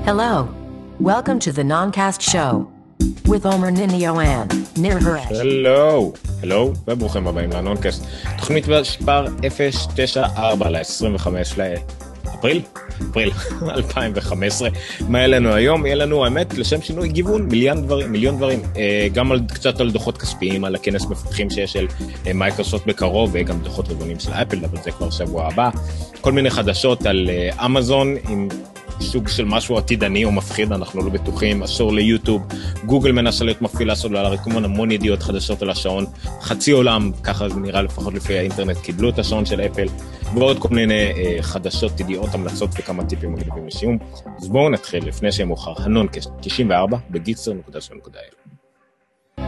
Hello. Welcome to the Noncast Show with Omer Ninio and Nir Haresh. הלו, וברוכים הבאים לנונקאסט. תוכנית מספר 094 ל-25 לאפריל 2015. מה יהיה לנו היום? יהיה לנו, האמת, לשם שינוי גיוון, מיליון דברים. גם קצת על דוחות כספיים, על הכנס מפתחים שיש של מייקרוסופט בקרוב, וגם דוחות רבעוניים של אפל, אבל זה כבר שבוע הבא. כל מיני חדשות על אמזון עם סוג של משהו עתידני או מפחיד, אנחנו לא בטוחים, אסור ליוטיוב, גוגל מנסה להיות מפעילה סלולרית, כמובן המון ידיעות חדשות על השעון, חצי עולם, ככה זה נראה לפחות לפי האינטרנט, קיבלו את השעון של אפל, ועוד כל מיני חדשות, ידיעות, המלצות וכמה טיפים מגניבים לסיום. אז בואו נתחיל לפני שיהיה מאוחר, הנונקאסט 94 בגיצר.co.il.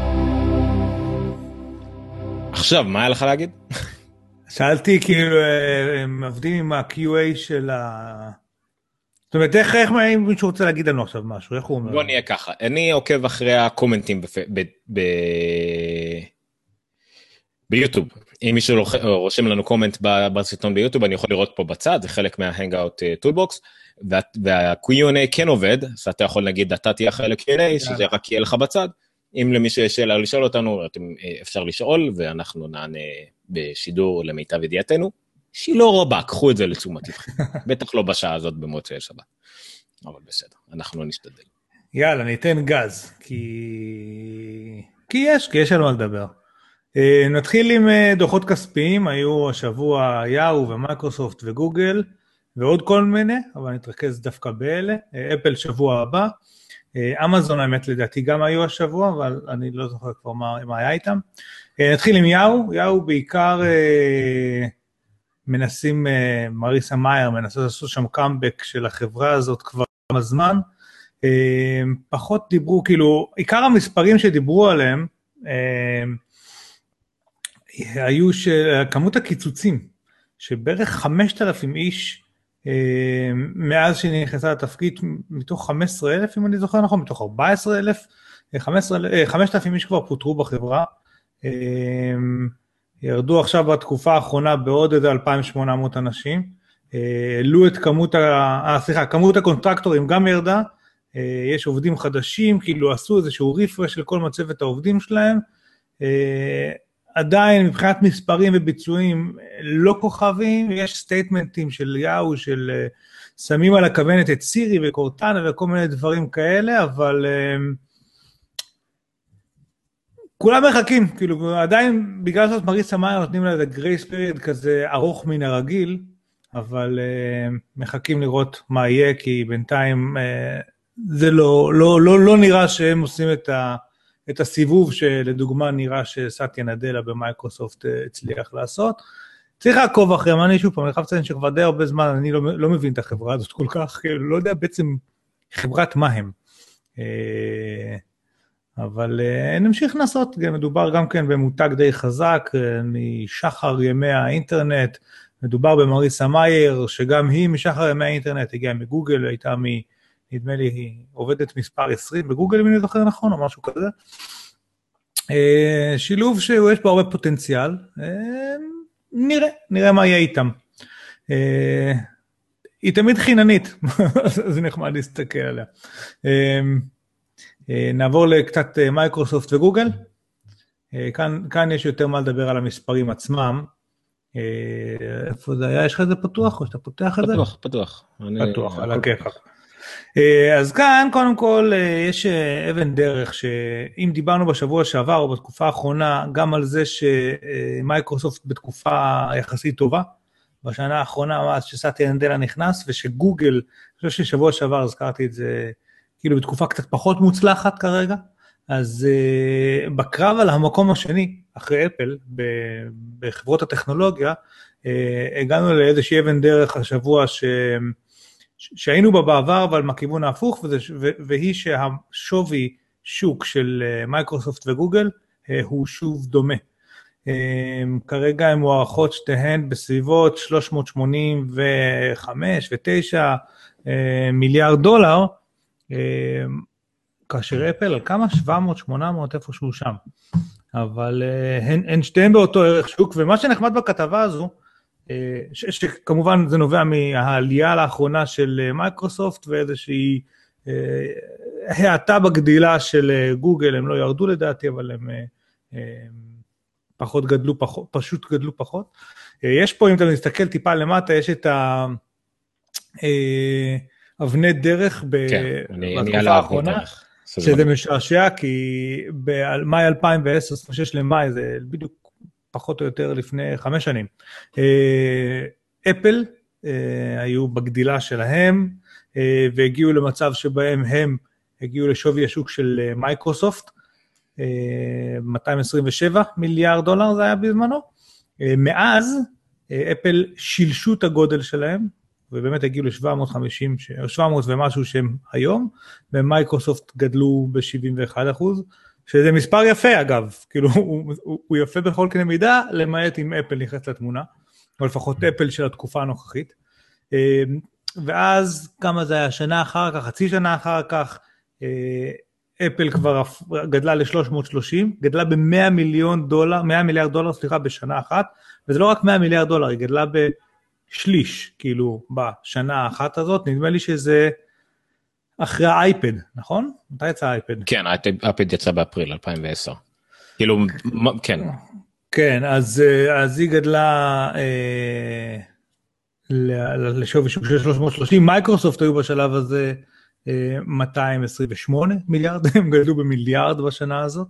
עכשיו, מה היה לך להגיד? שאלתי כאילו, הם עובדים עם ה-QA של זאת אומרת, איך מישהו רוצה להגיד לנו עכשיו משהו? איך הוא אומר? בוא נהיה ככה, אני עוקב אחרי הקומנטים ביוטיוב. אם מישהו רושם לנו קומנט בסרטון ביוטיוב, אני יכול לראות פה בצד, זה חלק מה-Hangout Toolbox, וה-Q&A כן עובד, אז אתה יכול להגיד, אתה תהיה אחרי ל-Q&A, שזה רק יהיה לך בצד. אם למישהו יש שאלה לשאול אותנו, אפשר לשאול, ואנחנו נענה בשידור למיטב ידיעתנו. שהיא לא רבה, קחו את זה לתשומת לבכם. בטח לא בשעה הזאת במוצאי שבת. אבל בסדר, אנחנו נשתדל. יאללה, ניתן גז, כי יש על מה לדבר. נתחיל עם דוחות כספיים, היו השבוע יאו ומייקרוסופט וגוגל, ועוד כל מיני, אבל נתרכז דווקא באלה. אפל שבוע הבא. אמזון האמת לדעתי גם היו השבוע, אבל אני לא זוכר כבר מה היה איתם. נתחיל עם יאו בעיקר מנסים, מריסה מאייר מנסה לעשות שם קאמבק של החברה הזאת כבר כמה זמן, פחות דיברו, כאילו, עיקר המספרים שדיברו עליהם, היו כמות הקיצוצים, שבערך 5,000 איש, מאז שנכנסה לתפקיד, מתוך 15,000, אם אני זוכר נכון, מתוך 14,000, 5,000 איש כבר פוטרו בחברה, ירדו עכשיו בתקופה האחרונה בעוד 2,800 אנשים, העלו את כמות הקונטרקטורים גם ירדה, יש עובדים חדשים, כאילו עשו איזשהו ריפרש של כל מצבת העובדים שלהם, עדיין מבחינת מספרים וביצועים לא כוכבים, יש סטייטמנטים של יאו, של שמים על הכוונת את סירי וקורטנה וכל מיני דברים כאלה, אבל כולם מחכים, כאילו עדיין בגלל זאת מריסה מאייר נותנים לה איזה גרייס פיריד כזה ארוך מן הרגיל, אבל מחכים לראות מה יהיה, כי בינתיים זה לא נראה שהם עושים את הסיבוב שלדוגמה נראה שסטיה נדלה במייקרוסופט הצליח לעשות. צריך לעקוב אחרי מה אני שוב פעם, אני חייב לציין שכבר די הרבה זמן אני לא מבין את החברה הזאת כל כך, כאילו לא יודע בעצם חברת מה הם. אבל נמשיך לעשות, מדובר גם כן במותג די חזק, משחר ימי האינטרנט, מדובר במריסה מאייר, שגם היא משחר ימי האינטרנט, הגיעה מגוגל, הייתה נדמה לי, היא עובדת מספר 20 בגוגל, אם אני זוכר נכון, או משהו כזה. שילוב שיש בו הרבה פוטנציאל, נראה מה יהיה איתם. היא תמיד חיננית, זה נחמד להסתכל עליה. נעבור לקצת מייקרוסופט וגוגל, כאן יש יותר מה לדבר על המספרים עצמם, איפה זה היה? יש לך את זה פתוח או שאתה פותח את זה? פתוח, על הכיפק. אז כאן קודם כל יש אבן דרך, שאם דיברנו בשבוע שעבר או בתקופה האחרונה, גם על זה שמייקרוסופט בתקופה יחסית טובה, בשנה האחרונה מאז שסטיה נדלה נכנס, ושגוגל, אני חושב ששבוע שעבר הזכרתי את זה, כאילו בתקופה קצת פחות מוצלחת כרגע, אז בקרב על המקום השני, אחרי אפל, בחברות הטכנולוגיה, הגענו לאיזושהי אבן דרך השבוע שהיינו בה בעבר, אבל מהכיוון ההפוך, והיא שהשווי שוק של מייקרוסופט וגוגל, הוא שוב דומה. כרגע הן מוערכות שתיהן בסביבות 385 ו-9 מיליארד דולר, כאשר אפל על כמה? 700, 800, איפשהו שם. אבל הן שתיהן באותו ערך שוק, ומה שנחמד בכתבה הזו, שכמובן זה נובע מהעלייה לאחרונה של מייקרוסופט, ואיזושהי האטה בגדילה של גוגל, הם לא ירדו לדעתי, אבל הם פחות גדלו, פשוט גדלו פחות. יש פה, אם אתה מסתכל טיפה למטה, יש את אבני דרך בתקופה האחרונה, שזה משעשע, כי במאי 2010, 26 למאי, זה בדיוק פחות או יותר לפני 5 שנים. אפל היו בגדילה שלהם, והגיעו למצב שבהם הם הגיעו לשווי השוק של מייקרוסופט, 227 מיליארד דולר זה היה בזמנו. מאז אפל שילשו את הגודל שלהם, ובאמת הגיעו ל-700 ומשהו שהם היום, ומייקרוסופט גדלו ב-71%, שזה מספר יפה אגב, כאילו הוא יפה בכל קנה מידה, למעט אם אפל נכנס לתמונה, או לפחות אפל של התקופה הנוכחית. ואז כמה זה היה, שנה אחר כך, חצי שנה אחר כך, אפל כבר גדלה ל-330, גדלה ב-100 מיליארד דולר, סליחה, בשנה אחת, וזה לא רק 100 מיליארד דולר, היא גדלה בשליש, כאילו, בשנה האחת הזאת, נדמה לי שזה אחרי האייפד, נכון? מתי יצא האייפד? כן, האייפד יצא באפריל 2010. כאילו, כן. כן, אז היא גדלה לשווי שוק של 330, מייקרוסופט היו בשלב הזה 228 מיליארד, הם גדלו במיליארד בשנה הזאת,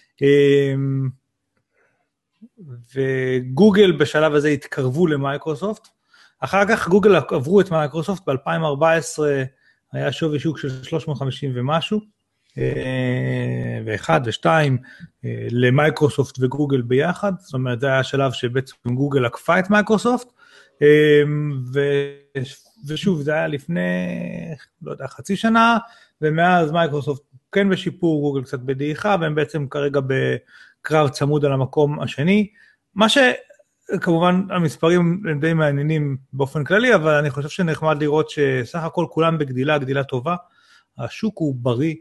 וגוגל בשלב הזה התקרבו למייקרוסופט, אחר כך גוגל עברו את מייקרוסופט, ב-2014 היה שווי שוק של 350 ומשהו, ו1 ו2 למייקרוסופט וגוגל ביחד, זאת אומרת זה היה השלב שבעצם גוגל עקפה את מייקרוסופט, ושוב זה היה לפני, לא יודע, חצי שנה, ומאז מייקרוסופט כן בשיפור, גוגל קצת בדעיכה, והם בעצם כרגע בקרב צמוד על המקום השני, מה שכמובן המספרים הם די מעניינים באופן כללי, אבל אני חושב שנחמד לראות שסך הכל כולם בגדילה, גדילה טובה, השוק הוא בריא,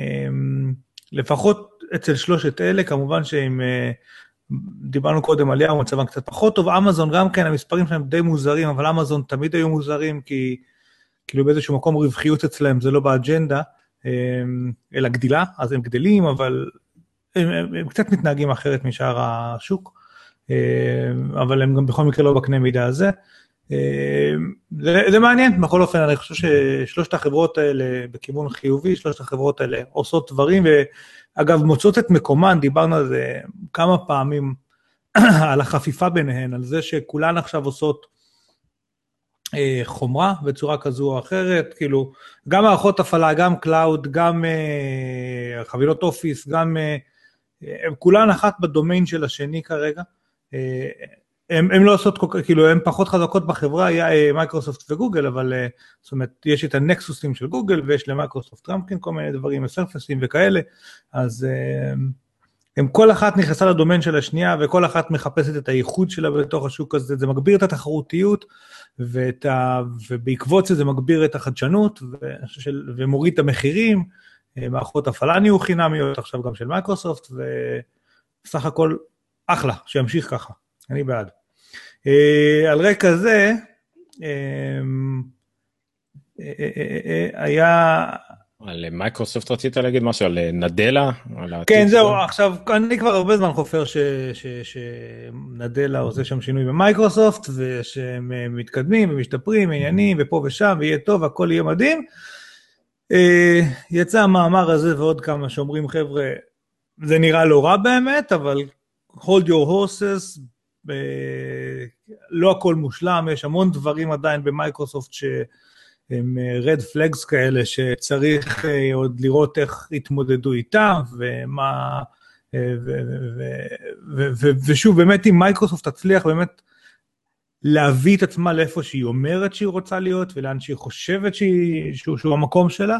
לפחות אצל שלושת אלה, כמובן שאם דיברנו קודם עליה, הוא מצבן קצת פחות טוב, אמזון גם כן, המספרים שלהם די מוזרים, אבל אמזון תמיד היו מוזרים, כי כאילו באיזשהו מקום רווחיות אצלהם, זה לא באג'נדה, אלא גדילה, אז הם גדלים, אבל הם קצת מתנהגים אחרת משאר השוק, אבל הם גם בכל מקרה לא בקנה מידה הזה, זה מעניין, בכל אופן אני חושב ששלושת החברות האלה בכיוון חיובי, שלושת החברות האלה עושות דברים, ואגב מוצאות את מקומן, דיברנו על זה כמה פעמים, על החפיפה ביניהן, על זה שכולן עכשיו עושות חומרה בצורה כזו או אחרת, כאילו גם מערכות הפעלה, גם קלאוד, גם חבילות אופיס, גם כולן אחת בדומיין של השני כרגע, הם לא עושות, כאילו, הם פחות חזקות בחברה, מייקרוסופט וגוגל, אבל, זאת אומרת, יש את הנקסוסים של גוגל, ויש למייקרוסופט גם כן כל מיני דברים, סרפסים וכאלה, אז הם כל אחת נכנסה לדומיין של השנייה, וכל אחת מחפשת את הייחוד שלה בתוך השוק הזה, זה מגביר את התחרותיות, ובעקבות זה מגביר את החדשנות, ומוריד את המחירים, מערכות הפעלה נהיו חינמיות, עכשיו גם של מייקרוסופט, וסך הכל אחלה, שימשיך ככה. אני בעד. על רקע זה, היה... על מייקרוסופט רצית להגיד משהו, על נדלה? כן, זהו, עכשיו, אני כבר הרבה זמן חופר שנדלה עושה שם שינוי במייקרוסופט, ושהם מתקדמים ומשתפרים, עניינים, ופה ושם, ויהיה טוב, הכל יהיה מדהים. יצא המאמר הזה ועוד כמה שאומרים, חבר'ה, זה נראה לא רע באמת, אבל hold your horses, לא הכל מושלם, יש המון דברים עדיין במייקרוסופט שהם red flags כאלה, שצריך עוד לראות איך התמודדו איתם, ומה, ושוב, באמת אם מייקרוסופט תצליח באמת להביא את עצמה לאיפה שהיא אומרת שהיא רוצה להיות, ולאן שהיא חושבת שהוא המקום שלה,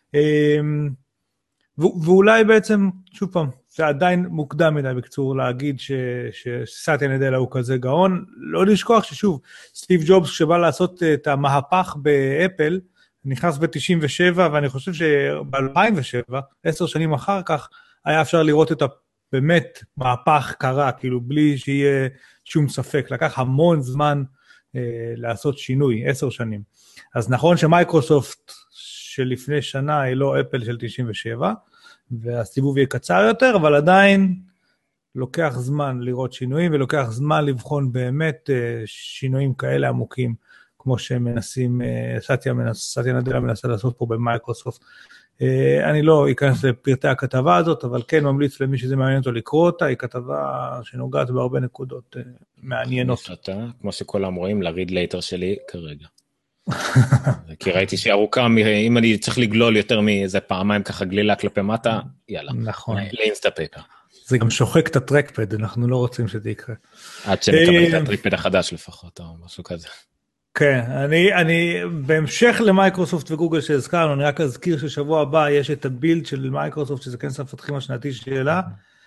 ואולי בעצם, שוב פעם, זה עדיין מוקדם מדי בקצור להגיד שסאטיה נדלה הוא כזה גאון, לא לשכוח ששוב, סטיב ג'ובס שבא לעשות את המהפך באפל, נכנס ב-97, ואני חושב שב-2007, 10 שנים אחר כך, היה אפשר לראות את באמת מהפך קרה, כאילו בלי שיהיה שום ספק, לקח המון זמן לעשות שינוי, 10 שנים. אז נכון שמייקרוסופט, של לפני שנה היא לא אפל של 97, והסיבוב יהיה קצר יותר, אבל עדיין לוקח זמן לראות שינויים, ולוקח זמן לבחון באמת שינויים כאלה עמוקים, כמו שהם מנסים, סטיה נדלה מנסה לעשות פה במייקרוסופט. אני לא אכנס לפרטי הכתבה הזאת, אבל כן ממליץ למי שזה מעניין אותו לקרוא אותה, היא כתבה שנוגעת בהרבה נקודות מעניינות. כמו שכולם רואים, לריד לייטר שלי כרגע. כי ראיתי שהיא ארוכה, אם אני צריך לגלול יותר מאיזה פעמיים ככה גלילה כלפי מטה, יאללה. נכון. לאינסטה פייפר. זה גם שוחק את הטרקפד, אנחנו לא רוצים שזה יקרה. עד שנקבל את הטרקפד החדש לפחות, או משהו כזה. כן, אני בהמשך למייקרוסופט וגוגל שהזכרנו, אני רק אזכיר ששבוע הבא יש את הבילד של מייקרוסופט, שזה כנס המפתחים השנתי שלה,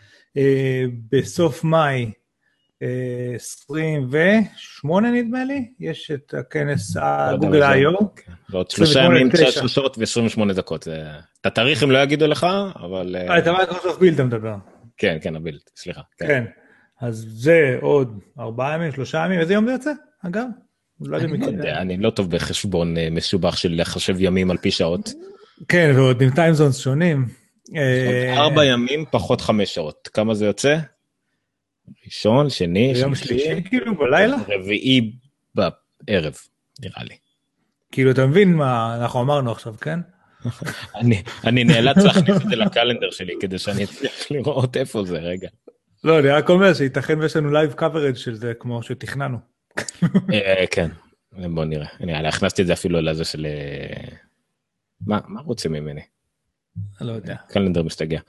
בסוף מאי 28 נדמה לי, יש את הכנס גוגל I.O. ועוד 3 ימים, 19 שעות ו-28 דקות. את התאריכים לא יגידו לך, אבל... את המייקרוסופט בילד אתה מדבר. כן, כן, הבילד, סליחה. כן, אז זה עוד 4 ימים, 3 ימים, איזה יום זה יוצא, אגב? אני לא טוב בחשבון משובח של לחשב ימים על פי שעות. כן, ועוד עם טיימזונס שונים. 4 ימים פחות 5 שעות. כמה זה יוצא? ראשון, שני, יום שלישי, כאילו בלילה? רביעי בערב, נראה לי. כאילו, אתה מבין מה אנחנו אמרנו עכשיו, כן? אני נאלץ להכניס את זה לקלנדר שלי, כדי שאני אצליח לראות איפה זה, רגע. לא, אני רק אומר שייתכן ויש לנו לייב קאברג' של זה, כמו שתכננו. כן, בוא נראה. אני הכנסתי את זה אפילו לזה של... מה רוצים ממני? לא יודע. קלנדר משתגע.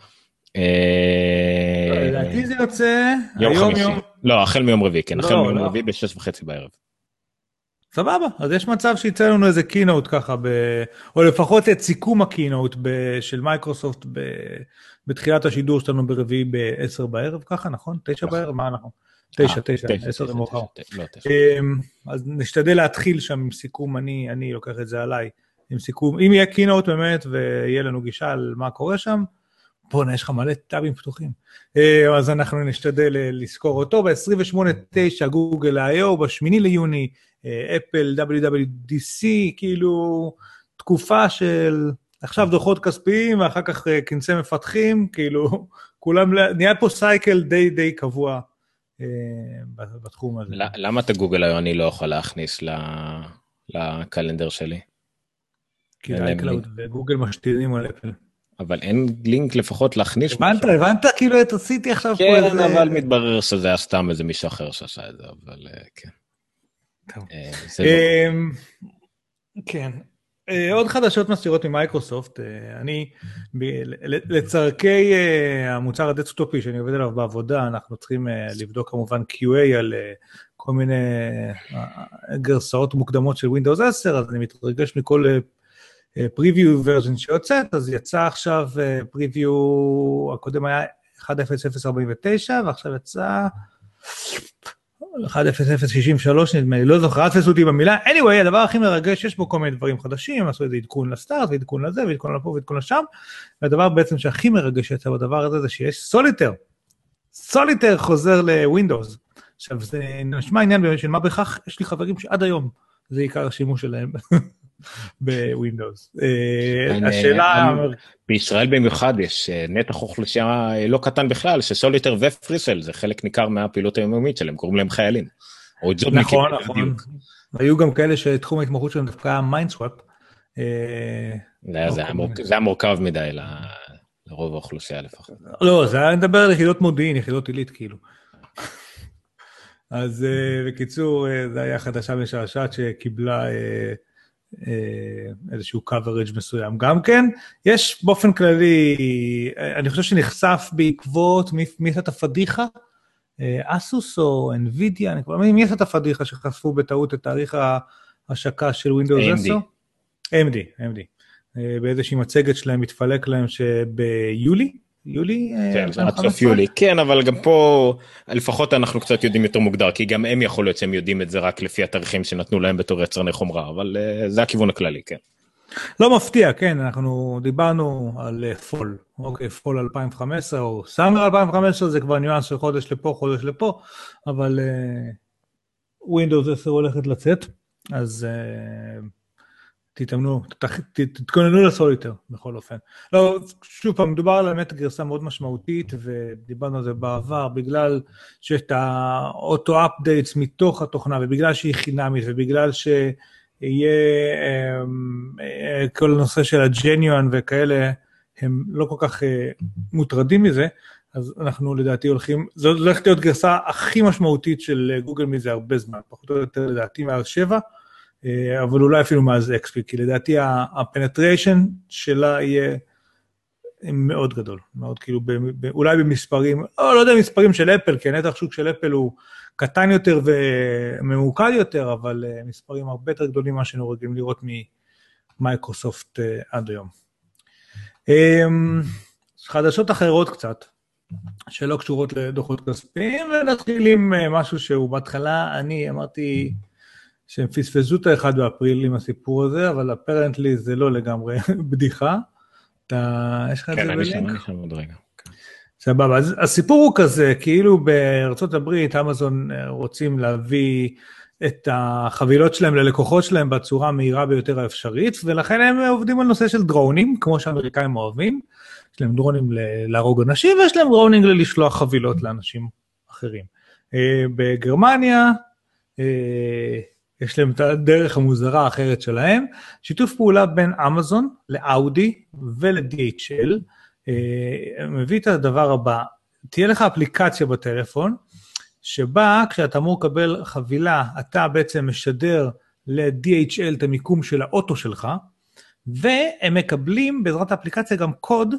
לדעתי זה יוצא... יום חמישי. לא, החל מיום רביעי, כן. החל מיום רביעי ב-6:30 בערב. סבבה, אז יש מצב שיצא לנו איזה קינוט ככה, או לפחות את סיכום הקינוט של מייקרוסופט בתחילת השידור שלנו ברביעי ב-10 בערב, ככה, נכון? 9 בערב? מה אנחנו? 9, 10 זה מאוחר. אז נשתדל להתחיל שם עם סיכום, אני לוקח את זה עליי, עם סיכום, אם יהיה קינוט באמת, ויהיה לנו גישה על מה קורה שם, בוא'נה, יש לך מלא טאבים פתוחים. אז אנחנו נשתדל לזכור אותו, ב-28.9 גוגל I.O, ב8 ליוני, אפל, WWDC, כאילו תקופה של עכשיו דוחות כספיים, ואחר כך כנסי מפתחים, כאילו כולם, נהיה פה סייקל די קבוע בתחום הזה. למה את הגוגל I.O אני לא יכול להכניס לקלנדר שלי? כי iCloud וגוגל משתינים על אפל. אבל אין לינק לפחות להכניס. הבנת כאילו את עשיתי עכשיו פה איזה... כן, אבל מתברר שזה היה סתם איזה מישהו אחר שעשה את זה, אבל כן. כן. עוד חדשות מסתירות ממייקרוסופט, אני, לצרכי המוצר הדסקטופי שאני עובד עליו בעבודה, אנחנו צריכים לבדוק כמובן QA על כל מיני גרסאות מוקדמות של Windows 10, אז אני מתרגש מכל preview version שיוצאת, אז יצא עכשיו preview, הקודם היה 1.0.0.49, ועכשיו יצא 1.0.0.63, נדמה לי, לא זוכר, תפסו אותי במילה. anyway, הדבר הכי מרגש, יש בו כל מיני דברים חדשים, עשו איזה עדכון לסטארט, ועדכון לזה, ועדכון לפה, ועדכון לשם, והדבר בעצם שהכי מרגש יצא בדבר הזה, זה שיש סוליטר. סוליטר חוזר לווינדוס. עכשיו, זה נשמע עניין של מה בכך, יש לי חברים שעד היום, זה עיקר השימוש שלהם בווינדוס. השאלה... בישראל במיוחד יש נתח אוכלוסייה לא קטן בכלל, שסוליטר ופריסל זה חלק ניכר מהפעילות היומיומית שלהם, קוראים להם חיילים. נכון, נכון. היו גם כאלה שתחום ההתמחות שלהם דווקא היה מיינדסוואפ. זה היה מורכב מדי לרוב האוכלוסייה לפחות. לא, זה היה נדבר על יחידות מודיעין, יחידות עילית כאילו. אז בקיצור, זה היה חדשה משעשעת שקיבלה איזשהו coverage מסוים. גם כן, יש באופן כללי, אני חושב שנחשף בעקבות, מי עשה את הפדיחה? אסוס או NVIDIA, מי עשה את הפדיחה שחשפו בטעות את תאריך ההשקה של Windows 10? AMD. באיזושהי מצגת שלהם מתפלק להם שביולי, כן, עד סוף יולי, כן, אבל גם פה לפחות אנחנו קצת יודעים יותר מוגדר, כי גם הם יכול להיות שהם יודעים את זה רק לפי התאריכים שנתנו להם בתור יצרני חומרה, אבל זה הכיוון הכללי, כן. לא מפתיע, כן, אנחנו דיברנו על פול, אוקיי, פול 2015, או סאמר 2015, זה כבר ניואנס של חודש לפה, אבל Windows 10 הולכת לצאת, אז תתאמנו, תתכוננו לסוליטר, בכל אופן. לא, שוב פעם, מדובר על באמת גרסה מאוד משמעותית, ודיברנו על זה בעבר, בגלל שיש את האוטו-אפדייטס מתוך התוכנה, ובגלל שהיא חינמית, ובגלל שיהיה כל הנושא של הג'ניואן וכאלה, הם לא כל כך מוטרדים מזה, אז אנחנו לדעתי הולכים, זו הולכת להיות גרסה הכי משמעותית של גוגל מזה הרבה זמן, פחות או יותר לדעתי מעל 7, אבל אולי אפילו מאז XP, כי לדעתי הפנטריישן שלה יהיה מאוד גדול, מאוד כאילו, אולי במספרים, לא יודע מספרים של אפל, כי הנתח שוק של אפל הוא קטן יותר וממוקד יותר, אבל מספרים הרבה יותר גדולים מה שאנחנו רגילים לראות ממייקרוסופט עד היום. חדשות אחרות קצת, שלא קשורות לדוחות כספיים, ונתחיל עם משהו שהוא בהתחלה, אני אמרתי שהם פספסו את ה-1 באפריל עם הסיפור הזה, אבל אפרנטלי זה לא לגמרי בדיחה. יש לך את זה בלינק? כן, אני שם עוד רגע. סבבה, אז הסיפור הוא כזה, כאילו בארצות הברית, אמזון רוצים להביא את החבילות שלהם ללקוחות שלהם בצורה המהירה ביותר האפשרית, ולכן הם עובדים על נושא של דרונים, כמו שהאמריקאים אוהבים. יש להם דרונים להרוג אנשים, ויש להם דרונים לשלוח חבילות לאנשים אחרים. בגרמניה, יש להם את הדרך המוזרה האחרת שלהם, שיתוף פעולה בין אמזון לאאודי ול-DHL, מביא את הדבר הבא, תהיה לך אפליקציה בטלפון, שבה כשאתה אמור לקבל חבילה, אתה בעצם משדר ל-DHL את המיקום של האוטו שלך, והם מקבלים בעזרת האפליקציה גם קוד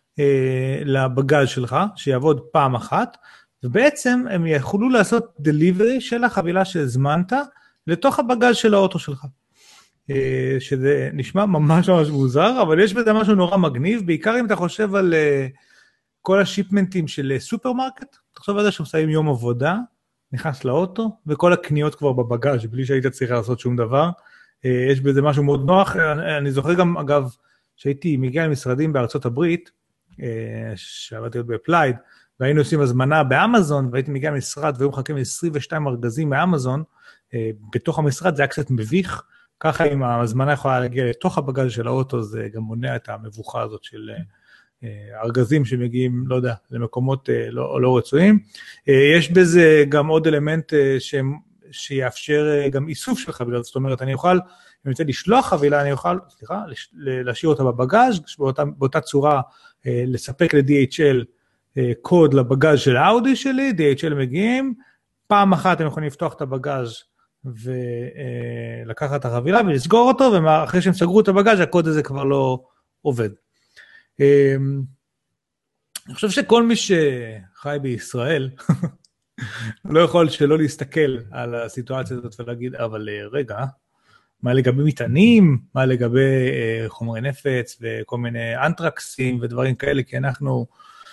לבגז שלך, שיעבוד פעם אחת, ובעצם הם יכולו לעשות דליברי של החבילה שהזמנת, לתוך הבגז של האוטו שלך. שזה נשמע ממש ממש מוזר, אבל יש בזה משהו נורא מגניב, בעיקר אם אתה חושב על כל השיפמנטים של סופרמרקט, תחשוב על זה שמסיים יום עבודה, נכנס לאוטו, וכל הקניות כבר בבגז, בלי שהיית צריך לעשות שום דבר. יש בזה משהו מאוד נוח. אני זוכר גם, אגב, שהייתי מגיע למשרדים בארצות הברית, שעבדתי עוד באפלייד, והיינו עושים הזמנה באמזון, והייתי מגיע למשרד, והיו מחכים 22 ארגזים מאמזון, בתוך המשרד זה היה קצת מביך, ככה אם ההזמנה יכולה להגיע לתוך הבגז של האוטו, זה גם מונע את המבוכה הזאת של ארגזים שמגיעים, לא יודע, למקומות לא רצויים. יש בזה גם עוד אלמנט שיאפשר גם איסוף של חבילות, זאת אומרת, אני אוכל, אם אני רוצה לשלוח חבילה, אני אוכל, להשאיר אותה בבגז, באותה צורה לספק ל-DHL קוד לבגז של האאודי שלי, DHL מגיעים, פעם אחת הם יכולים לפתוח את הבגז, ולקחת את החבילה ולסגור אותו, ואחרי שהם סגרו את הבגז, הקוד הזה כבר לא עובד. אני חושב שכל מי שחי בישראל, לא יכול שלא להסתכל על הסיטואציה הזאת ולהגיד, אבל רגע, מה לגבי מטענים, מה לגבי חומרי נפץ וכל מיני אנטרקסים ודברים כאלה, כי אנחנו,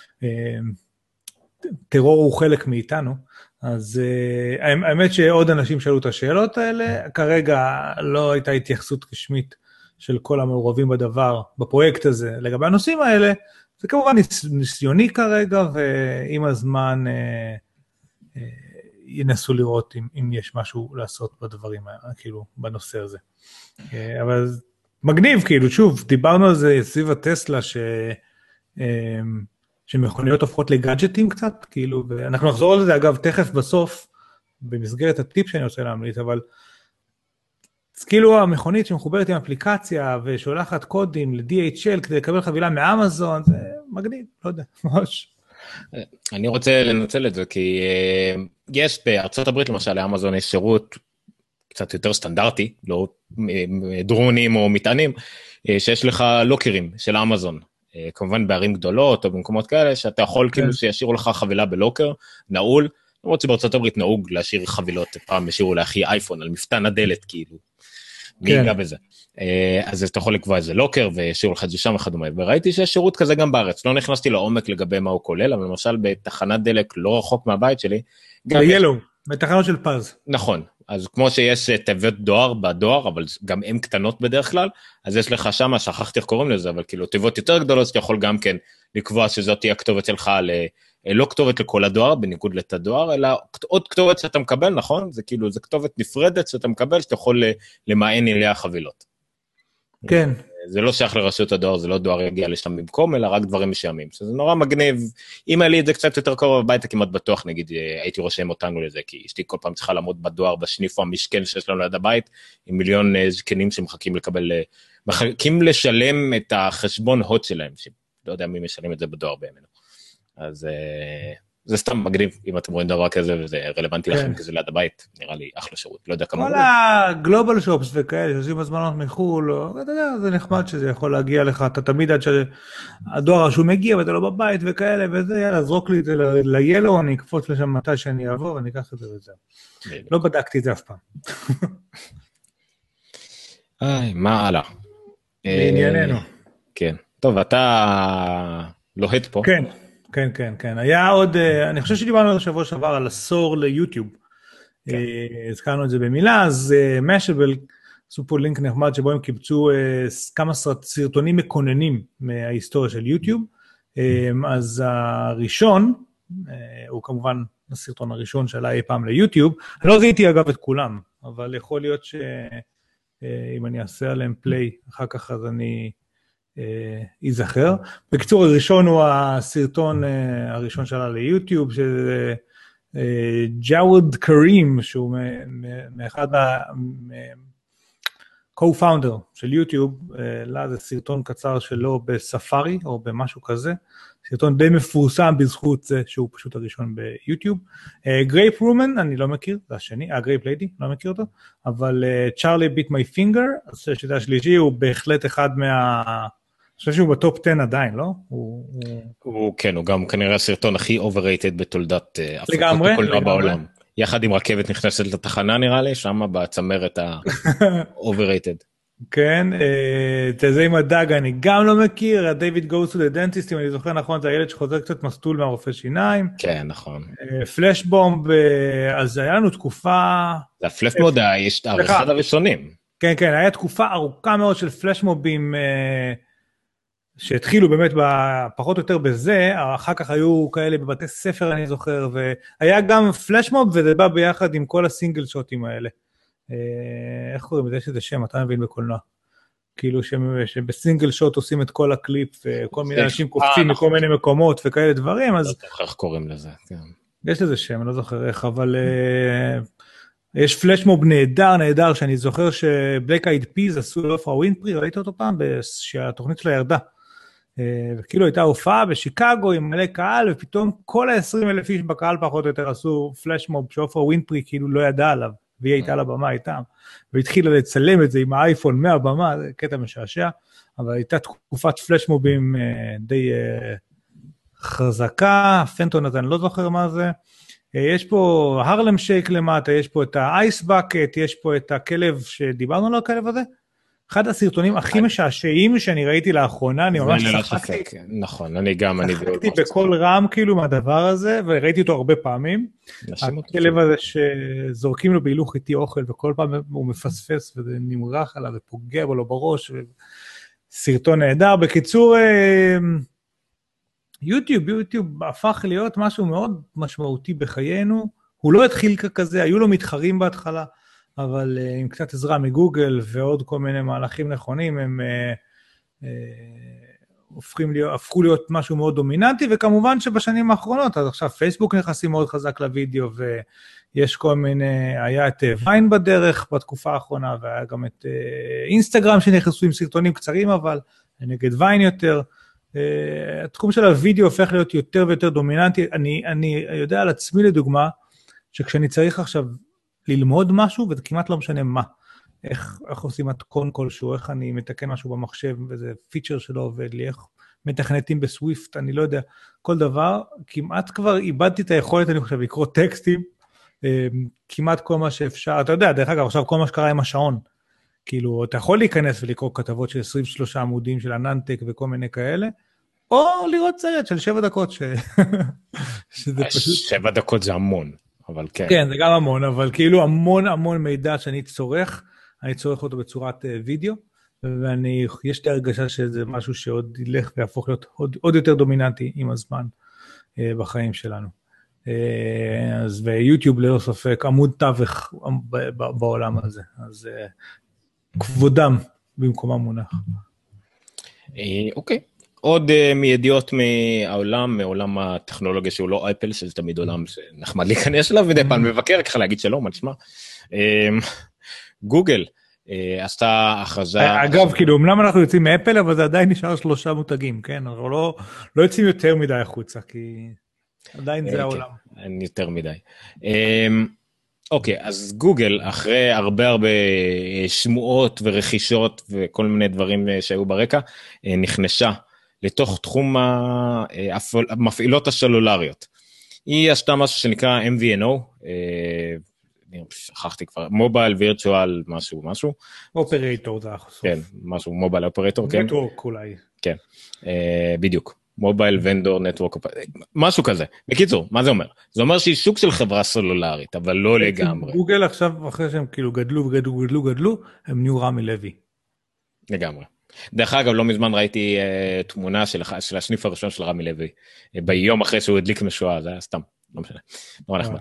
טרור הוא חלק מאיתנו, אז האמת שעוד אנשים שאלו את השאלות האלה, כרגע לא הייתה התייחסות רשמית של כל המעורבים בדבר, בפרויקט הזה, לגבי הנושאים האלה, זה כמובן ניסיוני כרגע, ועם הזמן ינסו לראות אם יש משהו לעשות בדברים, כאילו, בנושא הזה. אבל מגניב, כאילו, שוב, דיברנו על זה סביב הטסלה, שמכוניות הופכות לגאדג'טים קצת, כאילו, ואנחנו נחזור על זה, אגב, תכף בסוף, במסגרת הטיפ שאני רוצה להמליץ, אבל כאילו המכונית שמחוברת עם אפליקציה, ושולחת קודים ל-DHL כדי לקבל חבילה מאמזון, זה מגניב, לא יודע, ממש. אני רוצה לנצל את זה, כי יש בארצות הברית למשל, לאמזון יש שירות קצת יותר סטנדרטי, לא דרונים או מטענים, שיש לך לוקרים של אמזון, כמובן בערים גדולות או במקומות כאלה, שאתה יכול כאילו שישאירו לך חבילה בלוקר, נעול, למרות שבארצות הברית נהוג להשאיר חבילות, פעם השאירו לאחי אייפון על מפתן הדלת כאילו, מי ייגע בזה. אז אתה יכול לקבוע איזה לוקר וישאירו לך את זה שם וכדומה, וראיתי שיש שירות כזה גם בארץ, לא נכנסתי לעומק לגבי מה הוא כולל, אבל למשל בתחנת דלק לא רחוק מהבית שלי, ב-Yellow, בתחנות של פז. נכון, אז כמו שיש תיבות דואר בדואר, אבל גם הן קטנות בדרך כלל, אז יש לך שם, שכחתי איך קוראים לזה, אבל כאילו תיבות יותר גדולות, שאתה יכול גם כן לקבוע שזאת תהיה הכתובת שלך, לא כתובת לכל הדואר, בניגוד לתא דואר, אלא עוד כתובת שאתה מקבל, נכון? זה כאילו, זה כתובת נפרדת שאתה מקבל, שאתה יכול למען אליה חבילות. כן. זה לא שייך לרשות הדואר, זה לא דואר יגיע לשם במקום, אלא רק דברים משעמים. זה נורא מגניב. אם היה לי את זה קצת יותר קרוב הביתה, כמעט בטוח, נגיד, הייתי רושם אותנו לזה, כי אשתי כל פעם צריכה לעמוד בדואר, בשניף או המשכן שיש לנו ליד הבית, עם מיליון זקנים שמחכים מחכים לשלם את החשבון הוט שלהם, שלא יודע מי משלם את זה בדואר בימינו. אז זה סתם מגניב, אם אתם רואים דבר כזה, וזה רלוונטי לכם, כי זה ליד הבית, נראה לי אחלה שירות, לא יודע כמה... כל הגלובל שופס וכאלה, שעושים הזמנות מחול, אתה יודע, זה נחמד שזה יכול להגיע לך, אתה תמיד עד שהדואר שהוא מגיע, ואתה לא בבית וכאלה, וזה, יאללה, זרוק לי את זה ל-Yellow, אני אקפוץ לשם מתי שאני אעבור, אני אקח את זה וזה. לא בדקתי את זה אף פעם. מה הלאה? לענייננו. כן, טוב, אתה לוהט פה. כן. כן. היה עוד, אני חושב שדיברנו על השבוע שעבר על עשור ליוטיוב. הזכרנו את זה במילה, אז משאבל, עשו פה לינק נחמד שבו הם קיבצו כמה סרטונים מקוננים מההיסטוריה של יוטיוב. אז הראשון, הוא כמובן הסרטון הראשון שעלה אי פעם ליוטיוב. אני לא ראיתי אגב את כולם, אבל יכול להיות שאם אני אעשה עליהם פליי, אחר כך אז אני... ייזכר. בקיצור, הראשון הוא הסרטון הראשון שעלה ליוטיוב, שזה ג'אווד קרים, שהוא מאחד co-founder של יוטיוב, זה סרטון קצר שלו בספארי, או במשהו כזה, סרטון די מפורסם בזכות זה שהוא פשוט הראשון ביוטיוב. גרייפ רומן, אני לא מכיר, זה השני, גרייפ ליידי, לא מכיר אותו, אבל צ'ארלי ביט מי פינגר, השליטה השלישי, הוא בהחלט אחד אני חושב שהוא בטופ 10 עדיין, לא? כן, הוא גם כנראה הסרטון הכי overrated בתולדת הפקות הקולנוע בעולם. יחד עם רכבת נכנסת לתחנה נראה לי, שם בצמרת ה-overrated. כן, את זה עם הדג אני גם לא מכיר, דיוויד גוס לדנטיסט, אם אני זוכר נכון, זה הילד שחוזר קצת מסטול מהרופא שיניים. כן, נכון. פלשבומב, אז היה לנו תקופה... זה הפלשמוב, יש אחד הראשונים. כן, היה תקופה ארוכה מאוד של פלשמובים, שהתחילו באמת פחות או יותר בזה, אחר כך היו כאלה בבתי ספר אני זוכר, והיה גם פלשמוב, וזה בא ביחד עם כל הסינגל שוטים האלה. איך קוראים לזה? יש איזה שם, אתה מבין בקולנוע. כאילו שבסינגל שוט עושים את כל הקליפ, וכל מיני אנשים קופצים מכל מיני מקומות וכאלה דברים, אז... לא זוכר איך קוראים לזה, כן. יש לזה שם, אני לא זוכר איך, אבל... יש פלשמוב נהדר, שאני זוכר שבלק אייד פיז עשו לאופרה ווינפרי, ראית אותו פעם? שהתוכנית שלה ירדה. וכאילו הייתה הופעה בשיקגו עם מלא קהל, ופתאום כל ה-20,000 איש בקהל פחות או יותר עשו פלשמוב שאופרה ווינפרי כאילו לא ידעה עליו, והיא הייתה לבמה איתם, והתחילה לצלם את זה עם האייפון מהבמה, זה קטע משעשע, אבל הייתה תקופת פלשמובים די חזקה, פנטון הזה אני לא זוכר מה זה, יש פה הרלם שייק למטה, יש פה את האייס בקט, יש פה את הכלב שדיברנו על הכלב הזה, אחד הסרטונים הכי משעשעים שאני ראיתי לאחרונה, אני ממש צחקתי. נכון, אני צחקתי בכל רם כאילו מהדבר הזה, וראיתי אותו הרבה פעמים. הכלב הזה שזורקים לו בהילוך איתי אוכל, וכל פעם הוא מפספס, וזה נמרח עליו ופוגע בו לו בראש, סרטון נהדר. בקיצור, יוטיוב הפך להיות משהו מאוד משמעותי בחיינו, הוא לא התחיל כזה, היו לו מתחרים בהתחלה, אבל עם קצת עזרה מגוגל ועוד כל מיני מהלכים נכונים, הם הפכו להיות משהו מאוד דומיננטי, וכמובן שבשנים האחרונות, אז עכשיו פייסבוק נכנסים מאוד חזק לוידאו, ויש כל מיני, היה את ויין בדרך בתקופה האחרונה, והיה גם את אינסטגרם שנכנסו עם סרטונים קצרים, אבל נגד ויין יותר. התחום של הוידאו הופך להיות יותר ויותר דומיננטי. אני יודע על עצמי לדוגמה, שכשאני צריך עכשיו ללמוד משהו, וזה כמעט לא משנה מה, איך עושים מתכון כלשהו, איך אני מתקן משהו במחשב, וזה פיצ'ר שלא עובד לי, איך מתכנתים בסוויפט, אני לא יודע, כל דבר, כמעט כבר איבדתי את היכולת, אני חושב, לקרוא טקסטים, כמעט כל מה שאפשר, אתה יודע, דרך אגב, עכשיו כל מה שקרה עם השעון, כאילו, אתה יכול להיכנס ולקרוא כתבות של 23 עמודים של אננטק וכל מיני כאלה, או לראות סרט של 7 דקות, שזה פשוט... 7 דקות זה המון. אבל כן. כן, זה גם המון, אבל כאילו המון מידע שאני צורך, אני צורך אותו בצורת וידאו, ויש לי הרגשה שזה משהו שעוד ילך ויהפוך להיות עוד יותר דומיננטי עם הזמן בחיים שלנו. אז ויוטיוב ללא ספק עמוד תווך בעולם הזה, אז כבודם במקומם מונח. אוקיי. עוד מידיעות מהעולם, מעולם הטכנולוגיה שהוא לא אפל, שזה תמיד עולם שנחמד להיכנס אליו, מדי פעם מבקר, ככה להגיד שלום, מה נשמע. גוגל עשתה הכרזה... אגב, כאילו, אמנם אנחנו יוצאים מאפל, אבל זה עדיין נשאר 3 מותגים, כן? אנחנו לא יוצאים יותר מדי החוצה, כי עדיין זה העולם. אין יותר מדי. אוקיי, אז גוגל, אחרי הרבה שמועות ורכישות וכל מיני דברים שהיו ברקע, נכנסה לתוך תחום המפעילות הסלולריות. היא עשתה משהו שנקרא MVNO, שכחתי כבר, מובייל וירטואל משהו. אופרייטור זה החסוף. כן, משהו, מובייל אופרייטור, כן. נטוורק אולי. כן, בדיוק. מובייל ונדור נטוורק, משהו כזה. בקיצור, מה זה אומר? זה אומר שהיא סוג של חברה סלולרית, אבל לא לגמרי. גוגל עכשיו, אחרי שהם כאילו גדלו, הם נהיו רמי לוי. לגמרי. דרך אגב, לא מזמן ראיתי תמונה של הסניף הראשון של רמי לוי, ביום אחרי שהוא הדליק משואה, זה היה סתם, לא משנה. נורא נחמד.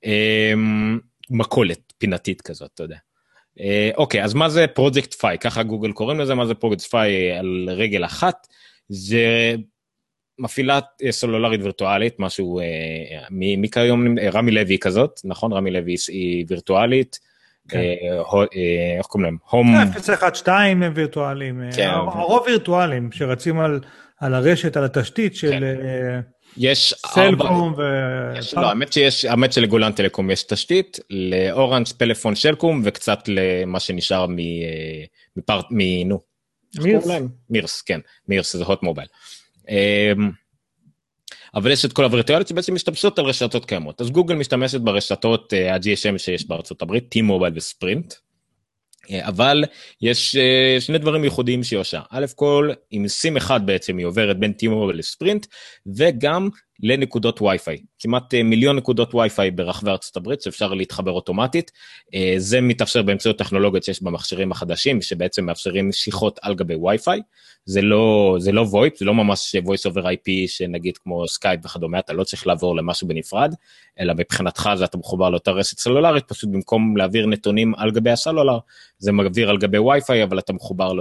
מקולת פינתית כזאת, אתה יודע. אוקיי, אז מה זה פרויקט פאי? ככה גוגל קוראים לזה, מה זה פרויקט פאי על רגל אחת? זה מפעילת סלולרית וירטואלית, משהו, מי כיום, רמי לוי כזאת, נכון? רמי לוי היא וירטואלית, איך קוראים להם? 012 הם וירטואליים, הרוב וירטואליים שרצים על הרשת, על התשתית של סלקום האמת שלגולן טלקום יש תשתית, לאורנג' פלאפון סלקום, וקצת למה שנשאר מירס, כן, מירס זה הוט מובייל. אבל יש את כל הווירטואליות שבעצם משתמשות על רשתות קיימות. אז גוגל משתמשת ברשתות ה-GSM שיש בארצות הברית, T-Mobile וספרינט, אבל יש שני דברים ייחודיים שהיא עושה. א' כל, עם סים אחד בעצם היא עוברת בין T-Mobile לספרינט, וגם לנקודות וי-פיי. כמעט 1,000,000 נקודות וי-פיי ברחבי ארצות הברית, שאפשר להתחבר אוטומטית. זה מתאפשר באמצעות טכנולוגיות שיש במכשירים החדשים, שבעצם מאפשרים שיחות על גבי וי-פיי. זה לא וויפ, זה לא ממש voice over IP, שנגיד כמו סקייפ וכדומה, אתה לא צריך לעבור למשהו בנפרד, אלא מבחינתך זה אתה מחובר לאותה רשת סלולרית, פשוט במקום להעביר נתונים על גבי הסלולר, זה מעביר על גבי וי-פיי, אבל אתה מחובר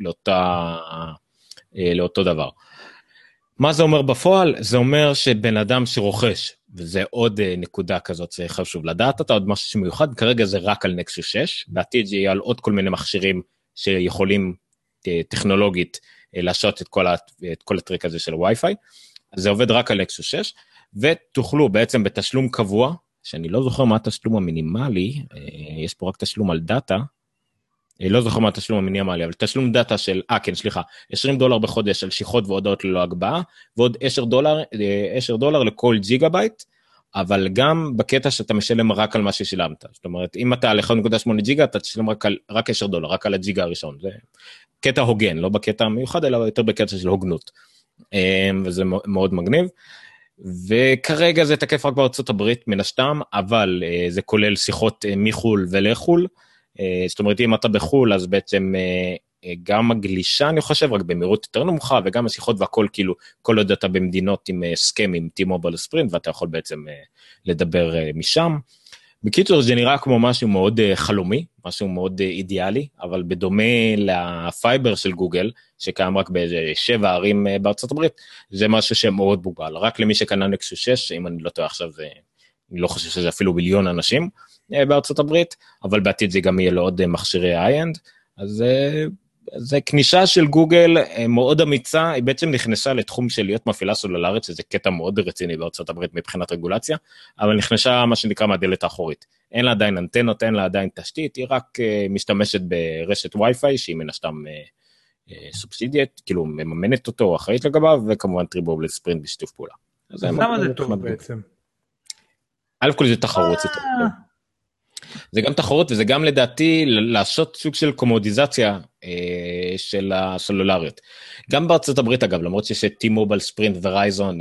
לאותו דבר. מה זה אומר בפועל? זה אומר שבן אדם שרוכש, וזה עוד נקודה כזאת שחשוב לדעת, אתה עוד משהו שמיוחד, כרגע זה רק על נקסוס 6, בעתיד זה יהיה על עוד כל מיני מכשירים שיכולים טכנולוגית לעשות את כל הטריק הזה של וי-פיי, אז זה עובד רק על נקסוס 6, ותוכלו בעצם בתשלום קבוע, שאני לא זוכר מה התשלום המינימלי, יש פה רק תשלום על דאטה, לא זוכר מה התשלום המינימלי, אבל תשלום דאטה של, $20 בחודש על שיחות והודעות ללא הגבהה, ועוד $10 לכל ג'יגה-בייט, אבל גם בקטע שאתה משלם רק על מה ששילמת. זאת אומרת, אם אתה על 1.8 ג'יגה, אתה תשלם רק $10, רק על הג'יגה הראשון. זה קטע הוגן, לא בקטע המיוחד, אלא יותר בקטע של הוגנות. וזה מאוד מגניב. וכרגע זה תקף רק בארצות הברית מן הסתם, אבל זה כולל שיחות מחול ולחול. זאת אומרת, אם אתה בחול, אז בעצם גם הגלישה, אני חושב, רק במהירות יותר נמוכה, וגם השיחות והכל, כאילו, כל עוד אתה במדינות עם סכם, עם T-Mobile ספרינט, ואתה יכול בעצם לדבר משם. בקיצור, זה נראה כמו משהו מאוד חלומי, משהו מאוד אידיאלי, אבל בדומה לפייבר של גוגל, שקיים רק באיזה 7 ערים בארצות הברית, זה משהו שמאוד בוגל. רק למי שקנה נקסוס 6, אם אני לא טועה עכשיו, אני לא חושב שזה אפילו 1,000,000 אנשים בארצות הברית, אבל בעתיד זה גם יהיה לו עוד מכשירי איי-אנד, אז זה כניסה של גוגל מאוד אמיצה, היא בעצם נכנסה לתחום של להיות מפעילה סלולרית, שזה קטע מאוד רציני בארצות הברית מבחינת רגולציה, אבל נכנסה מה שנקרא מהדלת האחורית. אין לה עדיין אנטנות, אין לה עדיין תשתית, היא רק משתמשת ברשת וי-פיי, שהיא מן הסתם סובסידית, כאילו מממנת אותו או אחראית לגביו, וכמובן טריבו לספרינט בשיתוף פעולה. אז למה זה טוב בעצם? א' כל זה תחרות, זה גם תחרות, וזה גם לדעתי לעשות סוג של קומודיזציה של הסלולריות. גם בארצות הברית אגב, למרות שיש את T-Mobile, ספרינט ורייזון,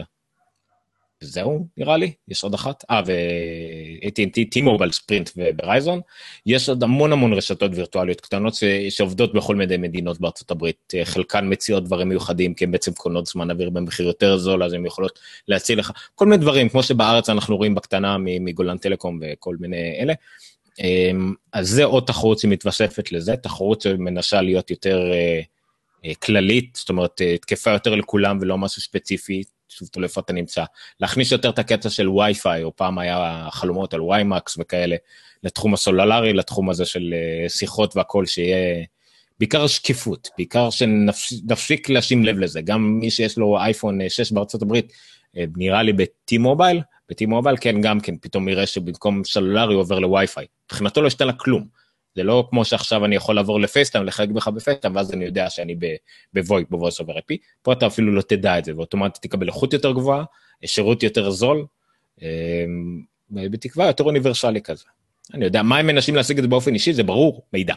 זהו נראה לי, יש עוד אחת, ו-AT&T, T-Mobile, ספרינט ורייזון, יש עוד המון רשתות וירטואליות קטנות שעובדות בכל מיני מדינות בארצות הברית, חלקן מציעות דברים מיוחדים, כי הן בעצם קונות זמן אוויר במחיר יותר זול, אז הן יכולות להציע לך, כל מיני דברים, כמו שבארץ אנחנו רואים בקטנה מגולן טלקום וכל מיני אלה, אז זה עוד תחרות שמתווספת לזה, תחרות שמנסה להיות יותר כללית, זאת אומרת, תקפה יותר לכולם ולא משהו ספציפי, שוב תלוי איפה אתה נמצא, להכניס יותר את הקטע של וי-פיי, או פעם היה חלומות על ווי-מקס וכאלה, לתחום הסולולרי, לתחום הזה של שיחות והכל, שיהיה בעיקר שקיפות, בעיקר שנפסיק לשים לב לזה, גם מי שיש לו אייפון 6 בארצות הברית, נראה לי ב-T-Mobile, כן, גם כן, פתאום יראה שבמקום סלולרי הוא עובר לווי-פיי, מבחינתו לא ישתה לה כלום, זה לא כמו שעכשיו אני יכול לעבור לפייסטיים, לחלק בך בפייסטיים, ואז אני יודע שאני בוויפ, בוויס אובר IP, פה אתה אפילו לא תדע את זה, ואוטומטית תקבל איכות יותר גבוהה, שירות יותר זול, בתקווה יותר אוניברסלי כזה. אני יודע, מה הם מנסים להשיג את זה באופן אישי, זה ברור, מידע.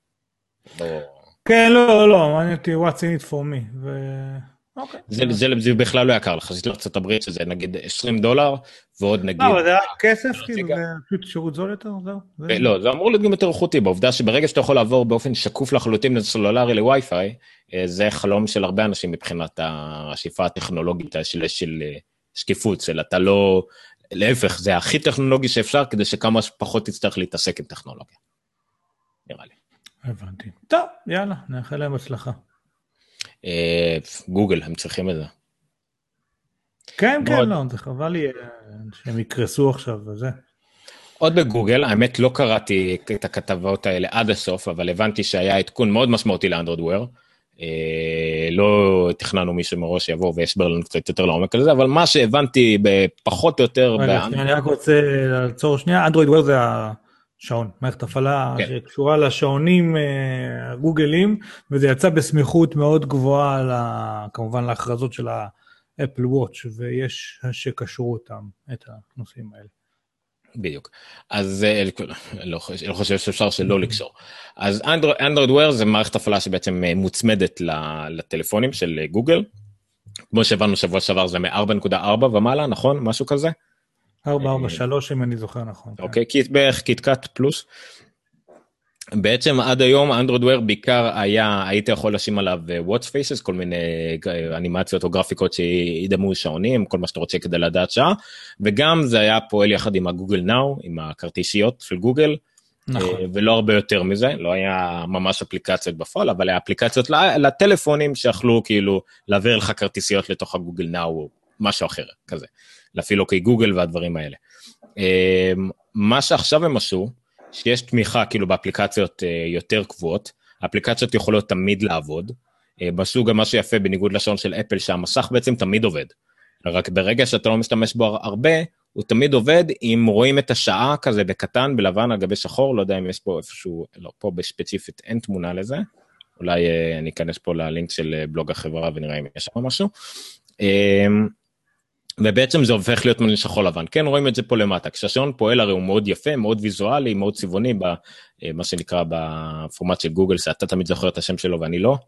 כן, לא, מעניין אותי, what's in it for me, אוקיי. זה בכלל לא יקר, לחזית לארצות הברית, שזה נגיד $20, ועוד נגיד... אבל זה רק כסף, כאילו, זה פשוט שירות זול יותר, זהו? לא, זה אמור להיות גם יותר איכותי, בעובדה שברגע שאתה יכול לעבור באופן שקוף לחלוטין לסלולרי לווי-פיי, זה חלום של הרבה אנשים מבחינת השאיפה הטכנולוגית של שקיפות, של אתה לא... להפך, זה הכי טכנולוגי שאפשר, כדי שכמה פחות תצטרך להתעסק עם טכנולוגיה. נראה לי. הבנתי. טוב, יאללה, נאחל להם הצלחה. גוגל, הם צריכים את זה. כן, לא, זה חבל לי שהם יקרסו עכשיו וזה. עוד בגוגל, האמת לא קראתי את הכתבות האלה עד הסוף, אבל הבנתי שהיה עדכון מאוד משמעותי לאנדרואיד. לא תכננו מישהו מראש שיבוא ויסבר לנו קצת יותר לעומק על זה, אבל מה שהבנתי בפחות או יותר... אני רק רוצה לעצור שנייה, אנדרואיד וויר זה השעון, מערכת הפעלה שקשורה לשעונים הגוגלים, וזה יצא בסמיכות מאוד גבוהה, כמובן להכרזות של האפל וואץ', ויש שקשרו אותם, את הנושאים האלה. בדיוק. אז לא חושב שאפשר שלא לקשור. אז אנדרואיד וויר זה מערכת הפעלה שבעצם מוצמדת לטלפונים של גוגל. כמו שהבנו שבוע שעבר זה מ-4.4 ומעלה, נכון? משהו כזה? 4.43 אם אני זוכר נכון. אוקיי, בערך קיטקאט פלוס. בעצם עד היום אנדרואיד וויר בעיקר היית יכול לשים עליו watch faces, כל מיני אנימציות או גרפיקות שידמו שעונים, כל מה שאתה רוצה כדי לדעת שעה, וגם זה היה פועל יחד עם הגוגל נאו, עם הכרטיסיות של גוגל, ולא הרבה יותר מזה, לא היה ממש אפליקציות בפועל, אבל היה אפליקציות לטלפונים שיכלו כאילו להעביר לך כרטיסיות לתוך הגוגל נאו או משהו אחר כזה, אפילו כגוגל והדברים האלה. מה שעכשיו הם עשו, שיש תמיכה כאילו באפליקציות יותר קבועות, האפליקציות יכולות תמיד לעבוד, בסוג גם משהו יפה בניגוד לשעון של אפל, שהמסך בעצם תמיד עובד, רק ברגע שאתה לא משתמש בו הרבה, הוא תמיד עובד אם רואים את השעה כזה בקטן, בלבן על גבי שחור, לא יודע אם יש פה איפשהו, לא, פה בספציפית אין תמונה לזה, אולי אני אכנס פה ללינק של בלוג החברה ונראה אם יש שם משהו, ובעצם זה הופך להיות מלא שחור לבן, כן רואים את זה פה למטה, כשהשעון פועל הרי הוא מאוד יפה, מאוד ויזואלי, מאוד צבעוני, מה שנקרא בפורמט של גוגל, שאתה תמיד זוכר את השם שלו ואני לא.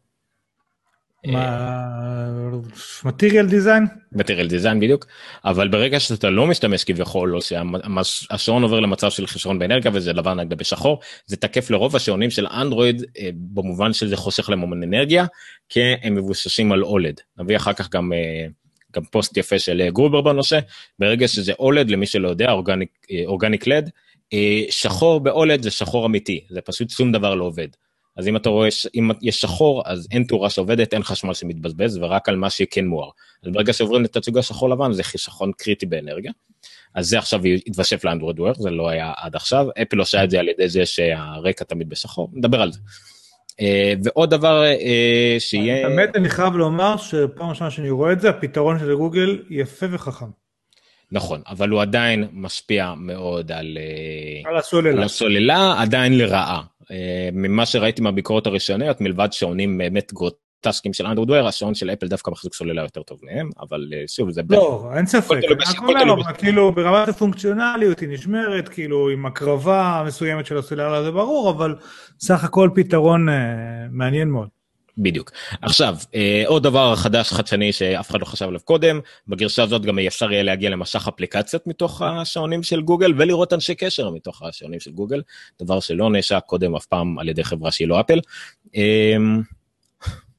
מטריאל דיזיין? מטריאל דיזיין בדיוק, אבל ברגע שאתה לא משתמש כביכול, או שהשעון עובר למצב של חשרון באנרגיה וזה לבן על גבי שחור, זה תקף לרוב השעונים של אנדרואיד, במובן שזה חוסך להם המון אנרגיה, כי הם מבוססים על אולד. נביא אחר כך גם פוסט יפה של גרובר בנושא, ברגע שזה אולד, למי שלא יודע, אורגניק לד, שחור באולד זה שחור אמיתי, זה פשוט שום דבר לא עובד. אז אם אתה רואה, אם יש שחור, אז אין תאורה שעובדת, אין חשמל שמתבזבז, ורק על מה שכן מואר. אז ברגע שעוברים את התצוגה שחור לבן, זה חיסכון קריטי באנרגיה. אז זה עכשיו יתווסף לאנדרואיד וויר, זה לא היה עד עכשיו. אפל עושה את זה על ידי זה שהרקע תמיד בשחור, נדבר על זה. ועוד דבר שיהיה... באמת אני חייב לומר שפעם ראשונה שאני רואה את זה, הפתרון של גוגל יפה וחכם. נכון, אבל הוא עדיין משפיע מאוד על הסוללה, עדיין לרעה. ממה שראיתי מהביקורות הראשוניות, מלבד שעונים באמת גרוטסקים של אנדרואיד וויר, השעון של אפל דווקא מחזיק סוללה יותר טוב מהם, אבל שוב זה... לא, אין ספק, כאילו ברמת הפונקציונליות היא נשמרת, כאילו עם הקרבה מסוימת של הסוללה זה ברור, אבל סך הכל פתרון מעניין מאוד. בדיוק. עכשיו, עוד דבר חדש חדשני שאף אחד לא חשב עליו קודם, בגרשה הזאת גם אפשר יהיה להגיע למשך אפליקציות מתוך השעונים של גוגל, ולראות אנשי קשר מתוך השעונים של גוגל, דבר שלא נשק קודם אף פעם על ידי חברה שהיא לא אפל.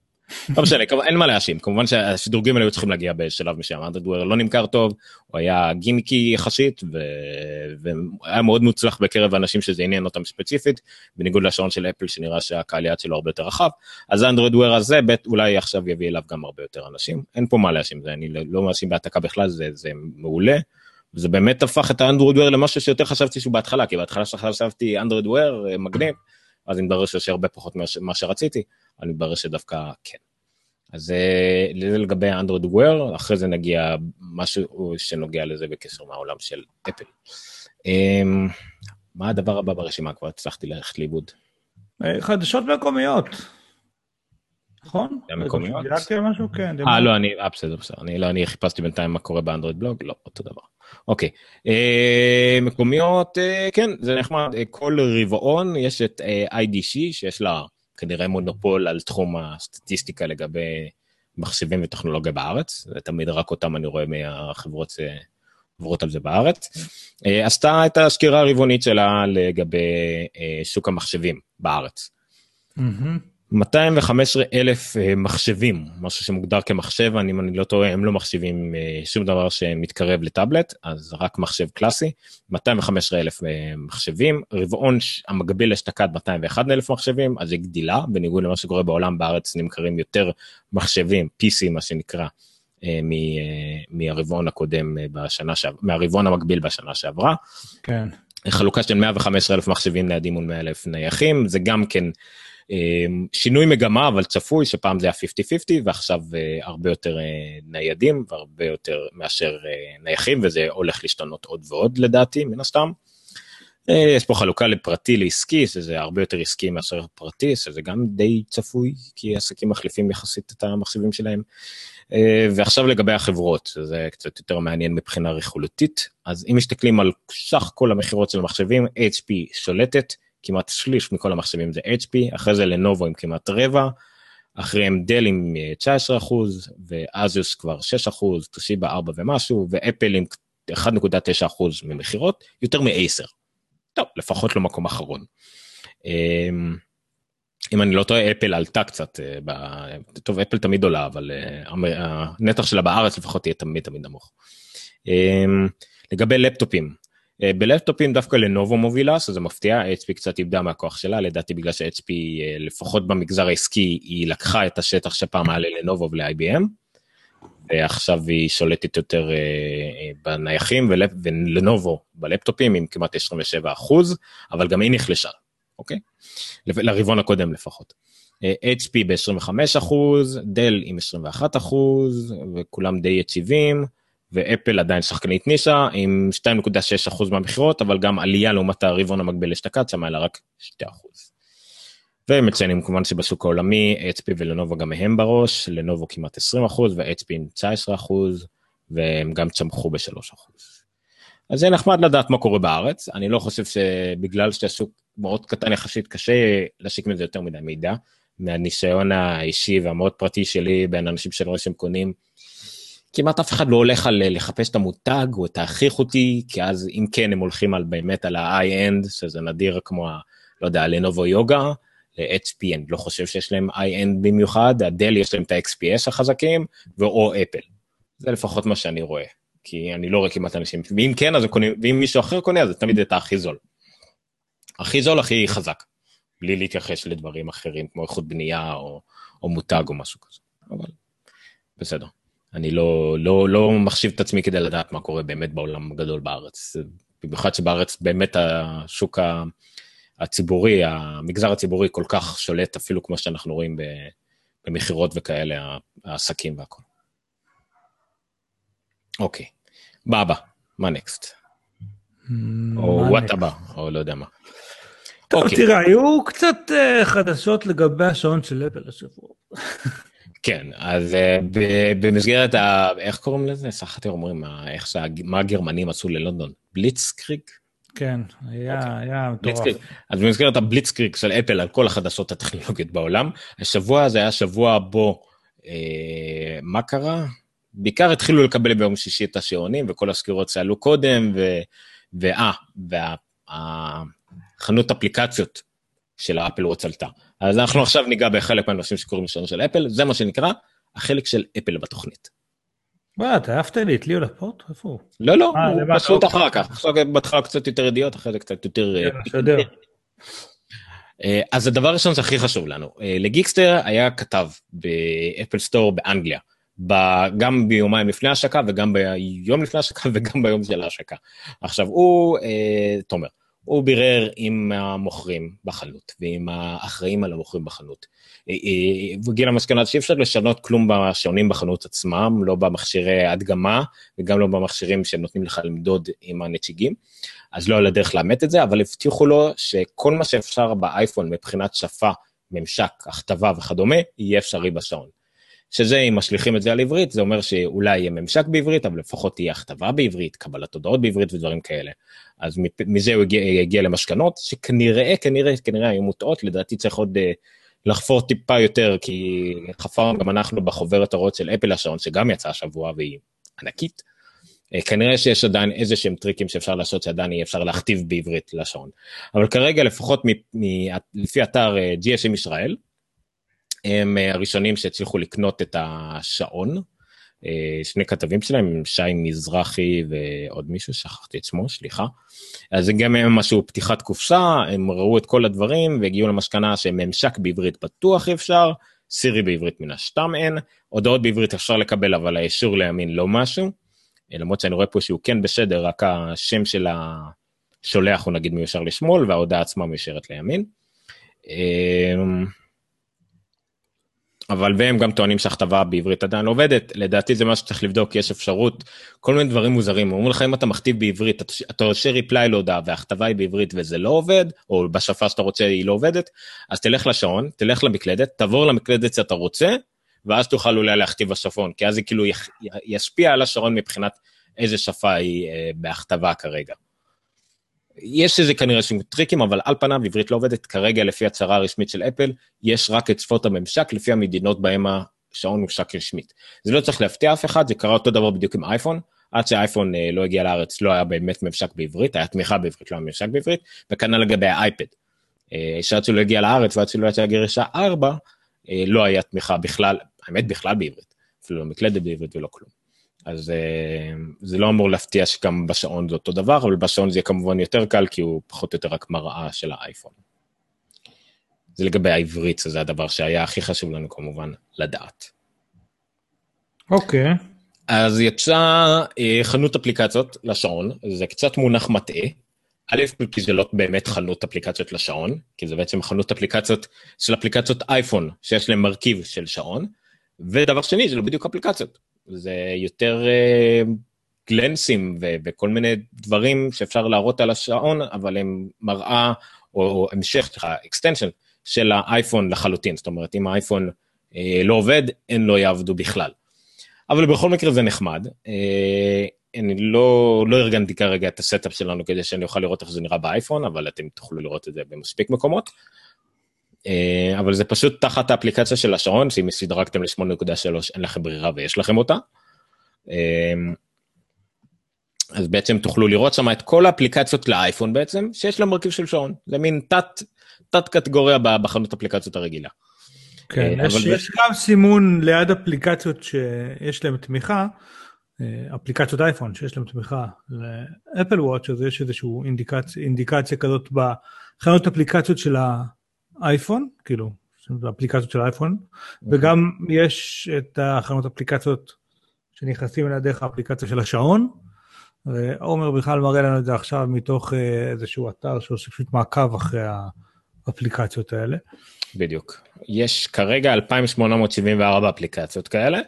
לא משנה, אין מה להאשים, כמובן שהשדרוגים האלה היו צריכים להגיע בשלב משם, אנדרדוור לא נמכר טוב, הוא היה גימיקי יחסית, והיה מאוד מוצלח בקרב האנשים שזה עניין אותם ספציפית, בניגוד לשעון של אפל שנראה שהקהל יעד שלו הרבה יותר רחב, אז האנדרדוור הזה אולי עכשיו יביא אליו גם הרבה יותר אנשים, אין פה מה להאשים, אני לא מאשים בהעתקה בכלל, זה מעולה, וזה באמת הפך את האנדרדוור למשהו שיותר חשבתי שהוא בהתחלה, כי בהתחלה חשבתי אנדרדוור מגניב, אז אני ברור שיש הרבה פחות ממה שרציתי, אני ברור שדווקא כן. אז זה לגבי האנדרואיד, אחרי זה נגיע משהו שנוגע לזה בקשר מהעולם של אפל. מה הדבר הבא ברשימה? כבר הצלחתי ללכת לאיבוד. חדשות מקומיות. נכון? מקומיות? משהו? כן. לא, בסדר. אני חיפשתי בינתיים מה קורה באנדרואיד בלוג, לא, אותו דבר. אוקיי. מקומיות, כן, זה נחמד. כל רבעון יש את IDC, שיש לה כנראה מונופול על תחום הסטטיסטיקה לגבי מחשבים וטכנולוגיה בארץ, זה תמיד רק אותם אני רואה מהחברות עוברות על זה בארץ, עשתה את הסקירה הרבעונית שלה לגבי שוק המחשבים בארץ. 215,000 מחשבים, משהו שמוגדר כמחשב, אם אני לא טועה, הם לא מחשבים שום דבר שמתקרב לטאבלט, אז רק מחשב קלאסי, 215,000 מחשבים, רבעון המקביל אשתקד 201,000 מחשבים, אז זה גדילה, בניגוד למה שקורה בעולם בארץ, נמכרים יותר מחשבים, PC מה שנקרא, מהרבעון הקודם מהרבעון המקביל בשנה שעברה. כן. חלוקה של 115,000 מחשבים ניידים ו100,000 נייחים, זה גם כן, שינוי מגמה, אבל צפוי שפעם זה היה 50-50, ועכשיו הרבה יותר ניידים, והרבה יותר מאשר נייחים, וזה הולך להשתנות עוד ועוד לדעתי, מן הסתם. יש פה חלוקה לפרטי לעסקי, שזה הרבה יותר עסקי מאשר פרטי, שזה גם די צפוי, כי עסקים מחליפים יחסית את המחשבים שלהם. ועכשיו לגבי החברות, זה קצת יותר מעניין מבחינה רכולתית, אז אם מסתכלים על סך כל המחירות של המחשבים, HP שולטת, כמעט שליש מכל המחשבים זה HP, אחרי זה לנובו עם כמעט רבע, אחריהם דל עם 19%, ואזוס כבר 6%, טושיבה 4 ומשהו, ואפל עם 1.9% ממחירות, יותר מ-10. טוב, לפחות לא מקום אחרון. אם אני לא טועה, אפל עלתה קצת, טוב, אפל תמיד עולה, אבל הנתח שלה בארץ לפחות תהיה תמיד נמוך. לגבי לפטופים, בלפטופים דווקא לנובו מובילה, שזה מפתיע, HP קצת איבדה מהכוח שלה, לדעתי בגלל ש-HP לפחות במגזר העסקי, היא לקחה את השטח שפעם עלה לנובו ול-IBM, ועכשיו היא שולטת יותר בנייחים, ולנובו בלפטופים עם כמעט 27%, אבל גם היא נחלשה, אוקיי? לרבעון הקודם לפחות. HP ב-25%, דל עם 21%, וכולם די יציבים, ואפל עדיין שחקנית נישה, עם 2.6% מהמחירות, אבל גם עלייה לעומת הרבעון המקביל אשתקד, שם היה רק 2%. ומציינים כמובן שבשוק העולמי, HP ולנובו גם מהם בראש, לנובו כמעט 20%, ו-HP עם 19%, והם גם צמחו ב3%. אז זה נחמד לדעת מה קורה בארץ, אני לא חושב שבגלל שהשוק מאוד קטן יחסית, קשה להשיק מזה יותר מדי מידע, מהניסיון האישי והמאוד פרטי שלי, בין אנשים שלא שהם קונים, כמעט אף אחד לא הולך על לחפש את המותג, או את ההכריח אותי, כי אז אם כן הם הולכים על באמת על ה-high-end, שזה נדיר כמו, לא יודע, לנובו יוגה, ל-HP, אני לא חושב שיש להם high-end במיוחד, הדל יש להם את ה-XPS החזקים, או אפל. זה לפחות מה שאני רואה, כי אני לא רואה כמעט אנשים, ואם כן, אז קונים, ואם מישהו אחר קונה, אז זה תמיד את הכי זול. הכי זול, הכי חזק, בלי להתייחס לדברים אחרים, כמו איכות בנייה, או מותג, או משהו כזה. אבל בסדר. אני לא מחשיב את עצמי כדי לדעת מה קורה באמת בעולם הגדול בארץ. במיוחד שבארץ באמת השוק הציבורי, המגזר הציבורי כל כך שולט אפילו כמו שאנחנו רואים במחירות וכאלה, העסקים והכל. אוקיי, הבא, מה נקסט? או what הבא, או לא יודע מה. טוב, תראה, היו קצת חדשות לגבי השעון של אפל השבוע. כן, אז במסגרת, איך קוראים לזה? סחתי אומרים, מה הגרמנים עשו ללונדון? בליצקריג? כן, היה מטורף. אז במסגרת הבליצקריג של אפל על כל החדשות הטכנולוגיות בעולם, השבוע הזה היה שבוע בו, מה קרה? בעיקר התחילו לקבל ביום שישי את השעונים, וכל הסקירות שעלו קודם, והחנות אפליקציות של האפל וואץ' עלתה. אז אנחנו עכשיו ניגע בחלק מהנושאים שקוראים לשעון של אפל, זה מה שנקרא החלק של אפל בתוכנית. אתה אהבת לי את ליאו לפורט? איפה הוא? לא, הוא פשוט אחר כך, עכשיו בהתחלה קצת יותר ידיעות, אחרי זה קצת יותר... אז הדבר הראשון זה הכי חשוב לנו, לגיקסטר היה כתב באפל סטור באנגליה, גם ביומיים לפני ההשקה, וגם ביום לפני ההשקה, וגם ביום של ההשקה. עכשיו, תומר, הוא בירר עם המוכרים בחנות, ועם האחראים על המוכרים בחנות. הוא הגיע למסקנה שאי אפשר לשנות כלום בשעונים בחנות עצמם, לא במכשירי הדגמה, וגם לא במכשירים שנותנים לך למדוד עם הנציגים, אז לא על הדרך לאמת את זה, אבל הבטיחו לו שכל מה שאפשר באייפון מבחינת שפה, ממשק, הכתבה וכדומה, יהיה אפשרי בשעון. שזה, אם משליכים את זה על עברית, זה אומר שאולי יהיה ממשק בעברית, אבל לפחות תהיה הכתבה בעברית, קבלת הודעות בעברית ודברים כאלה. אז מזה הוא הגיע למשכנות, שכנראה היו מוטעות, לדעתי צריך עוד לחפור טיפה יותר, כי חפרנו גם אנחנו בחוברת הוראות של אפל השעון, שגם יצא השבוע והיא ענקית. כנראה שיש עדיין איזה שהם טריקים שאפשר לעשות, שעדיין יהיה אפשר להכתיב בעברית לשעון. אבל כרגע, לפחות לפי אתר GSM ישראל, הם הראשונים שהצליחו לקנות את השעון, שני כתבים שלהם, שי מזרחי ועוד מישהו, שכחתי את שמו, סליחה. אז זה גם משהו פתיחת קופסה, הם ראו את כל הדברים, והגיעו למסקנה שממשק בעברית בטוח אפשר, סירי בעברית מן הסתם אין, הודעות בעברית אפשר לקבל, אבל האישור לימין לא משהו, למרות שאני רואה פה שהוא כן בסדר, רק השם של השולח הוא נגיד מיושר לשמאל, וההודעה עצמה מיושרת לימין. אבל והם גם טוענים שהכתבה בעברית עדיין לא עובדת, לדעתי זה מה שצריך לבדוק, יש אפשרות, כל מיני דברים מוזרים, אומרים לך אם אתה מכתיב בעברית, אתה עושה ריפליי להודעה, והכתבה היא בעברית וזה לא עובד, או בשפה שאתה רוצה היא לא עובדת, אז תלך לשעון, תלך למקלדת, תעבור למקלדת שאתה רוצה, ואז תוכל אולי להכתיב בשפון, כי אז זה כאילו ישפיע על השעון מבחינת איזה שפה היא בהכתבה כרגע. יש איזה כנראה שהם טריקים, אבל על פניו עברית לא עובדת, כרגע לפי הצהרה הרשמית של אפל, יש רק את שפות הממשק, לפי המדינות בהם השעון ממשק רשמית. זה לא צריך להפתיע אף אחד, זה קרה אותו דבר בדיוק עם אייפון, עד שהאייפון לא הגיע לארץ, לא היה באמת ממשק בעברית, היה תמיכה בעברית, לא היה ממשק בעברית, וכנ"ל לגבי האייפד. שעד שלא הגיע לארץ, ועד שלא יצא גרשה 4, לא היה תמיכה בכלל, האמת בכלל בעברית, אפילו לא מקלדת בעברית ולא כלום. אז זה לא אמור להפתיע שגם בשעון זה אותו דבר, אבל בשעון זה יהיה כמובן יותר קל, כי הוא פחות או יותר רק מראה של האייפון. זה לגבי העברית, זה הדבר שהיה הכי חשוב לנו כמובן לדעת. אוקיי. אז יצא חנות אפליקציות לשעון, זה קצת מונח מטעה, א', כי זה לא באמת חנות אפליקציות לשעון, כי זה בעצם חנות אפליקציות של אפליקציות אייפון, שיש להם מרכיב של שעון, ודבר שני, זה לא בדיוק אפליקציות. זה יותר גלנסים וכל מיני דברים שאפשר להראות על השעון, אבל הם מראה או המשך, extension של האייפון לחלוטין. זאת אומרת, אם האייפון לא עובד, הם לא יעבדו בכלל. אבל בכל מקרה זה נחמד. אני לא ארגנתי כרגע את הסטאפ שלנו כדי שאני אוכל לראות איך זה נראה באייפון, אבל אתם תוכלו לראות את זה במספיק מקומות. אבל זה פשוט תחת האפליקציה של השעון, שאם סדרקתם ל-8.3 אין לכם ברירה ויש לכם אותה. אז בעצם תוכלו לראות שם את כל האפליקציות לאייפון בעצם, שיש לה מרכיב של שעון. זה מין תת קטגוריה בחנות אפליקציות הרגילה. כן, יש גם סימון ליד אפליקציות שיש להם תמיכה, אפליקציות אייפון שיש להם תמיכה לאפל וואץ', אז יש איזושהי אינדיקציה כזאת בחנות אפליקציות של האייפון, כאילו, אפליקציות של האייפון, וגם יש את החנות אפליקציות שנכנסים אליה דרך האפליקציה של השעון, ועומר בכלל מראה לנו את זה עכשיו מתוך איזשהו אתר שעושה פשוט מעקב אחרי האפליקציות האלה. בדיוק. יש כרגע 2,874 אפליקציות כאלה,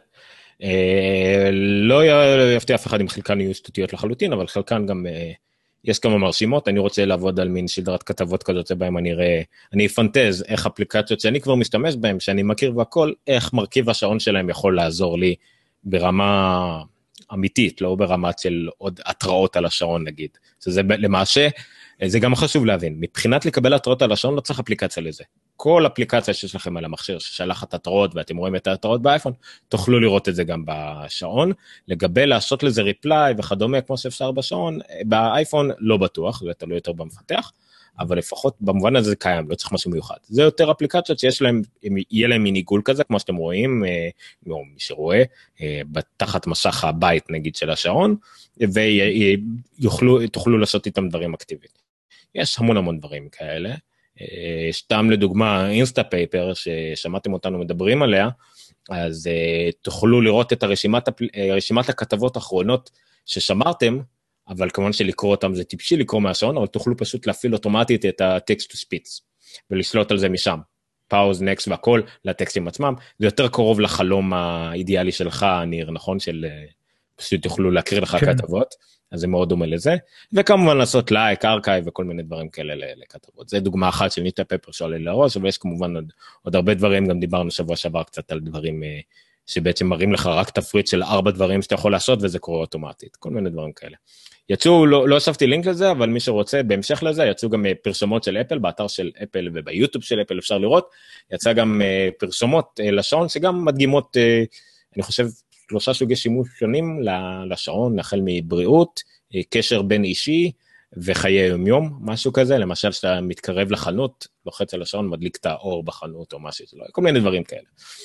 לא יפתיע אף אחד אם חלקן יהיו שטותיות לחלוטין, אבל חלקן גם יש כמה מרשימות, אני רוצה לעבוד על מין סדרת כתבות כזאת, שבהם אני אפנטז איך אפליקציות שאני כבר משתמש בהן, שאני מכיר והכל, איך מרכיב השעון שלהם יכול לעזור לי ברמה אמיתית, לא ברמה של עוד התראות על השעון נגיד. זה למעשה, זה גם חשוב להבין, מבחינת לקבל התראות על השעון לא צריך אפליקציה לזה. כל אפליקציה שיש לכם על המכשיר ששלחת התראות ואתם רואים את התראות באייפון, תוכלו לראות את זה גם בשעון. לגבי לעשות לזה ריפליי וכדומה כמו שאפשר בשעון, באייפון לא בטוח, זה תלוי יותר במפתח, אבל לפחות במובן הזה זה קיים, לא צריך משהו מיוחד. זה יותר אפליקציות שיש להם, יהיה להם מין עיגול כזה, כמו שאתם רואים, או מי שרואה, תחת מסך הבית נגיד של השעון, ותוכלו לעשות איתם דברים אקטיבית. יש המון דברים כאלה. סתם לדוגמה, אינסטה פייפר, ששמעתם אותנו מדברים עליה, אז תוכלו לראות את רשימת הכתבות האחרונות ששמרתם, אבל כמובן שלקרוא אותם זה טיפשי לקרוא מהשעון, אבל תוכלו פשוט להפעיל אוטומטית את הטקסט to speech, ולשלוט על זה משם. פאוז, נקסט והכל, לטקסטים עצמם. זה יותר קרוב לחלום האידיאלי שלך, ניר, נכון? של פשוט תוכלו להקריא לך כתבות, אז זה מאוד דומה לזה. וכמובן לעשות לייק, ארכייב וכל מיני דברים כאלה לכתבות. זה דוגמה אחת של ניטה פפר שעולה לראש, אבל יש כמובן עוד הרבה דברים, גם דיברנו שבוע שעבר קצת על דברים שבעצם מראים לך רק תפריט של 4 דברים שאתה יכול לעשות, וזה קורה אוטומטית. כל מיני דברים כאלה. יצאו, לא הוספתי לינק לזה, אבל מי שרוצה, בהמשך לזה, יצאו גם פרסומות של אפל, באתר של אפל וביוטיוב של אפל אפשר לראות, יצא גם פרסומות לשעון, שגם מדגימות, אני חושב, 3 סוגי שימוש שונים לשעון, החל מבריאות, קשר בין אישי, וחיי יום-יום, משהו כזה, למשל שאתה מתקרב לחנות, לוחץ על השעון, מדליק את האור בחנות, או משהו, כל מיני דברים כאלה.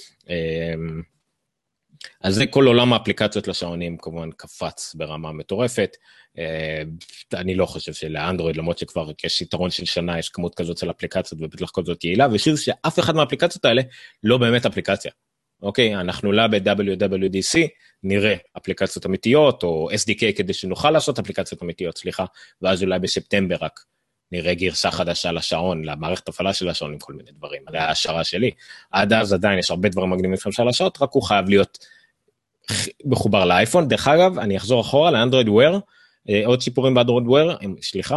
אז זה כל עולם האפליקציות לשעונים, כמובן קפץ ברמה מטורפת, אני לא חושב שלאנדרואיד, למרות שכבר יש יתרון של שנה, יש כמות כזאת של אפליקציות, ובטח כזאת יעילה, ושוב שאף אחד מהאפליקציות האלה לא באמת אפליקציה. אוקיי, אנחנו לה ב-WWDC, נראה אפליקציות אמיתיות, או SDK כדי שנוכל לעשות אפליקציות אמיתיות, סליחה, ואז אולי בספטמבר רק נראה גרסה חדשה לשעון, למערכת הפעלה של השעון עם כל מיני דברים, זה ההשערה שלי. עד אז עדיין יש הרבה דברים מגנימים שאפשר לעשות, רק הוא חייב להיות מחובר לאייפון. דרך אגב, אני אחזור אחורה לאנדרואיד וויר, עוד שיפורים באנדרואיד וויר, סליחה,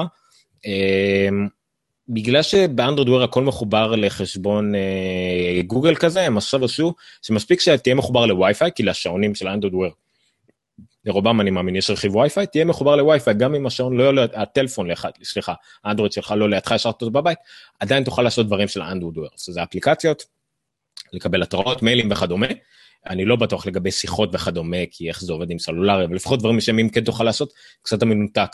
בגלל שבאנדרואיד וויר הכל מחובר לחשבון גוגל כזה, הם עכשיו עשו, שמספיק שתהיה מחובר לווי-פיי, כי לשעונים של האנדרואיד וויר, לרובם אני מאמין, יש רכיב וי-פיי, תהיה מחובר לווי-פיי, גם אם השעון לא יהיה, הטלפון, סליחה, האנדרואיד שלך לא לידך, השארת אותו בבית, עדיין תוכל לעשות דברים של האנדרואיד וויר, זה אפליקציות, לקבל התראות, מיילים וכדומה, אני לא בטוח לגבי שיחות וכדומה, כי איך זה עובד עם סלולרי, אבל לפחות דברים משמים כן תוכל לעשות, קצת המנותק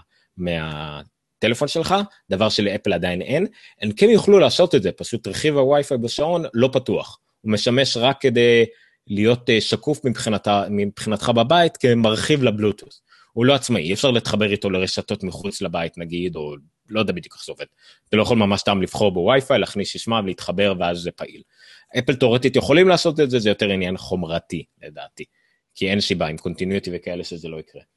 מהטלפון שלך, דבר שלאפל עדיין אין, הם כן יוכלו לעשות את זה, פשוט רכיב הווי-פיי בשעון לא פתוח, הוא משמש רק כדי להיות שקוף מבחינתך בבית, כמרחיב לבלוטוס, הוא לא עצמאי, אפשר להתחבר איתו לרשתות מחוץ לבית נגיד, או לא יודע בדיוק איך זה עובד, אתה לא יכול ממש טעם לבחור בווי-פיי, להכניס ששמע ולהתחבר ואז זה פעיל. אפל תאורטית יכולים לעשות את זה, זה יותר עניין חומרתי לדעתי, כי אין שיבה עם קונטיניוטי וכאלה שזה לא יקרה.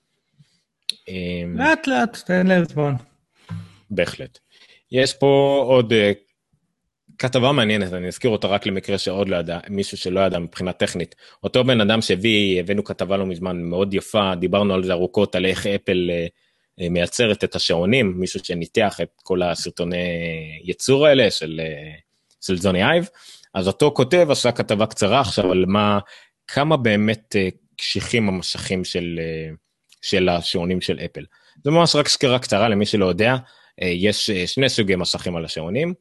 לאט לאט, תן להם זמן. בהחלט. יש פה עוד כתבה מעניינת, אני אזכיר אותה רק למקרה שעוד לא ידע, מישהו שלא ידע מבחינה טכנית. אותו בן אדם הבאנו כתבה לא מזמן מאוד יפה, דיברנו על זה ארוכות, על איך אפל מייצרת את השעונים, מישהו שניתח את כל הסרטוני ייצור האלה של זוני אייב, אז אותו כותב, עשה כתבה קצרה עכשיו על כמה באמת קשיחים המשכים של השעונים של אפל. זה ממש רק סקירה קצרה למי שלא יודע, יש 2 סוגי מסכים על השעונים,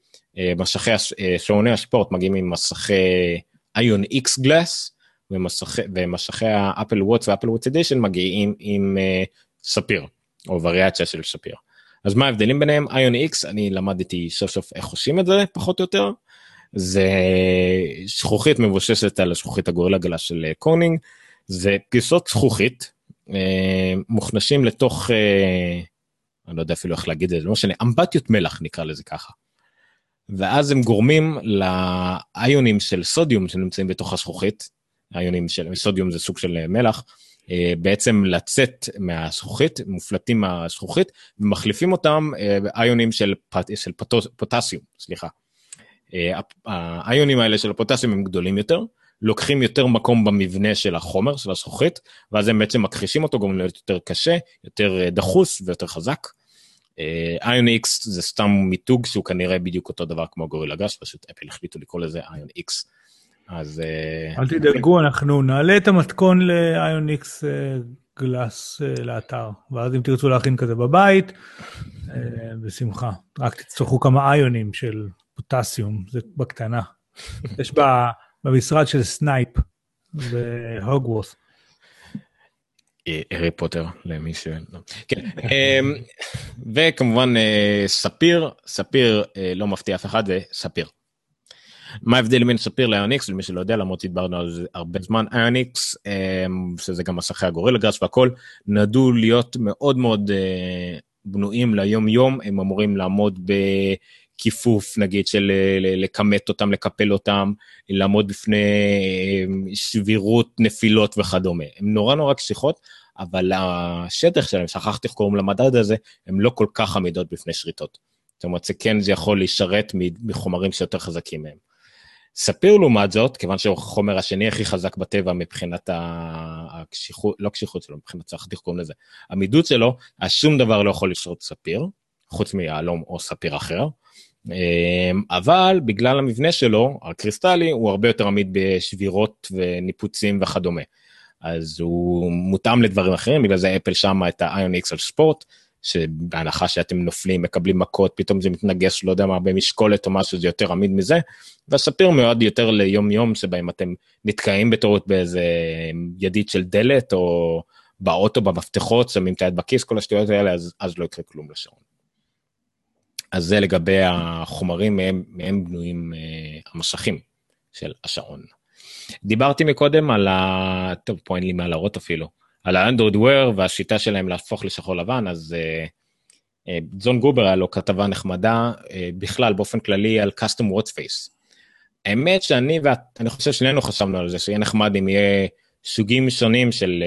שעוני הספורט מגיעים עם מסכי איון איקס גלאס, ומשכי האפל וואטס ואפל וואטס אדישן מגיעים עם ספיר, או וריאציה של ספיר. אז מה ההבדלים ביניהם? איון איקס, אני למדתי סוף סוף איך עושים את זה, פחות או יותר, זה זכוכית מבוששת על הזכוכית הגורילה גלאס של קורנינג, זה פיסות זכוכית, מוכנסים לתוך, אני לא יודע אפילו איך להגיד את זה, לא משנה, אמבטיות מלח נקרא לזה ככה. ואז הם גורמים לאיונים של סודיום שנמצאים בתוך הזכוכית, האיונים של סודיום זה סוג של מלח, בעצם לצאת מהזכוכית, מופלטים מהזכוכית, ומחליפים אותם איונים של פוטסיום, סליחה. האיונים האלה של הפוטסיום הם גדולים יותר, לוקחים יותר מקום במבנה של החומר, של הזכוכית, ואז הם בעצם מכחישים אותו, גם להיות יותר קשה, יותר דחוס ויותר חזק. איון איקס זה סתם מיתוג שהוא כנראה בדיוק אותו דבר כמו גורילה גלאס, פשוט אפל החליטו לקרוא לזה איון איקס. אז אל תדאגו, אנחנו נעלה את המתכון לאיון איקס גלאס לאתר, ואז אם תרצו להכין כזה בבית, בשמחה. רק תצטרכו כמה איונים של פוטסיום, זה בקטנה. יש במשרד של סנייפ בהוגוורת'. הארי פוטר, למי ש... כן. וכמובן ספיר לא מפתיע אף אחד, זה ספיר. מה ההבדל בין ספיר לאיוניקס, למי שלא יודע, למרות שהתברנו על זה הרבה זמן, איוניקס, שזה גם מסכי הגורילה גלאס והכל, נדעו להיות מאוד מאוד בנויים ליום יום, הם אמורים לעמוד בכיפוף, נגיד, של לקמת אותם, לקפל אותם, לעמוד בפני סבירות, נפילות וכדומה. הם נורא קשיחות, אבל השטח שלהם, שכחתי איך קוראים למדד הזה, הם לא כל כך עמידות בפני שריטות. זאת אומרת, זה יכול להישרת מחומרים שיותר חזקים מהם. ספיר לעומת זאת, כיוון שהוא החומר השני הכי חזק בטבע מבחינת הקשיחות, לא קשיחות שלו, מבחינת איך קוראים לזה, עמידות שלו, שום דבר לא יכול לשרות ספיר, חוץ מיהלום או ספיר אחר, אבל בגלל המבנה שלו, הקריסטלי, הוא הרבה יותר עמיד בשבירות וניפוצים וכדומה. אז הוא מותאם לדברים אחרים, בגלל זה אפל שמה את ה-Ion X על ספורט, שבהנחה שאתם נופלים, מקבלים מכות, פתאום זה מתנגש, לא יודע מה, במשקולת או משהו, זה יותר עמיד מזה, והספיר מיועד יותר ליום יום, שבהם אתם נתקעים בטעות באיזה ידית של דלת, או באוטו, במפתחות, שמים את היד בכיס, כל השטויות האלה, אז לא יקרה כלום לשעון. אז זה לגבי החומרים, מהם בנויים המשכים של השעון. דיברתי מקודם על טוב, פה אין לי מה להראות אפילו, על האנדרואיד וויר והשיטה שלהם להפוך לשחור לבן, אז זון גובר היה לו כתבה נחמדה, בכלל באופן כללי על custom watch face. האמת שאני חושב שנינו חשבנו על זה, שיהיה נחמד אם יהיה סוגים שונים של,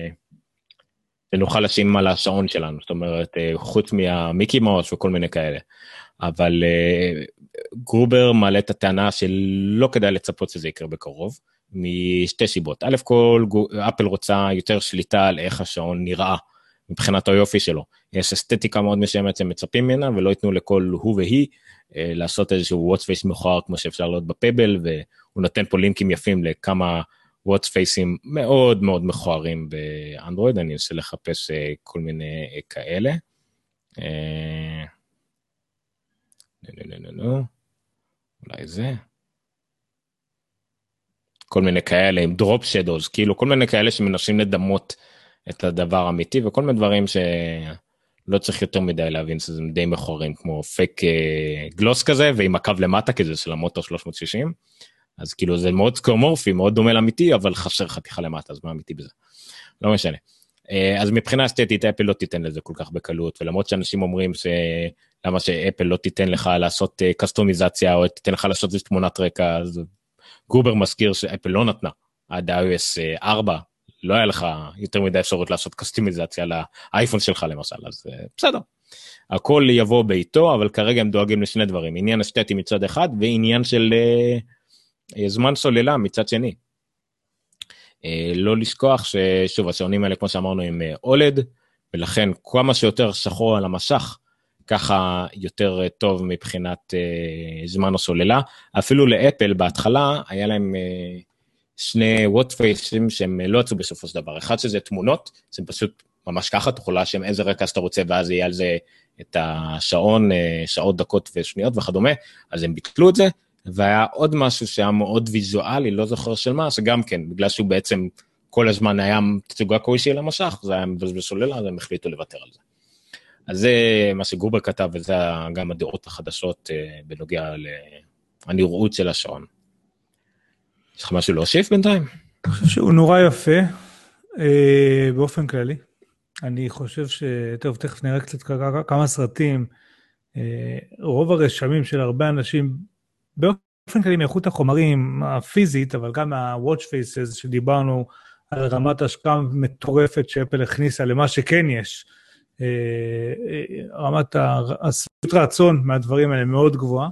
שנוכל לשים על השעון שלנו, זאת אומרת, חוץ מהמיקי מאוס וכל מיני כאלה. אבל גרובר מעלה את הטענה שלא כדאי לצפות שזה יקרה בקרוב, משתי סיבות. א' כל, אפל רוצה יותר שליטה על איך השעון נראה, מבחינת היופי שלו. יש אסתטיקה מאוד מסוימת שהם מצפים ממנה, ולא ייתנו לכל הוא והיא, לעשות איזשהו watch face מכוער, כמו שאפשר לראות בפבל, והוא נותן פה לינקים יפים לכמה watch face'ים מאוד מאוד מכוערים באנדרואיד, אני אנסה לחפש כל מיני כאלה. אולי זה. כל מיני כאלה עם דרופ שדוז, כאילו כל מיני כאלה שמנסים לדמות את הדבר האמיתי, וכל מיני דברים שלא צריך יותר מדי להבין, שזה די מכוערים, כמו פייק גלוס כזה, ועם הקו למטה, כי זה של המוטו 360, אז כאילו זה מאוד סקומורפי, מאוד דומה לאמיתי, אבל חסר חתיכה למטה, אז מה אמיתי בזה? לא משנה. אז מבחינה אסתטית, אפל לא תיתן לזה כל כך בקלות, ולמרות שאנשים אומרים למה שאפל לא תיתן לך לעשות קסטומיזציה, או תיתן לך לעשות איזו תמונת רקע, אז גובר מזכיר שאפל לא נתנה, עד ה-iOS 4, לא היה לך יותר מדי אפשרות לעשות קסטומיזציה לאייפון שלך למשל, אז בסדר. הכל יבוא בעיתו, אבל כרגע הם דואגים לשני דברים, עניין אסתטי מצד אחד, ועניין של זמן סוללה מצד שני. לא לשכוח ששוב, השעונים האלה כמו שאמרנו הם אולד, ולכן כמה שיותר שחור על המשך, ככה יותר טוב מבחינת זמן הסוללה, אפילו לאפל בהתחלה היה להם שני watch faces שהם לא יצאו בסופו של דבר, אחד שזה תמונות, זה פשוט ממש ככה, תוכל להשם איזה רקע שאתה רוצה, ואז יהיה על זה את השעון, שעות, דקות ושניות וכדומה, אז הם ביטלו את זה, והיה עוד משהו שהיה מאוד ויזואלי, לא זוכר של מה, שגם כן, בגלל שהוא בעצם כל הזמן היה תצוגה כלשהי למשך, זה היה מבזבז סוללה, אז הם החליטו לוותר על זה. אז זה מה שגובר כתב, וזה גם הדעות החדשות בנוגע לנראות של השעון. יש לך משהו להוסיף בינתיים? אני חושב שהוא נורא יפה, באופן כללי. אני חושב טוב, תכף נראה קצת כמה סרטים, רוב הרשמים של הרבה אנשים, באופן כללי מאיכות החומרים הפיזית, אבל גם מה-watch faces שדיברנו על רמת השקעה מטורפת שאפל הכניסה למה שכן יש, רמת הסביבות רצון מהדברים האלה מאוד גבוהה.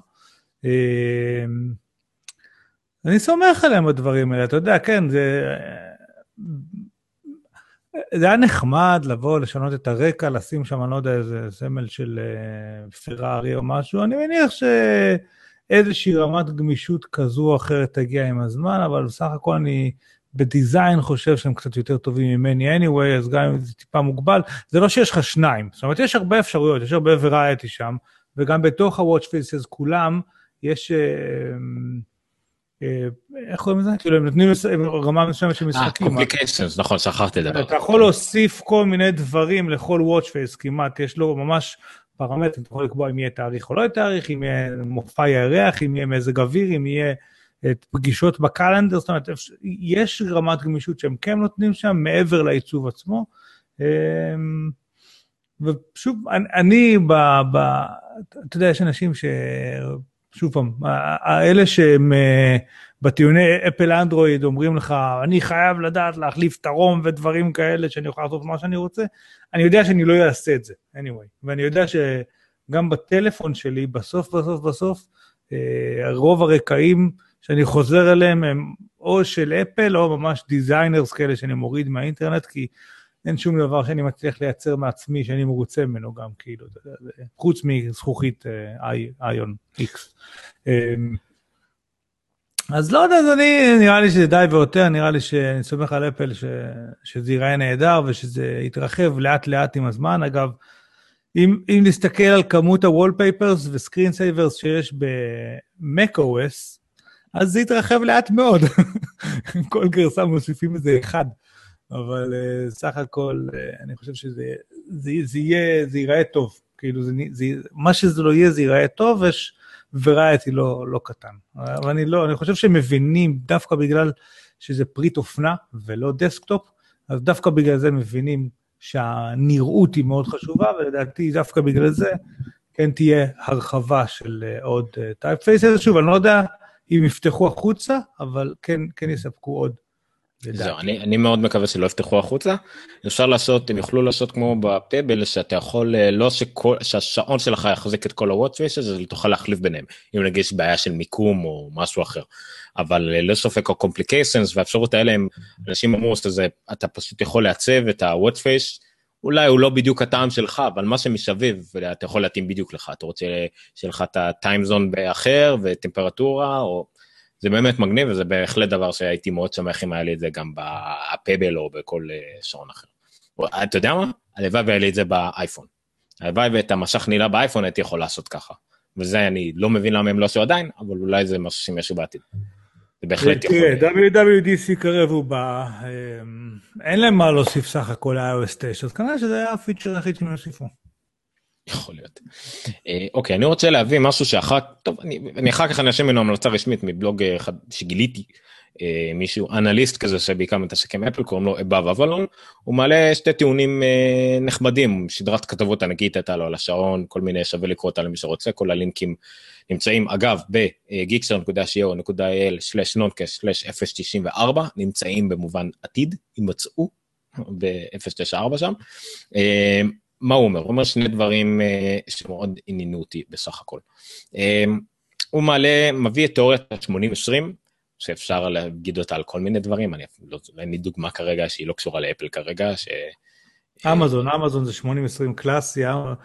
אני סומך עליהם בדברים האלה, אתה יודע, כן, זה היה נחמד לבוא, לשנות את הרקע, לשים שם, אני לא יודע, איזה סמל של פרארי או משהו, אני מניח שאיזושהי רמת גמישות כזו או אחרת תגיע עם הזמן, אבל בסך הכל אני בדיזיין חושב שהם קצת יותר טובים ממני anyway, אז גם אם זה טיפה מוגבל, זה לא שיש לך שניים, זאת אומרת, יש הרבה אפשרויות, יש הרבה וריאטי שם, וגם בתוך ה-watch faces כולם, יש איך קוראים לזה? כאילו הם נותנים רמה מסוימת של משחקים. complications, נכון, שכחתי לדבר. אתה יכול להוסיף כל מיני דברים לכל watch face כמעט, יש לו ממש פרמטרים, אתה יכול לקבוע אם יהיה תאריך או לא יהיה תאריך, אם יהיה מופע ירח, אם יהיה מזג אוויר, אם יהיה פגישות בקלנדר, זאת אומרת, יש רמת גמישות שהם כן נותנים שם, מעבר לעיצוב עצמו, ושוב, אני, אתה יודע, יש אנשים שוב פעם, האלה שהם בטיעוני אפל אנדרואיד אומרים לך, אני חייב לדעת להחליף את הרום ודברים כאלה שאני אוכל לעשות מה שאני רוצה, אני יודע שאני לא אעשה את זה, anyway, ואני יודע שגם בטלפון שלי, בסוף, רוב הרקעים שאני חוזר אליהם הם או של אפל או ממש דיזיינרס כאלה שאני מוריד מהאינטרנט, כי אין שום דבר שאני מצליח לייצר מעצמי שאני מרוצה ממנו גם, כאילו, חוץ מזכוכית איון איקס. אז לא יודע, אז נראה לי שזה די ויותר, נראה לי שאני סומך על אפל שזה ייראה נהדר ושזה יתרחב לאט לאט עם הזמן. אגב, אם נסתכל על כמות ה-wallpapers ו-screen savers שיש ב-macOS, אז זה יתרחב לאט מאוד. כל גרסה מוסיפים איזה אחד. אבל סך הכל, אני חושב שזה ייראה טוב. כאילו, מה שזה לא יהיה, זה ייראה טוב, ויש וריאטי לא קטן. אבל אני חושב שהם מבינים, דווקא בגלל שזה פריט אופנה, ולא דסקטופ, אז דווקא בגלל זה מבינים שהנראות היא מאוד חשובה, ולדעתי דווקא בגלל זה, כן תהיה הרחבה של עוד טייפפייס. שוב, אני לא יודע אם יפתחו החוצה, אבל כן יספקו עוד. זהו, אני מאוד מקווה שלא יפתחו החוצה. אפשר לעשות, הם יוכלו לעשות כמו בפבל, שאתה יכול, לא שהשעון שלך יחזיק את כל ה-watch faces, אז תוכל להחליף ביניהם, אם נגיד יש בעיה של מיקום או משהו אחר. אבל לא סופק ה-complications, והאפשרות האלה הם, אנשים אמרו, אתה פשוט יכול לעצב את ה-watch face, אולי הוא לא בדיוק הטעם שלך, אבל מה שמשוויב, אתה יכול להתאים בדיוק לך. אתה רוצה שיהיה לך את ה-time zone באחר, וטמפרטורה, או זה באמת מגניב, וזה בהחלט דבר שהייתי מאוד שמח אם היה לי את זה גם בפבל או בכל שעון אחר. אתה יודע מה? הלוואי והיה לי את זה באייפון. הלוואי ואת המשך נעילה באייפון הייתי יכול לעשות ככה. וזה אני לא מבין למה הם לא עשו עדיין, אבל אולי זה משהו שימשו בעתיד. זה בהחלט יכול. תראה, WWDC קרבו בה, אין להם מה להוסיף סך הכל ל-iOS 9, אז כנראה שזה היה הפיצ'ר היחיד שהם יוסיפו. יכול להיות. אוקיי, אני רוצה להביא משהו אני אחר כך אנשים ממנו המלצה רשמית מבלוג שגיליתי, מישהו אנליסט כזה שבעיקר מתעסק עם אפל, קוראים לו Above Avalon, הוא מעלה שתי טיעונים נחמדים, שדרת כתבות ענקית הייתה לו על השעון, כל מיני שווה לקרוא אותה למי שרוצה, כל הלינקים נמצאים, אגב, ב-geekster.co.il/noncast/094, נמצאים במובן עתיד, יימצאו ב-094 שם, מה הוא אומר? הוא אומר שני דברים שמאוד עניינו אותי בסך הכל. הוא מביא את תיאוריית ה-80-20, שאפשר להגיד אותה על כל מיני דברים, אין לי דוגמה כרגע שהיא לא קשורה לאפל כרגע, אמזון זה 80-20 קלאסי,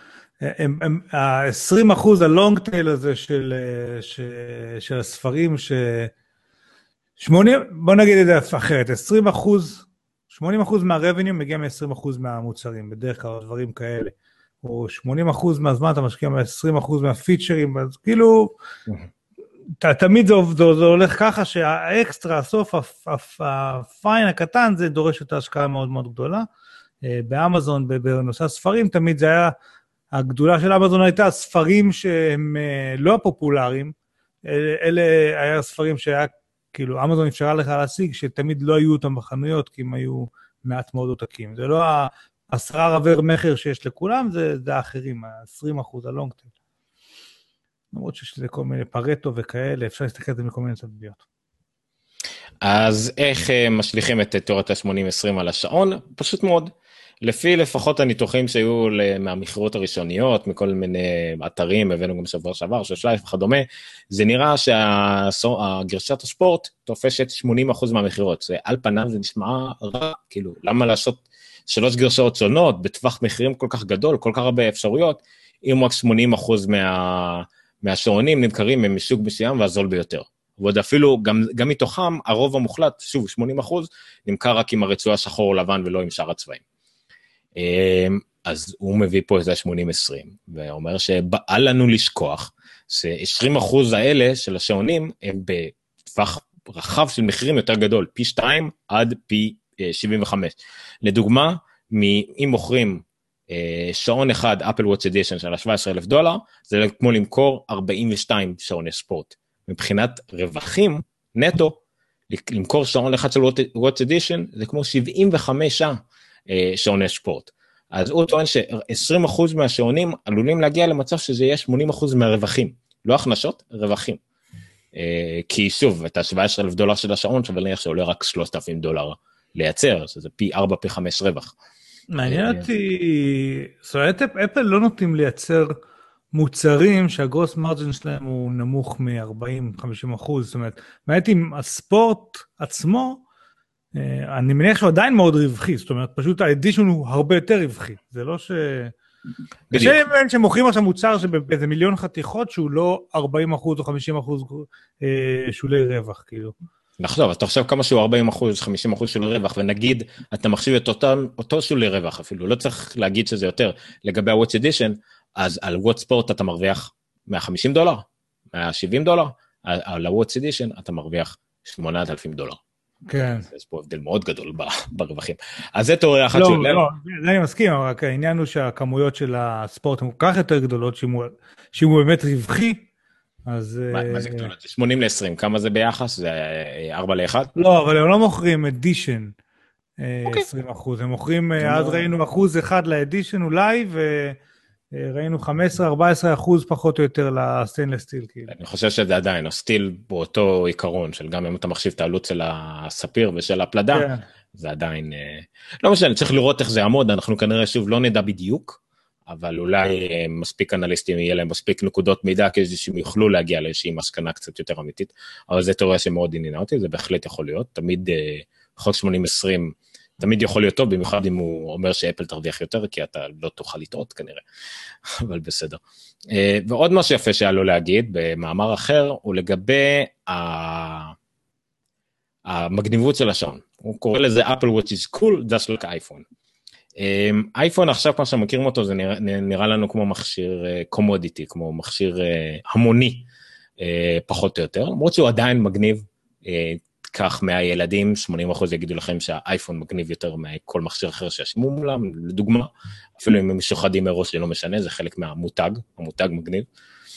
ה-20% הלונג טייל הזה של הספרים, בוא נגיד את זה אחרת, 80% מהרבניום מגיע מ-20% מהמוצרים, בדרך כלל דברים כאלה, או 80% מהזמן אתה משקיע מ-20% מהפיצ'רים, אז כאילו, תמיד זה הולך ככה שהאקסטרה, הסוף, הפיין הקטן, זה דורש את ההשקעה מאוד מאוד גדולה. באמזון, בנושא הספרים, תמיד זה היה, הגדולה של אמזון הייתה ספרים שהם לא פופולריים, אלה היה ספרים שהיה, כאילו, אמזון אפשרה לך להשיג, שתמיד לא היו אותם בחנויות, כי הם היו מעט מאוד עותקים. זה לא 10 רבי מחיר שיש לכולם, זה האחרים, ה-20% הלונג-טייל. למרות שיש לזה כל מיני פרטו וכאלה, אפשר להסתכל על זה מכל מיני צדדיות. אז איך משליכים את תיאוריית ה-80-20 על השעון? פשוט מאוד. לפי לפחות הניתוחים שהיו מהמכירות הראשוניות, מכל מיני אתרים, הבאנו גם שבוע שעבר, ששלייף וכדומה, זה נראה שהגרשת הספורט תופשת 80% מהמכירות. זה על פניו זה נשמע רע, כאילו, למה לעשות 3 גרשאות שונות, בטווח מחירים כל כך גדול, כל כך הרבה אפשרויות, אם רק 80% מהשעונים נמכרים הם מסוג מסוים והזול ביותר. ועוד אפילו, גם מתוכם, הרוב המוחלט, שוב, 80%, נמכר רק עם הרצועה שחור לבן ולא עם שאר הצבעים. אז הוא מביא פה את ה-80-20, ואומר שבא לנו לשכוח, ש-20% האלה של השעונים הם טווח רחב של מחירים יותר גדול, פי 2 עד פי 75. לדוגמה, אם מוכרים שעון אחד, אפל וואץ' אדישן של $17,000, זה כמו למכור 42 שעוני ספורט. מבחינת רווחים, נטו, למכור שעון אחד של וואץ' אדישן, זה כמו 75 שעוני ספורט. אז הוא טוען ש20% מהשעונים עלולים להגיע למצב שזה יהיה 80% מהרווחים, לא הכנסות, רווחים. כי שוב, את $17,000 של השעון, שווה להניח שעולה רק $3,000 לייצר, שזה פי 4, פי 5 רווח. מעניין אותי, זאת אומרת, אפל לא נוטים לייצר מוצרים שהגרוס מרג'ן שלהם הוא נמוך מ-40-50%, זאת אומרת, מעט עם הספורט עצמו, אני מניח שהוא עדיין מאוד רווחי, זאת אומרת, פשוט האדישון הוא הרבה יותר רווחי, זה לא ש... קשה לי שמוכרים עכשיו מוצר שבאיזה מיליון חתיכות, שהוא לא 40% או 50% שולי רווח, כאילו. נחשוב, אז תחשב כמה שהוא 40%, 50% שולי רווח, ונגיד, אתה מחשיב את אותו שולי רווח אפילו, לא צריך להגיד שזה יותר. לגבי ה-Watch Edition, אז על Watch Sport אתה מרוויח $150, $170, על ה-Watch Edition אתה מרוויח $8,000. כן. יש פה הבדל מאוד גדול ברווחים. אז זה תיאוריה אחת לא, של... לא, אני מסכים, אבל רק העניין הוא שהכמויות של הספורט הן כל כך יותר גדולות, שאם הוא באמת רווחי, אז... מה זה גדולות? זה 80-20, כמה זה ביחס? זה 4-1? לא, אבל הם לא מוכרים אדישן 20%, הם מוכרים, אז ראינו 1% לאדישן אולי, וראינו 15-14% פחות או יותר לסטיינלס סטיל. אני חושב שזה עדיין, הסטיל באותו עיקרון, של גם אם אתה מחשיב את העלות של הספיר ושל הפלדה, זה עדיין... לא משנה, צריך לראות איך זה יעמוד, אנחנו כנראה שוב לא נדע בדיוק, אבל אולי מספיק אנליסטים, יהיה להם מספיק נקודות מידע, כדי שהם יוכלו להגיע לאיזושהי מסקנה קצת יותר אמיתית, אבל זה תיאוריה שמאוד עניינה אותי, זה בהחלט יכול להיות, תמיד חוק 80-20, תמיד יכול להיות טוב, במיוחד אם הוא אומר שאפל תרוויח יותר, כי אתה לא תוכל לטעות כנראה, אבל בסדר. ועוד משהו יפה שהיה לו להגיד, במאמר אחר, הוא לגבי המגניבות של השעון, הוא קורא לזה Apple Watch is cool, just like iPhone. אייפון עכשיו כמו שמכירים אותו זה נראה לנו כמו מכשיר קומודיטי, כמו מכשיר המוני פחות או יותר, למרות שהוא עדיין מגניב, כך מהילדים 80% יגידו לכם שהאייפון מגניב יותר מכל מכשיר אחר שישמו מולם, לדוגמה, אפילו אם הם משוחדים מראש זה לא משנה, זה חלק מהמותג, המותג מגניב.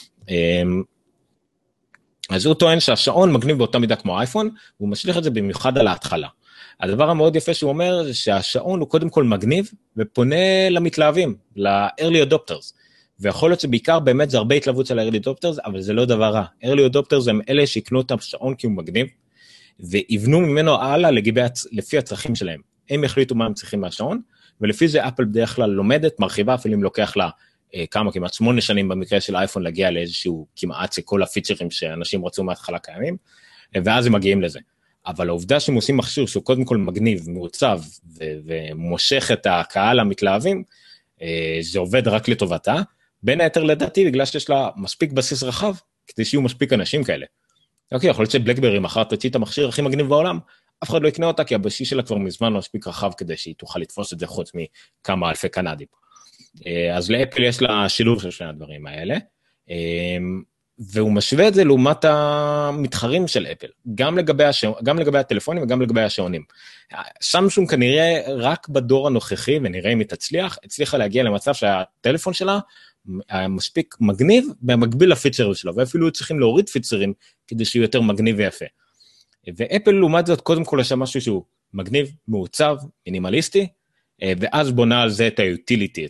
אז הוא טוען שהשעון מגניב באותה מידה כמו האייפון, והוא משליך את זה במיוחד על ההתחלה. הדבר המאוד יפה שהוא אומר, זה שהשעון הוא קודם כל מגניב, ופונה למתלהבים, ל-early adopters, ויכול להיות שבעיקר באמת זה הרבה התלהבות של ה-early adopters, אבל זה לא דבר רע. early adopters הם אלה שיקנו את השעון כי הוא מגניב, ויבנו ממנו הלאה לפי הצרכים שלהם. הם יחליטו מה הם צריכים מהשעון, ולפי זה אפל בדרך כלל לומדת, מרחיבה, אפילו אם לוקח לה כמעט 8 שנים במקרה של האייפון, להגיע לאיזשהו כמעט שכל הפיצ'רים שאנשים רצו מההתחלה קיימים, ואז הם מגיעים לזה. אבל העובדה שהם עושים מכשיר שהוא קודם כל מגניב, מעוצב, ומושך את הקהל המתלהבים, זה עובד רק לטובתה, בין היתר לדעתי, בגלל שיש לה מספיק בסיס רחב, כדי שיהיו מספיק אנשים כאלה. אוקיי, יכול להיות שבלקברי מחר תוציא את המכשיר הכי מגניב בעולם, אף אחד לא יקנה אותה, כי הבסיס שלה כבר מזמן לא מספיק רחב, כדי שהיא תוכל לתפוס את זה חוץ מכמה אלפי קנדים. אז לאפל יש לה שילוב של שני הדברים האלה, והוא משווה את זה לעומת המתחרים של אפל, גם לגבי הטלפונים וגם לגבי השעונים. סמסונג כנראה רק בדור הנוכחי, ונראה אם היא תצליח, הצליחה להגיע למצב שהטלפון שלה מספיק מגניב, במקביל לפיצ'רים שלו, ואפילו צריכים להוריד פיצ'רים, כדי שהוא יותר מגניב ויפה. ואפל לעומת זאת, קודם כל יש משהו שהוא מגניב, מעוצב, מינימליסטי, ואז בונה על זה את היוטיליטי,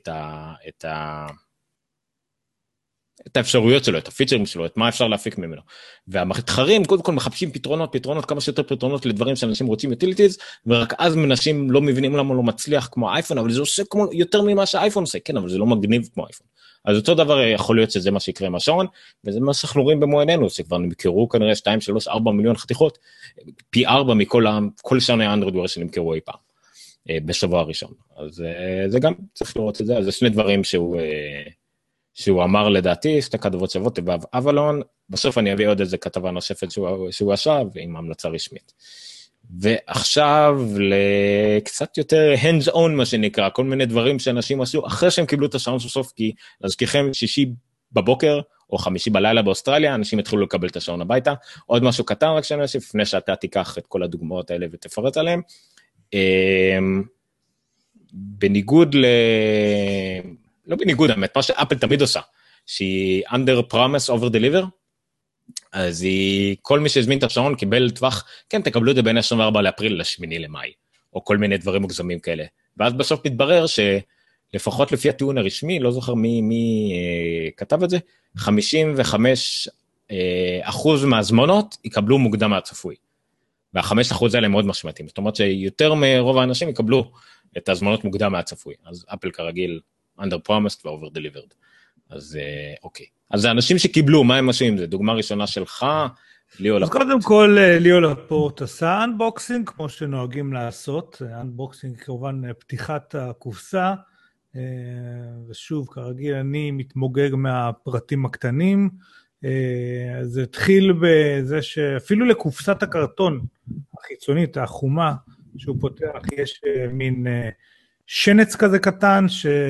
את האפשרויות שלו, את הפיצ'רים שלו, את מה אפשר להפיק ממנו. והמתחרים קודם כל מחפשים פתרונות, כמה שיותר פתרונות לדברים שאנשים רוצים utilities, ורק אז אנשים לא מבינים למה לא מצליח כמו אייפון, אבל זה עושה יותר ממה שהאייפון עושה, כן, אבל זה לא מגניב כמו אייפון. אז אותו דבר יכול להיות שזה מה שיקרה עם השעון, וזה מה שאנחנו רואים במו עינינו, שכבר נמכרו כנראה 2, 3, 4 מיליון חתיכות, פי 4 מכל שעוני האנדרואיד שנמכרו אי פעם, בשבוע הראשון. אז זה גם צריך לראות את זה, אז זה שני דברים שהוא אמר לדעתי, שתי כתבות שוות באבלון, בסוף אני אביא עוד איזה כתבה נוספת שהוא עשה, ועם המלצה רשמית. ועכשיו לקצת יותר hands on מה שנקרא, כל מיני דברים שאנשים עשו, אחרי שהם קיבלו את השעון סוף, כי להזכירכם, שישי בבוקר, או חמישי בלילה באוסטרליה, אנשים יתחילו לקבל את השעון הביתה. עוד משהו קטן רק שאני אוסיף, לפני שאתה תיקח את כל הדוגמאות האלה ותפרט עליהם. בניגוד לא בניגוד, האמת, מה שאפל תמיד עושה, שהיא under promise over deliver, אז כל מי שהזמין את השעון קיבל טווח, כן, תקבלו את זה בין 24 לאפריל ל8 למאי, או כל מיני דברים מוגזמים כאלה. ואז בסוף מתברר שלפחות לפי הטיעון הרשמי, לא זוכר מי כתב את זה, 55% מהזמנות יקבלו מוקדם מהצפוי. וה5% האלה מאוד משמעותיים. זאת אומרת שיותר מרוב האנשים יקבלו את הזמנות מוקדם מהצפוי. אז אפל כרגיל under promised ו-over delivered. אז אוקיי. אז זה אנשים שקיבלו, מה הם עושים? זה דוגמה ראשונה שלך, ליאו לפורט. אז קודם כל, ליאו לפורט עשה אנבוקסינג, כמו שנוהגים לעשות. אנבוקסינג כמובן פתיחת הקופסה, ושוב, כרגיל אני מתמוגג מהפרטים הקטנים. זה התחיל בזה שאפילו לקופסת הקרטון החיצונית, החומה, שהוא פותח, יש מין שנץ כזה קטן,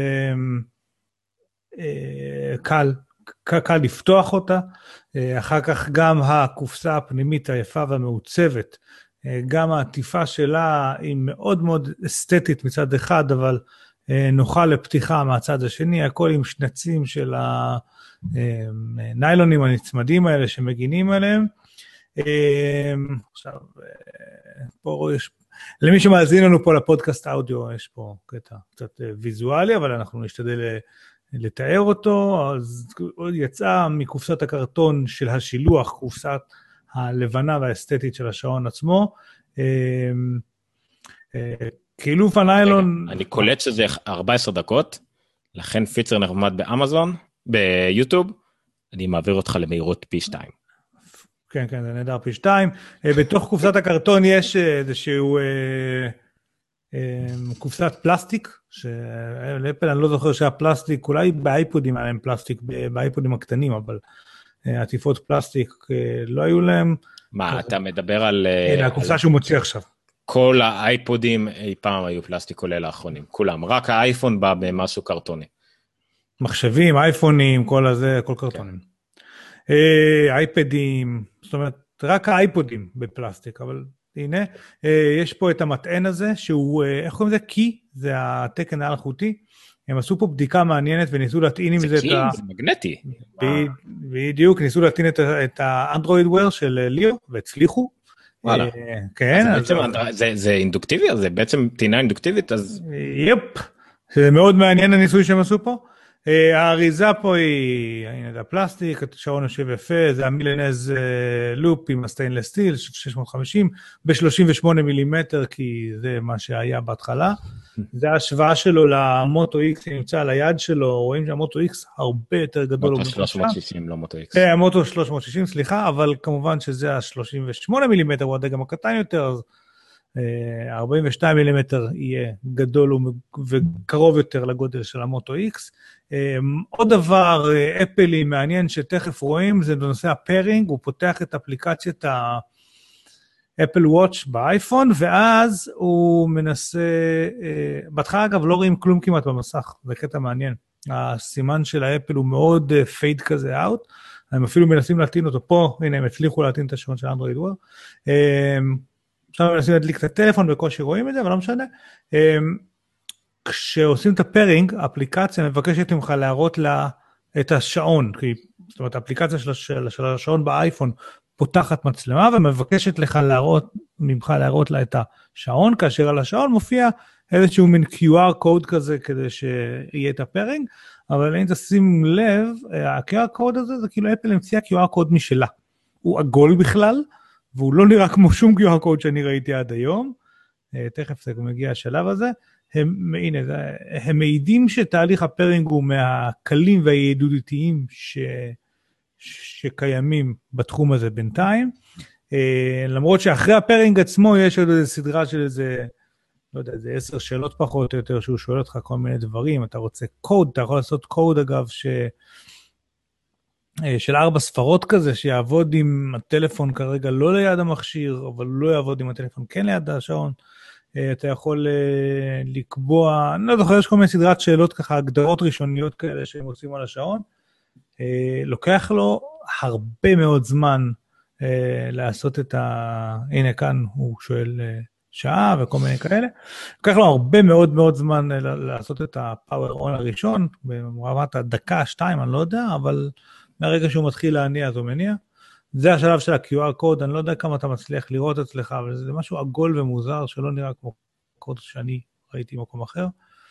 קל לפתוח אותה, אחר כך גם הקופסה הפנימית היפה והמעוצבת, גם העטיפה שלה היא מאוד מאוד אסתטית מצד אחד, אבל נוחה לפתיחה מהצד השני, הכל עם שנצים של הניילונים הנצמדים האלה שמגינים עליהם. עכשיו, פה יש, למי שמאזין לנו פה לפודקאסט האודיו, יש פה קטע קצת ויזואלי, אבל אנחנו נשתדל לתאר אותו. אז יצאה מקופסת הקרטון של השילוח, קופסת הלבנה והאסתטית של השעון עצמו, קילוף הניילון... אני קולט שזה 14 דקות, לכן פיצר נחמד באמזון, ביוטיוב, אני מעביר אותך למהירות פי 2. כן, כן, זה נהדר פי 2. בתוך קופסת הקרטון יש איזשהו קופסת פלסטיק, שלאפל אני לא זוכר שהפלסטיק, אולי באייפודים היה להם פלסטיק, באייפודים הקטנים, אבל עטיפות פלסטיק לא היו להם. מה, אתה מדבר על... הנה, הקופסה שהוא מוציא עכשיו. כל האייפודים אי פעם היו פלסטיק, כולל האחרונים, כולם. רק האייפון בא במשהו קרטוני. מחשבים, אייפונים, כל הזה, כל קרטונים. אייפדים, זאת אומרת, רק האייפודים בפלסטיק, אבל הנה, יש פה את המטען הזה, שהוא, איך קוראים לזה? קי, זה התקן האלחוטי. הם עשו פה בדיקה מעניינת וניסו להטעין עם זה את ה... זה מגנטי. בדיוק, ניסו להטעין את האנדרואיד וויר של ליאו, והצליחו. וואלה. כן. זה אינדוקטיבי? זה בעצם טעינה אינדוקטיבית? יפ, זה מאוד מעניין הניסוי שהם עשו פה. האריזה פה היא, הנה זה הפלסטיק, השעון יושב יפה, זה המילנז לופ עם הסטיינלס סטיל, 650, ב-38 מילימטר, כי זה מה שהיה בהתחלה. זה ההשוואה שלו למוטו X, שנמצא על היד שלו, רואים שהמוטו X הרבה יותר גדול. מוטו 360, לא מוטו X. המוטו 360, סליחה, אבל כמובן שזה ה-38 מילימטר, הוא הדגם הקטן יותר, אז 42 מילימטר יהיה גדול וקרוב יותר לגודל של המוטו X. עוד דבר אפלי מעניין שתכף רואים, זה בנושא הפארינג, הוא פותח את אפליקציית האפל וואץ' באייפון, ואז הוא מנסה, בהתחלה אגב לא רואים כלום כמעט במסך, זה קטע מעניין. הסימן של האפל הוא מאוד פייד כזה אאוט, הם אפילו מנסים להטעין אותו פה, הנה הם הצליחו להטעין את השעון של אנדרואיד וויר, עכשיו מנסים להדליק את הטלפון, בקושי רואים את זה, אבל לא משנה. כשעושים את הפארינג, האפליקציה מבקשת ממך להראות לה את השעון, זאת אומרת, האפליקציה של השעון באייפון פותחת מצלמה, ומבקשת ממך להראות לה את השעון, כאשר על השעון מופיע איזשהו מין QR קוד כזה, כדי שיהיה את הפארינג, אבל אם תשים לב, ה-QR קוד הזה, זה כאילו אפל המציאה QR קוד משלה. הוא עגול בכלל, והוא לא נראה כמו שום QR קוד שאני ראיתי עד היום, תכף זה מגיע השלב הזה, הנה, הם מעידים שתהליך הפארינג הוא מהקלים והידידותיים שקיימים בתחום הזה בינתיים, למרות שאחרי הפארינג עצמו יש עוד איזו סדרה של איזה, לא יודע, איזה 10 שאלות פחות או יותר, שהוא שואל אותך כל מיני דברים, אתה רוצה קוד, אתה יכול לעשות קוד אגב של 4 ספרות כזה, שיעבוד עם הטלפון כרגע לא ליד המכשיר, אבל לא יעבוד עם הטלפון כן ליד השעון, אתה יכול לקבוע, אני לא זוכר, יש כל מיני סדרת שאלות ככה, הגדרות ראשוניות כאלה שהם עושים על השעון, לוקח לו הרבה מאוד זמן לעשות את הנה כאן הוא שואל שעה וכל מיני כאלה, לוקח לו הרבה מאוד מאוד זמן לעשות את הפאוור און הראשון, ברמת הדקה, 2, אני לא יודע, אבל מהרגע שהוא מתחיל להניע, אז הוא מניע. זה השלב של ה-QR קוד, אני לא יודע כמה אתה מצליח לראות אצלך, אבל זה משהו עגול ומוזר, שלא נראה כמו קוד שאני ראיתי במקום אחר.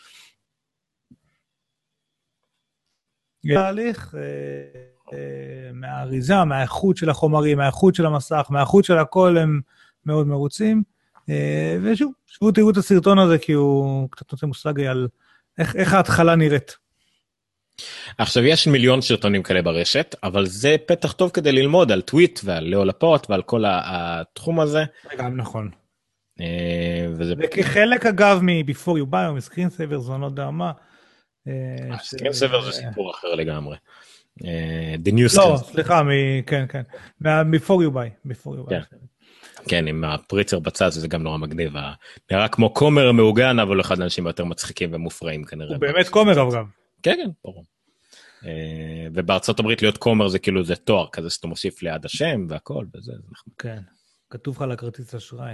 תהליך מהאריזה, מהאיכות של החומרים, מהאיכות של המסך, מהאיכות של הכל, הם מאוד מרוצים. ושוב, שבו תראו את הסרטון הזה, כי הוא קצת נותן מושג על איך ההתחלה נראית. עכשיו, יש מיליון סרטונים כאלה ברשת, אבל זה פתח טוב כדי ללמוד על טוויט ועל לאו לפורט ועל כל התחום הזה. גם נכון. וזה וכחלק אגב מ-Before You Buy או מ-Screen Savers, אני לא יודע מה. Screen Savers זה סיפור אחר לגמרי. The New לא, Screen. סליחה, כן, כן. Before You Buy. כן, עם הפריצר בצד, זה גם נורא מגניב. נראה כמו כומר מעוגן, אבל אחד האנשים יותר מצחיקים ומופרעים כנראה. הוא באמת כומר אבל גם. כן, כן, ברור. ובארצות הברית להיות כומר זה כאילו זה תואר כזה שאתה מוסיף ליד השם והכל וזה. כן, כתוב לך על הכרטיס אשראי.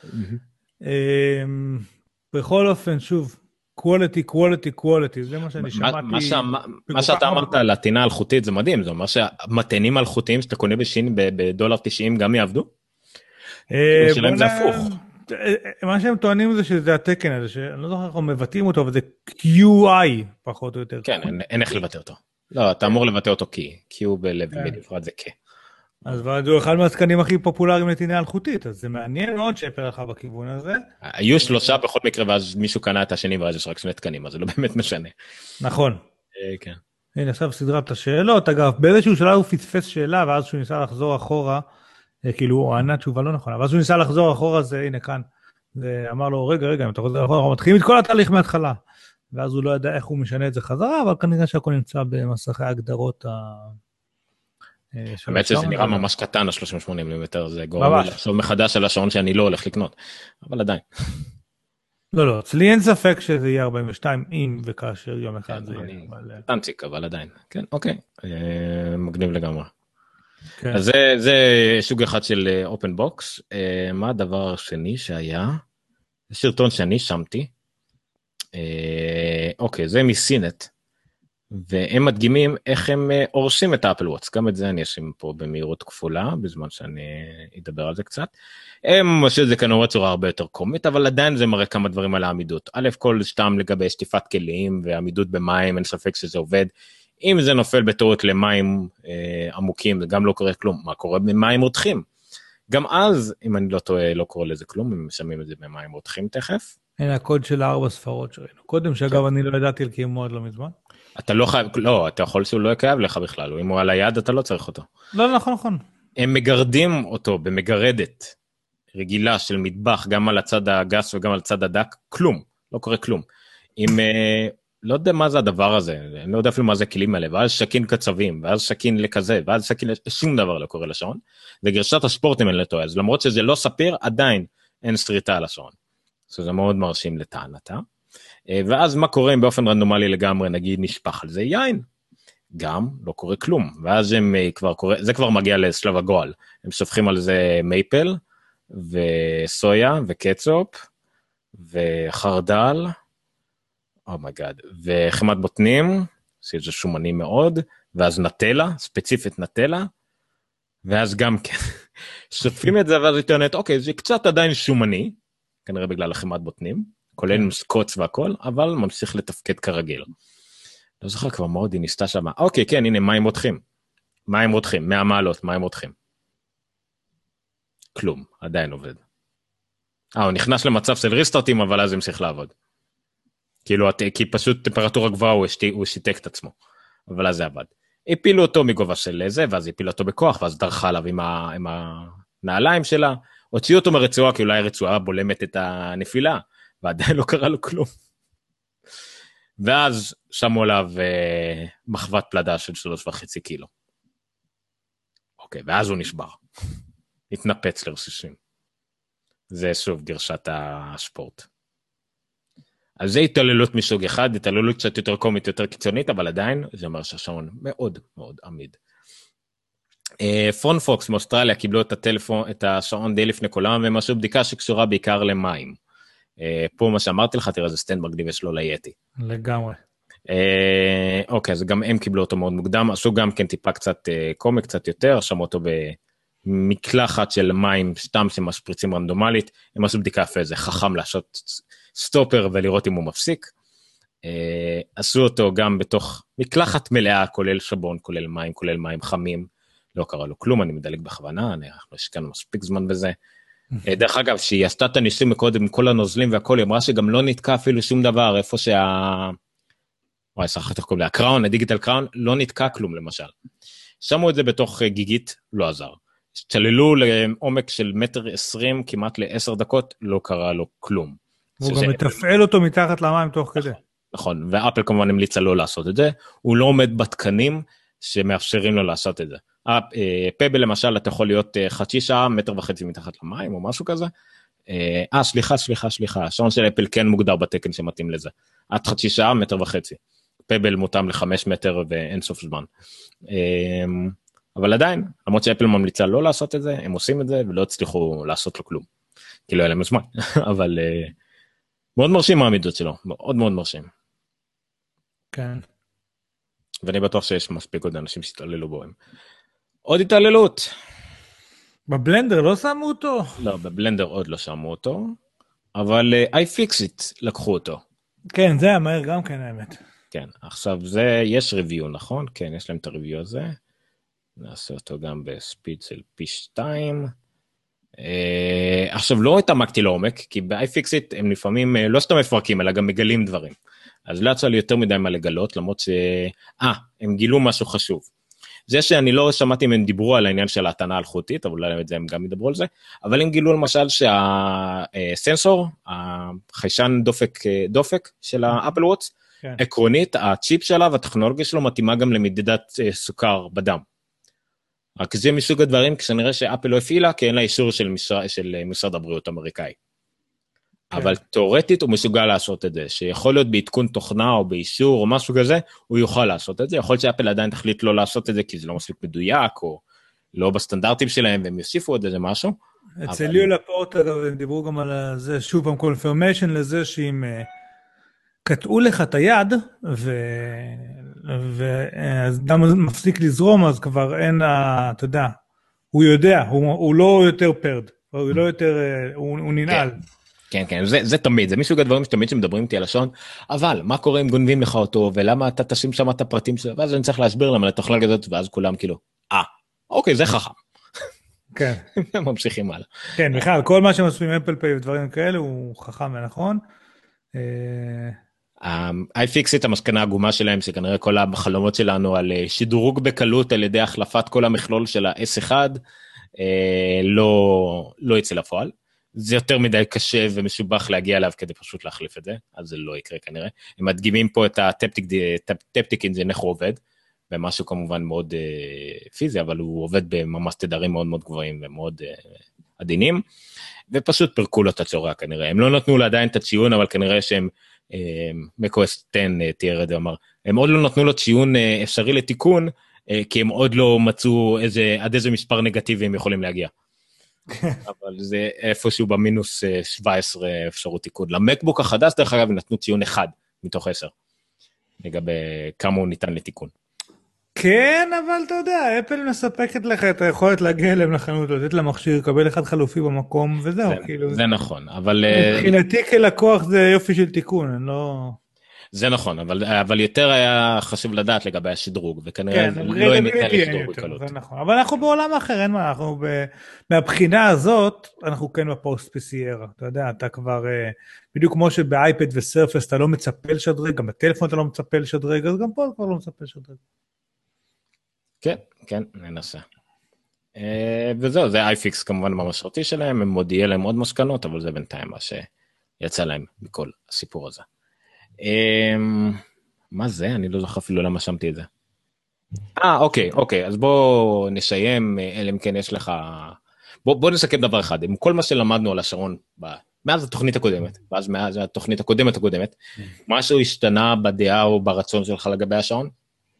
בכל אופן, שוב, quality, זה מה שאני שמעתי. מה שאתה אמרת על הטינה אלחוטית זה מדהים, זה אומר שהמתנים אלחוטיים שאתה קונה בשין ב$1.90 גם יעבדו? שלהם זה הפוך. מה שהם טוענים זה שזה התקן הזה, שאני לא זוכר איך הם מבטאים אותו, אבל זה QI פחות או יותר. כן, אין איך לבטא אותו. לא, אתה אמור לבטא אותו Q בנפרד זה K. אז הוא אחד מהתקנים הכי פופולריים לטינה אלחוטית, אז זה מעניין מאוד שפר לך בכיוון הזה. היו 3 בכל מקרה, ואז מישהו קנה את השני, ואז יש רק 2 תקנים, אז זה לא באמת משנה. נכון. כן. הנה, עכשיו סדרת השאלות, אגב, באיזשהו שלב הוא פספס שאלה, ואז שהוא ניסה לחזור אחורה, כאילו הוא ענה תשובה לא נכונה, ואז הוא ניסה לחזור אחורה, זה הנה כאן, ואמר לו, רגע, אם אתה חוזר אחורה, אנחנו מתחילים את כל התהליך מההתחלה, ואז הוא לא ידע איך הוא משנה את זה חזרה, אבל כנראה שהכל נמצא במסכי ההגדרות האמת שזה נראה ממש קטן, ה-380 מילימטר, זה גורם לי לחשוב מחדש על השעון שאני לא הולך לקנות, אבל עדיין. לא, אצלי אין ספק שזה יהיה 42, אם וכאשר יום אחד זה יהיה. טנציק, אבל עדיין. כן, אוקיי, מגניב לגמרי. כן. אז זה סוג אחד של אופן בוקס. מה הדבר השני שהיה? זה סרטון שאני שמתי. אוקיי, זה מסינט. והם מדגימים איך הם הורסים את האפל וואטס. גם את זה אני אשים פה במהירות כפולה, בזמן שאני אדבר על זה קצת. הם עושים את זה כנראה צורה הרבה יותר קומית, אבל עדיין זה מראה כמה דברים על העמידות. א', כל שתם לגבי שטיפת כלים ועמידות במים, אין ספק שזה עובד. אם זה נופל בטעות למים עמוקים, זה גם לא קורה כלום. מה קורה במים רותחים? גם אז, אם אני לא טועה, לא קורה לזה כלום, אם משמים את זה במים רותחים תכף. הנה הקוד של 4 ספרות שראינו. קודם שאגב אני לא ידעתי על קיומו עד לא מזמן. אתה לא חייב, לא, אתה יכול שהוא לא יקייב לך בכלל, אם הוא על היד אתה לא צריך אותו. לא, נכון. הם מגרדים אותו במגרדת רגילה של מטבח, גם על הצד הגס וגם על הצד הדק, כלום, לא קורה כלום. אם, לא יודע מה זה הדבר הזה, אני לא יודע אפילו מה זה הכלים האלה, ואז שקין קצבים, ואז שקין לכזה, ואז שקין, שום דבר לא קורה לשעון. זה גרשת הספורט אם אני לא טועה, אז למרות שזה לא ספיר, עדיין אין סריטה על השעון. זה מאוד מרשים לטענתה. ואז מה קורה אם באופן רנדומלי לגמרי, נגיד נשפך על זה יין? גם לא קורה כלום, ואז הם כבר קורה, זה כבר מגיע לשלב הגועל, הם שופכים על זה מייפל, וסויה, וקצופ, וחרדל, אומייגאד, וחמת בוטנים, שזה שומני מאוד, ואז נטלה, ספציפית נטלה, ואז גם כן, שופכים את זה, ואז יתענת, אוקיי, זה קצת עדיין שומני, כנראה בגלל החמת בוטנים, כולל סקוץ והכל, אבל ממשיך לתפקד כרגיל. לא זוכר כבר מאוד, היא ניסתה שם, אוקיי, כן, הנה, מים רותחים. מים רותחים, 100 מעלות, מים רותחים. כלום, עדיין עובד. הוא נכנס למצב של ריסטארטים, אבל אז המשיך לעבוד. כאילו, כי פשוט טמפרטורה גבוהה, הוא שיתק את עצמו. אבל אז זה עבד. הפילו אותו מגובה של זה, ואז הפילו אותו בכוח, ואז דרכה עליו עם הנעליים שלה, הוציאו אותו מרצועה, כי אולי הרצועה בולמת את הנפילה, ועדיין לא קרה לו כלום. ואז שמו עליו מחוות פלדה של 3.5 קילו. אוקיי, ואז הוא נשבר. התנפץ לרסיסים. זה שוב גרשת הספורט. אז זה התעללות מסוג אחד, התעללות קצת יותר קומית, יותר קיצונית, אבל עדיין זה אומר שהשעון מאוד מאוד עמיד. פרון פוקס מאוסטרליה קיבלו את השעון די לפני כולם, והם עשו בדיקה שקשורה בעיקר למים. פה מה שאמרתי לך, תראה, זה סטנד מגניב יש לו ליאטי. לגמרי. אוקיי, אז גם הם קיבלו אותו מאוד מוקדם, עשו גם כן טיפה קצת קומי, קצת יותר, שמו אותו במקלחת של מים, סתם שמשפריצים רנדומלית, הם עשו בדיקה יפה, זה חכם לעשות סטופר ולראות אם הוא מפסיק. עשו אותו גם בתוך מקלחת מלאה, כולל שבון, כולל מים חמים, לא קרה לו כלום, אני מדלג בכוונה, אנחנו השקענו מספיק זמן בזה. דרך אגב, שהיא עשתה את הניסוי מקודם עם כל הנוזלים והכל, היא אמרה שגם לא נתקע אפילו שום דבר, איפה וואי, שכחתי איך קוראים לי, הקראון, הדיגיטל קראון, לא נתקע כלום למשל. שמו את זה בתוך גיגית, לא עזר. צללו לעומק של 1.20 מטר, כמעט ל10 דקות, לא קרה לו כלום. הוא גם מתפעל אותו מתחת למים תוך כדי. נכון, ואפל כמובן המליצה לא לעשות את זה, הוא לא עומד בתקנים שמאפשרים לו לעשות את זה. פבל למשל, אתה יכול להיות חצי שעה, 1.5 מטר מתחת למים, או משהו כזה. סליחה, השעון של אפל כן מוגדר בתקן שמתאים לזה. עד חצי שעה, 1.5 מטר. פבל מותאם ל5 מטר ואין סוף זמן. אבל עדיין, למרות שאפל ממליצה לא לעשות את זה, הם עושים את זה ולא הצליחו לעשות לו כלום. כי לא היה להם זמן, אבל מאוד מרשים העמידות שלו, מאוד מאוד מרשים. כן. ואני בטוח שיש מספיק עוד אנשים שהתעללו בו. עוד התעללות. בבלנדר לא שמו אותו? לא, בבלנדר עוד לא שמו אותו, אבל iFixit לקחו אותו. כן, זה היה מהר גם כן האמת. כן, עכשיו יש ריוויו, נכון? כן, יש להם את הריוויו הזה. נעשה אותו גם בספיד של פי 2. עכשיו לא התעמקתי לעומק, כי ב-iFixit הם לפעמים לא סתם מפרקים, אלא גם מגלים דברים. אז לא יצא לי יותר מדי מה לגלות, למרות הם גילו משהו חשוב. זה שאני לא שמעתי אם הם דיברו על העניין של ההטענה אלחוטית, אבל אולי את זה הם גם ידברו על זה, אבל הם גילו למשל שהסנסור, החיישן דופק של האפל וואץ, עקרונית, הצ'יפ שלה והטכנולוגיה שלו מתאימה גם למדידת סוכר בדם. רק זה מסוג הדברים, כשנראה שאפל לא הפעילה, כי אין לה אישור של משרד הבריאות האמריקאי. אבל תיאורטית הוא מסוגל לעשות את זה, שיכול להיות בעדכון תוכנה או באישור או משהו כזה, הוא יוכל לעשות את זה, יכול להיות שאפל עדיין תחליט לא לעשות את זה, כי זה לא מספיק מדויק, או לא בסטנדרטים שלהם, והם יוסיפו את זה משהו. אצל ליאו לפורט, אגב, הם דיברו גם על זה, שוב פעם קונפירמיישן לזה, שאם קטעו לך את היד, אז דם מפסיק לזרום, אז כבר אין, אתה יודע, הוא יודע, הוא לא יותר פרד, הוא לא יותר, הוא ננעל. כן, זה תמיד, זה מסוג הדברים שתמיד שמדברים איתי על השעון, אבל מה קורה אם גונבים לך אותו, ולמה אתה תשים שם את הפרטים שלו, ואז אני צריך להסביר למה לטכנולוגיה הזאת, ואז כולם כאילו, אוקיי, זה חכם. כן. ממשיכים הלאה. כן, בכלל, כל מה שמספים אפל פיי ודברים כאלה, הוא חכם ונכון. iFixit, המסקנה העגומה שלהם, שכנראה כל החלומות שלנו על שדרוג בקלות על ידי החלפת כל המכלול של ה-S1, לא יצא לפועל. זה יותר מדי קשה ומשובח להגיע אליו כדי פשוט להחליף את זה, אז זה לא יקרה כנראה. הם מדגימים פה את הטפטיק אינג'ין, איך הוא עובד, ומשהו כמובן מאוד פיזי, אבל הוא עובד בממש תדרים מאוד מאוד גבוהים ומאוד עדינים, ופשוט פרקו לו את הצורה כנראה. הם לא נתנו לה עדיין את הציון, אבל כנראה שהם, מקו-אס 10 תיאר את זה, אמר, הם עוד לא נתנו לו ציון אפשרי לתיקון, כי הם עוד לא מצאו עד איזה מספר נגטיבי הם יכולים להגיע. אבל זה איפשהו במינוס 17 אפשרות תיקון. למקבוק החדש, דרך אגב, נתנו ציון 1 מתוך 10, לגבי כמה הוא ניתן לתיקון. כן, אבל אתה יודע, אפל מספקת לך את היכולת להגיע אליהם לחנות, לתת למכשיר, לקבל אחד חלופי במקום, וזהו, כאילו. זה נכון, אבל... מבחינתי כלקוח זה יופי של תיקון, אני לא... זה נכון, אבל יותר היה חשוב לדעת לגבי השדרוג, וכנראה לא ניתן לשדרוג בקלות. זה נכון, אבל אנחנו בעולם אחר, אין מה, אנחנו מהבחינה הזאת, אנחנו כן בפוסט PC אתה יודע, אתה כבר, בדיוק כמו שבאייפד וסרפס אתה לא מצפה לשדרג, גם בטלפון אתה לא מצפה לשדרג, אז גם פה אתה כבר לא מצפה לשדרג. כן, ננסה. וזהו, זה iFix כמובן במשרתי שלהם, הם עוד יהיה להם עוד מסקנות, אבל זה בינתיים מה שיצא להם מכל הסיפור הזה. מה זה? אני לא זוכר אפילו למה שמתי את זה. אוקיי, אז בוא נסיים, אלא אם כן יש לך... בוא נסכם דבר אחד, עם כל מה שלמדנו על השעון מאז התוכנית הקודמת, ואז מאז התוכנית הקודמת, משהו השתנה בדעה או ברצון שלך לגבי השעון?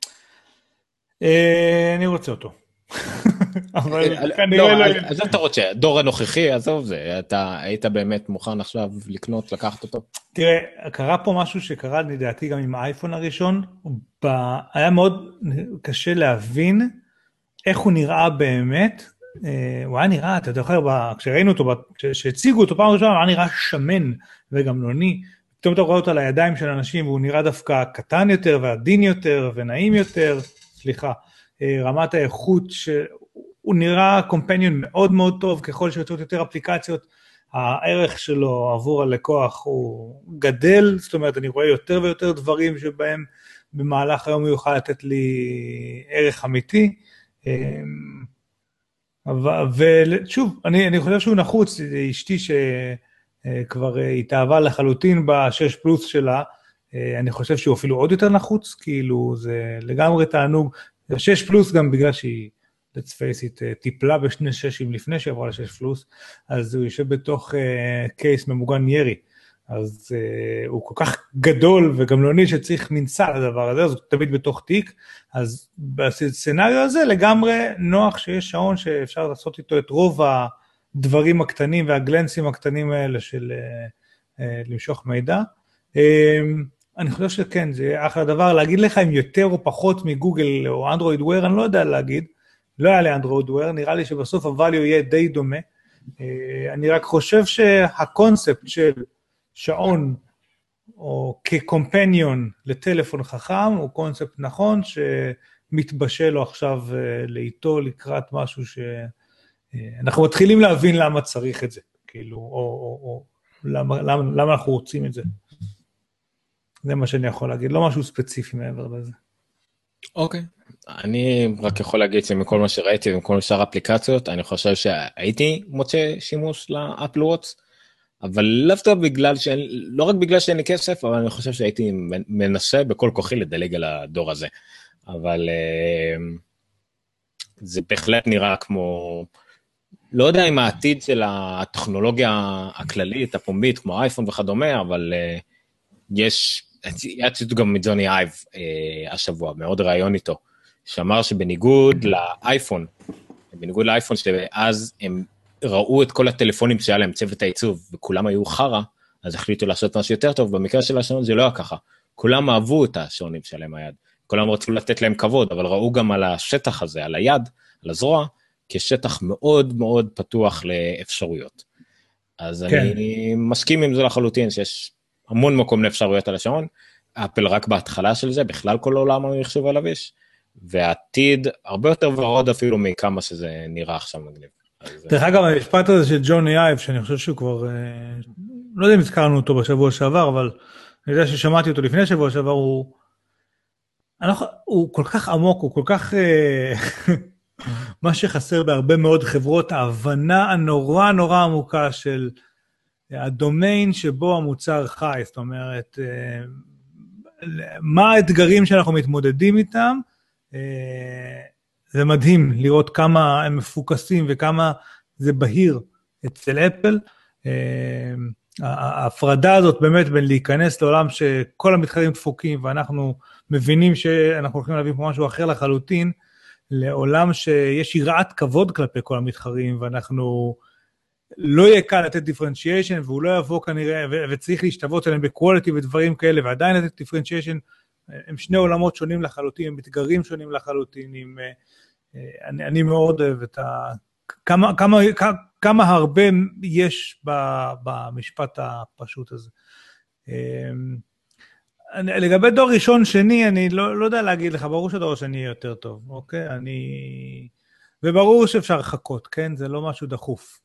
אני רוצה אותו. אבל כנראה לא, אז אתה רוצה, דור הנוכחי, עזוב זה, אתה היית באמת מוכן עכשיו לקנות, לקחת אותו? תראה, קרה פה משהו שקרה לדעתי גם עם האייפון הראשון, היה מאוד קשה להבין איך הוא נראה באמת, הוא היה נראה, אתה זוכר, כשראינו אותו, כשהציגו אותו פעם ראשונה, הוא היה נראה שמן וגמלוני, פתאום אתה רואה אותו על הידיים של אנשים, והוא נראה דווקא קטן יותר ועדין יותר ונעים יותר, סליחה, רמת האיכות, הוא נראה קומפניון מאוד מאוד טוב, ככל שיוצאות יותר אפליקציות, הערך שלו עבור הלקוח הוא גדל, זאת אומרת, אני רואה יותר ויותר דברים שבהם במהלך היום הוא יוכל לתת לי ערך אמיתי, ושוב, אני חושב שהוא נחוץ, אשתי שכבר התאהבה לחלוטין ב6 פלוס שלה, אני חושב שהוא אפילו עוד יותר נחוץ, כאילו זה לגמרי תענוג, 6 פלוס גם בגלל שהיא, let's face it, טיפלה בשני ששים לפני שעברה ל6 פלוס, אז הוא יושב בתוך קייס ממוגן ירי, אז הוא כל כך גדול וגמלוני שצריך מנסה לדבר הזה, אז הוא תמיד בתוך תיק, אז בסצנריו הזה לגמרי נוח שיש שעון שאפשר לעשות איתו את רוב הדברים הקטנים והגלנסים הקטנים האלה של למשוך מידע. אני חושב שכן, זה אחלה דבר, להגיד לך אם יותר או פחות מגוגל או אנדרואיד וויר, אני לא יודע להגיד, לא היה לי אנדרואיד וויר, נראה לי שבסוף הvalue יהיה די דומה, אני רק חושב שהקונספט של שעון, או כקומפניון לטלפון חכם, הוא קונספט נכון, שמתבשל לו עכשיו לאיתו לקראת משהו שאנחנו מתחילים להבין למה צריך את זה, כאילו, או למה אנחנו רוצים את זה. זה מה שאני יכול להגיד, לא משהו ספציפי מעבר לזה. אוקיי. אני רק יכול להגיד שמכל מה שראיתי ומכל שאר האפליקציות, אני חושב שהייתי מוצא שימוש לאפל וואץ', אבל לאו דווקא לא רק בגלל שאין לי כסף, אבל אני חושב שהייתי מנסה בכל כוחי לדלג על הדור הזה. אבל זה בהחלט נראה כמו, לא יודע אם העתיד של הטכנולוגיה הכללית, הפומבית, כמו אייפון וכדומה, אבל יצאו גם מג'וני אייב השבוע, מאוד ראיון איתו, שאמר שבניגוד לאייפון, שאז הם ראו את כל הטלפונים שהיה להם צוות העיצוב, וכולם היו חרה, אז החליטו לעשות משהו יותר טוב, במקרה של השעון זה לא היה ככה, כולם אהבו את השעונים שלהם היד, כולם רצו לתת להם כבוד, אבל ראו גם על השטח הזה, על היד, על הזרוע, כשטח מאוד מאוד פתוח לאפשרויות. אז כן. אני מסכים עם זה לחלוטין, שיש המון מקום לאפשרויות על השעון, אפל רק בהתחלה של זה, בכלל כל העולם המחשוב עליו יש, והעתיד הרבה יותר ורוד אפילו מכמה שזה נראה עכשיו מגניב. דרך אגב, המשפט הזה של ג'וני אייב, שאני חושב שהוא כבר, לא יודע אם הזכרנו אותו בשבוע שעבר, אבל אני יודע ששמעתי אותו לפני שבוע שעבר, הוא כל כך עמוק, הוא כל כך, מה שחסר בהרבה מאוד חברות, ההבנה הנורא נורא עמוקה של הדומיין שבו המוצר חי, זאת אומרת, מה האתגרים שאנחנו מתמודדים איתם, זה מדהים לראות כמה הם מפוקסים וכמה זה בהיר אצל אפל. ההפרדה הזאת באמת בין להיכנס לעולם שכל המתחרים דפוקים ואנחנו מבינים שאנחנו הולכים להביא פה משהו אחר לחלוטין, לעולם שיש יראת כבוד כלפי כל המתחרים ואנחנו לא יהיה קל לתת דיפרנציאשן והוא לא יבוא כנראה וצריך להשתוות עליהם בקואליטי ודברים כאלה ועדיין לתת דיפרנציאשן, הם שני עולמות שונים לחלוטין, הם מתגרים שונים לחלוטין, אני מאוד אוהב את כמה הרבה יש במשפט הפשוט הזה. לגבי דור ראשון שני, אני לא יודע להגיד לך, ברור שדור השני יהיה יותר טוב, אוקיי? וברור שאפשר לחכות, כן? זה לא משהו דחוף.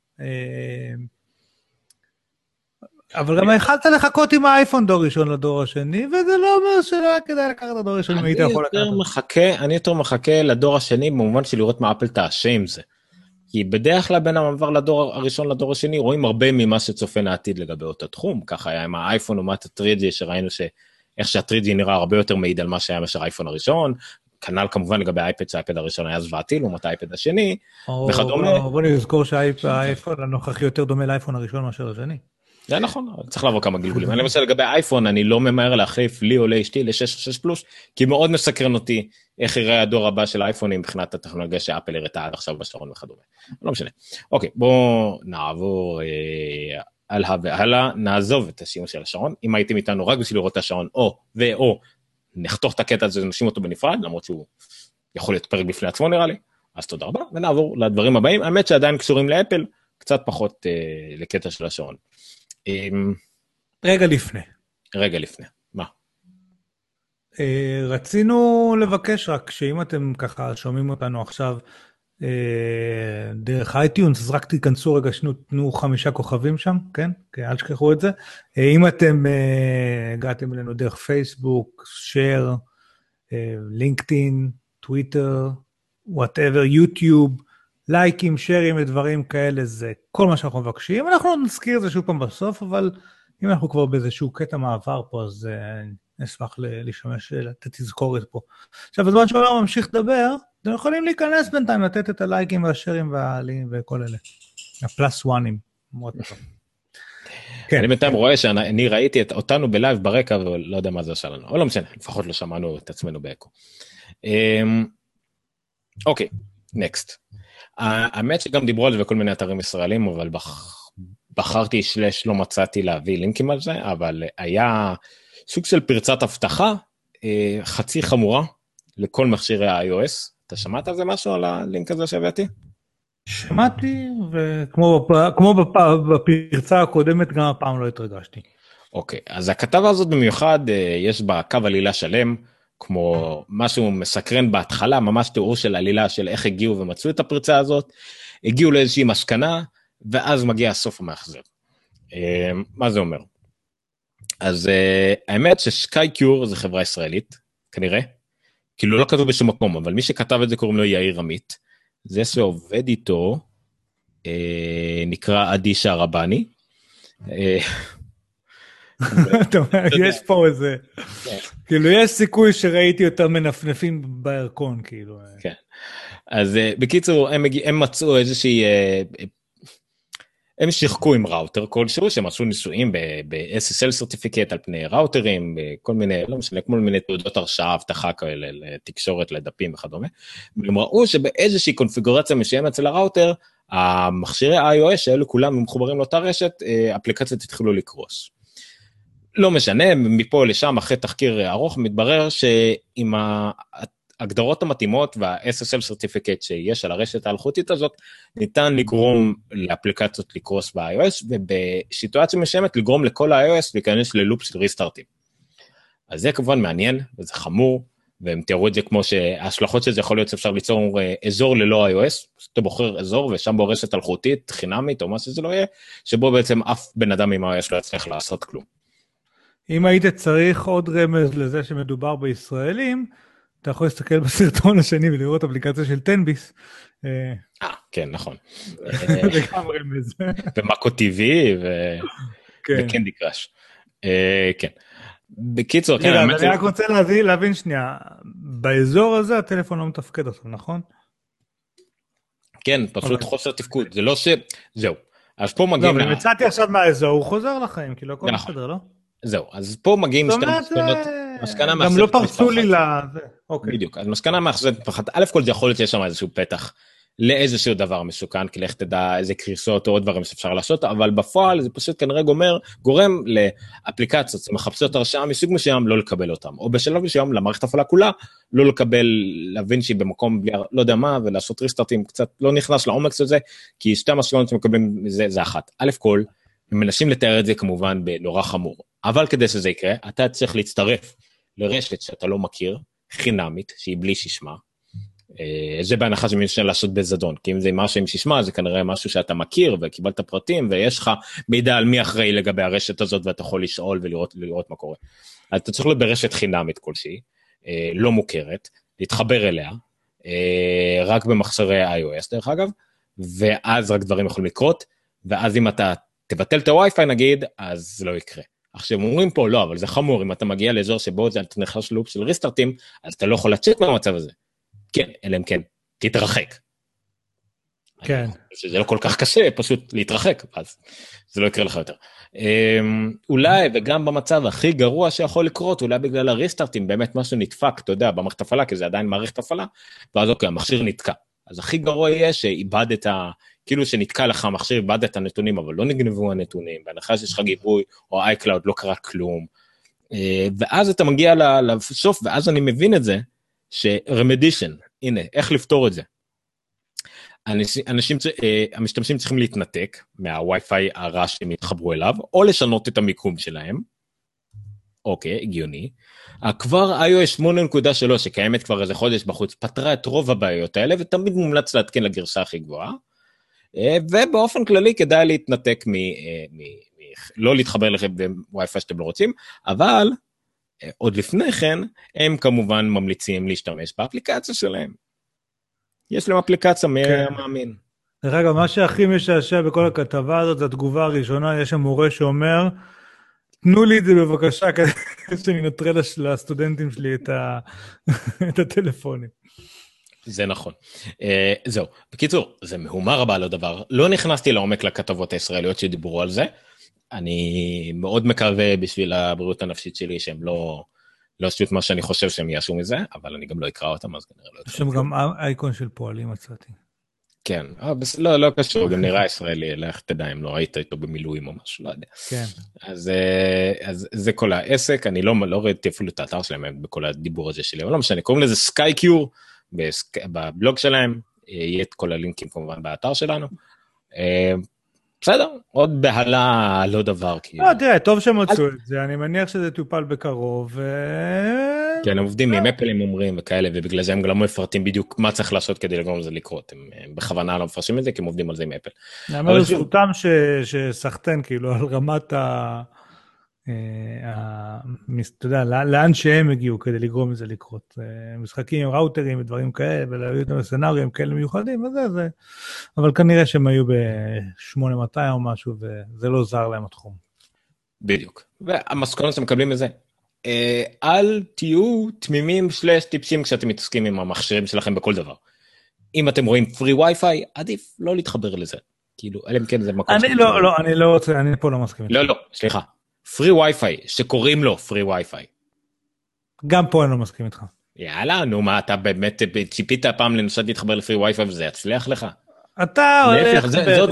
אבל גם יכלת לחכות עם האייפון דור ראשון לדור השני, וזה לא אומר שלא היה כדאי לקחת את הדור ראשון, אם היית יכול לקחת. אני יותר מחכה לדור השני, במובן של לראות מה אפל תעשה עם זה. כי בדרך כלל בין המעבר לדור הראשון לדור השני, רואים הרבה ממה שצופן העתיד לגבי אותו תחום, ככה היה עם האייפון לעומת הטריג'י, שראינו שאיך שהטריג'י נראה הרבה יותר מעיד על מה שהיה מאשר האייפון הראשון, כנ"ל כמובן לגבי האייפד, שהאייפד הראשון היה זוועתי, לעומת האייפד השני, וכדומה. בוא נזכור שהאייפון הנוכחי יותר דומה לאייפון הראשון מאשר לשני. זה נכון, צריך לעבור כמה גלגולים. אני למשל לגבי אייפון, אני לא ממהר להחליף לי או לאשתי ל-6 או 6 פלוס, כי מאוד מסקרן אותי איך יראה הדור הבא של האייפונים מבחינת הטכנולוגיה שאפל הראתה עד עכשיו בשעון וכדומה. לא משנה. אוקיי, בואו נעבור הלאה והלאה, נעזוב את השימוש של השעון. אם הייתם איתנו רק בשביל לראות את השעון, או נחתוך את הקטע הזה ונשים אותו בנפרד, למרות שהוא יכול להיות פרק בפני עצמו נראה לי, אז תודה רבה, ונעבור לדברים הבאים. האמת שעדיין קשורים לאפל, קצת פחות לקטע של השעון. רגע לפני. מה? רצינו לבקש רק שאם אתם ככה שומעים אותנו עכשיו דרך אייטיונס, אז רק תיכנסו רגע, תנו 5 כוכבים שם, כן? אל תשכחו את זה. אם אתם הגעתם אלינו דרך פייסבוק, שייר, לינקדאין, טוויטר, whatever, יוטיוב, לייקים, שרים ודברים כאלה, זה כל מה שאנחנו מבקשים. אנחנו נזכיר את זה שוב פעם בסוף, אבל אם אנחנו כבר באיזשהו קטע מעבר פה, אז נשמח לשמש את התזכורת פה. עכשיו, בזמן שעולה ממשיך לדבר, אתם יכולים להיכנס בינתיים, לתת את הלייקים והשרים וכל אלה. הפלס וואנים. אני בינתיים רואה שאני ראיתי אותנו בלייב ברקע, ולא יודע מה זה עשה לנו. אבל לא משנה, לפחות לא שמענו את עצמנו באקו. אוקיי, נקסט. האמת שגם דיברו על זה בכל מיני אתרים ישראלים, אבל בחרתי לא מצאתי להביא לינקים על זה, אבל היה סוג של פרצת הבטחה, חצי חמורה, לכל מכשירי ה-iOS. אתה שמעת על זה משהו, על הלינק הזה שהבאתי? שמעתי, וכמו בפרצה הקודמת, גם הפעם לא התרגשתי. אוקיי, אז הכתבה הזאת במיוחד, יש בה קו עלילה שלם, כמו משהו מסקרן בהתחלה, ממש תיאור של עלילה של איך הגיעו ומצאו את הפרצה הזאת, הגיעו לאיזושהי מסקנה, ואז מגיע הסוף המאכזב. מה זה אומר? אז האמת שסקאי קיור זה חברה ישראלית, כנראה, כאילו לא כתוב בשום מקום, אבל מי שכתב את זה קוראים לו יאיר עמית, זה שעובד איתו, נקרא עדי שערבני, יש פה איזה, כאילו יש סיכוי שראיתי אותם מנפנפים בערכון, כאילו. כן, אז בקיצור, הם מצאו איזושהי, הם שחקו עם ראוטר כלשהו, שהם עשו ניסויים ב-SSL certificate על פני ראוטרים, כל מיני, לא משנה, כמו מיני תעודות הרשאה, הבטחה כאלה, לתקשורת, לדפים וכדומה, והם ראו שבאיזושהי קונפיגורציה משיימת אצל הראוטר, המכשירי iOS שאלו כולם מחוברים לאותה רשת, אפליקציות התחילו לקרוס. לא משנה, מפה לשם, אחרי תחקיר ארוך, מתברר שעם ההגדרות המתאימות וה-SSL certificate שיש על הרשת האלחוטית הזאת, ניתן לגרום לאפליקציות לקרוס ב-iOS, ובסיטואציה משיימת לגרום לכל ה-iOS להיכנס ללופ של ריסטארטים. אז זה כמובן מעניין, וזה חמור, והם תיארו את זה כמו שההשלכות של זה יכול להיות שאפשר ליצור אזור ללא iOS, אתה בוחר אזור ושם בו רשת אלחוטית, חינמית או מה שזה לא יהיה, שבו בעצם אף בן אדם עם iOS לא יצליח לעשות כלום. אם היית צריך עוד רמז לזה שמדובר בישראלים, אתה יכול להסתכל בסרטון השני ולראות אפליקציה של טנביס. כן, נכון. זה גם רמז. ומאקו טיווי וקנדי קראש. כן. בקיצור, כן. אני רק רוצה להבין שנייה, באזור הזה הטלפון לא מתפקד אותו, נכון? כן, פשוט חוסר תפקוד. זה לא ש... זהו. אז פה מגיעים... לא, אבל מצאתי עכשיו מהאזור, הוא חוזר לחיים, כאילו הכל מסתדר, לא? זהו, אז פה מגיעים שתי מסקנות, מסקנה מאכזבת. גם לא פרצו לי לזה, אוקיי. בדיוק, אז מסקנה מאכזבת פחד, א' כל זה יכול להיות שיש שם איזשהו פתח לאיזשהו דבר מסוכן, כי לך תדע איזה קריסות או עוד דברים שאפשר לעשות, אבל בפועל זה פשוט כנראה גורם לאפליקציות שמחפשות הרשאה מסוג מסוים לא לקבל אותם, או בשלב מסוים למערכת הפעלה כולה לא לקבל, להבין שהיא במקום בלי לא יודע מה, ולעשות ריסטארטים קצת לא נכנס לעומק של זה, כי שתי המסקנות שמקבלים זה אחת. א' כל, הם מנסים לתאר את זה כמובן בנורא חמור, אבל כדי שזה יקרה, אתה צריך להצטרף לרשת שאתה לא מכיר, חינמית, שהיא בלי ששמה, זה בהנחה שמנסה לעשות בזדון, כי אם זה משהו עם ששמה, זה כנראה משהו שאתה מכיר, וקיבלת פרטים, ויש לך מידע על מי אחראי לגבי הרשת הזאת, ואתה יכול לשאול ולראות מה קורה. אז אתה צריך להיות ברשת חינמית כלשהי, לא מוכרת, להתחבר אליה, רק במכשירי iOS דרך אגב, ואז רק דברים יכולים לקרות, ואז אם אתה תבטל את הווי-פיי נגיד, אז זה לא יקרה. עכשיו אומרים פה לא, אבל זה חמור, אם אתה מגיע לאזור שבו אתה נכנס ללופ של ריסטארטים, אז אתה לא יכול לצאת מהמצב הזה. כן, אלא אם כן, תתרחק. כן. שזה לא כל כך קשה, פשוט להתרחק, אז זה לא יקרה לך יותר. אולי, וגם במצב הכי גרוע שיכול לקרות, אולי בגלל הריסטארטים, באמת משהו נדפק, אתה יודע, במערכת הפעלה, כי זה עדיין מערכת הפעלה, ואז אוקיי, המכשיר נתקע. אז הכי גרוע יהיה שאיבדת, כאילו שנתקע לך המכשיר, איבדת את הנתונים, אבל לא נגנבו הנתונים, בהנחה שיש לך גיבוי, או iCloud, לא קרה כלום. ואז אתה מגיע לסוף, ואז אני מבין את זה, שרמדישן, הנה, איך לפתור את זה? המשתמשים צריכים להתנתק מהווי-פיי הרע שהם יתחברו אליו, או לשנות את המיקום שלהם. אוקיי, הגיוני. כבר iOS 8.3 שקיימת כבר איזה חודש בחוץ, פתרה את רוב הבעיות האלה, ותמיד מומלץ להתקן לגרסה הכי גבוהה. ובאופן כללי כדאי להתנתק לא להתחבר לכם בווי-פיי שאתם לא רוצים, אבל עוד לפני כן, הם כמובן ממליצים להשתמש באפליקציה שלהם. יש להם אפליקציה מאמין. דרך אגב, מה שהכי משעשע בכל הכתבה הזאת, זה התגובה הראשונה, יש שם מורה שאומר, תנו לי את זה בבקשה, כדי שאני נטרל לסטודנטים שלי את הטלפונים. זה נכון. זהו, בקיצור, זה מהומה רבה על הדבר. לא נכנסתי לעומק לכתבות הישראליות שדיברו על זה. אני מאוד מקווה בשביל הבריאות הנפשית שלי, שהם לא עשו את מה שאני חושב שהם יעשו מזה, אבל אני גם לא אקרא אותם, אז כנראה לא יש שם גם אייקון של פועלים מצאתי. כן, לא קשור, גם נראה ישראלי, לך תדע אם לא ראית איתו במילואים או משהו, לא יודע. כן. אז זה כל העסק, אני לא ראיתי אפילו את האתר שלהם בכל הדיבור הזה שלי, אבל לא משנה, קוראים לזה סקייקיור, בבלוג שלהם, יהיה את כל הלינקים כמובן באתר שלנו. בסדר, עוד בהלה לא דבר. תראה, טוב שמצאו את זה, אני מניח שזה טופל בקרוב. כן, הם עובדים עם אפל, הם אומרים וכאלה, ובגלל זה הם גם לא מפרטים בדיוק מה צריך לעשות כדי לגרום לזה לקרות. הם בכוונה לא מפרשים את זה, כי הם עובדים על זה עם אפל. אני אומר לזכותם שסחטן, כאילו, על רמת אתה יודע, לאן שהם הגיעו כדי לגרום לזה לקרות. משחקים עם ראוטרים ודברים כאלה, ולהביא אותם לסצנריו, כאלה מיוחדים, וזה. אבל כנראה שהם היו ב-8200 או משהו, וזה לא זר להם התחום. בדיוק. והמסקנות שאתם מקבלים מזה, אל תהיו תמימים / טיפשים כשאתם מתעסקים עם המכשירים שלכם בכל דבר. אם אתם רואים פרי וי-פיי, עדיף לא להתחבר לזה. כאילו, אלא אם כן זה מקום... אני לא רוצה, אני פה לא מסכים. לא, סליחה. פרי וי-פיי, שקוראים לו פרי וי-פיי. גם פה אני לא מסכים איתך. יאללה, נו מה, אתה באמת ציפית הפעם לנסות להתחבר לפרי וי-פיי וזה יצליח לך? אתה הולך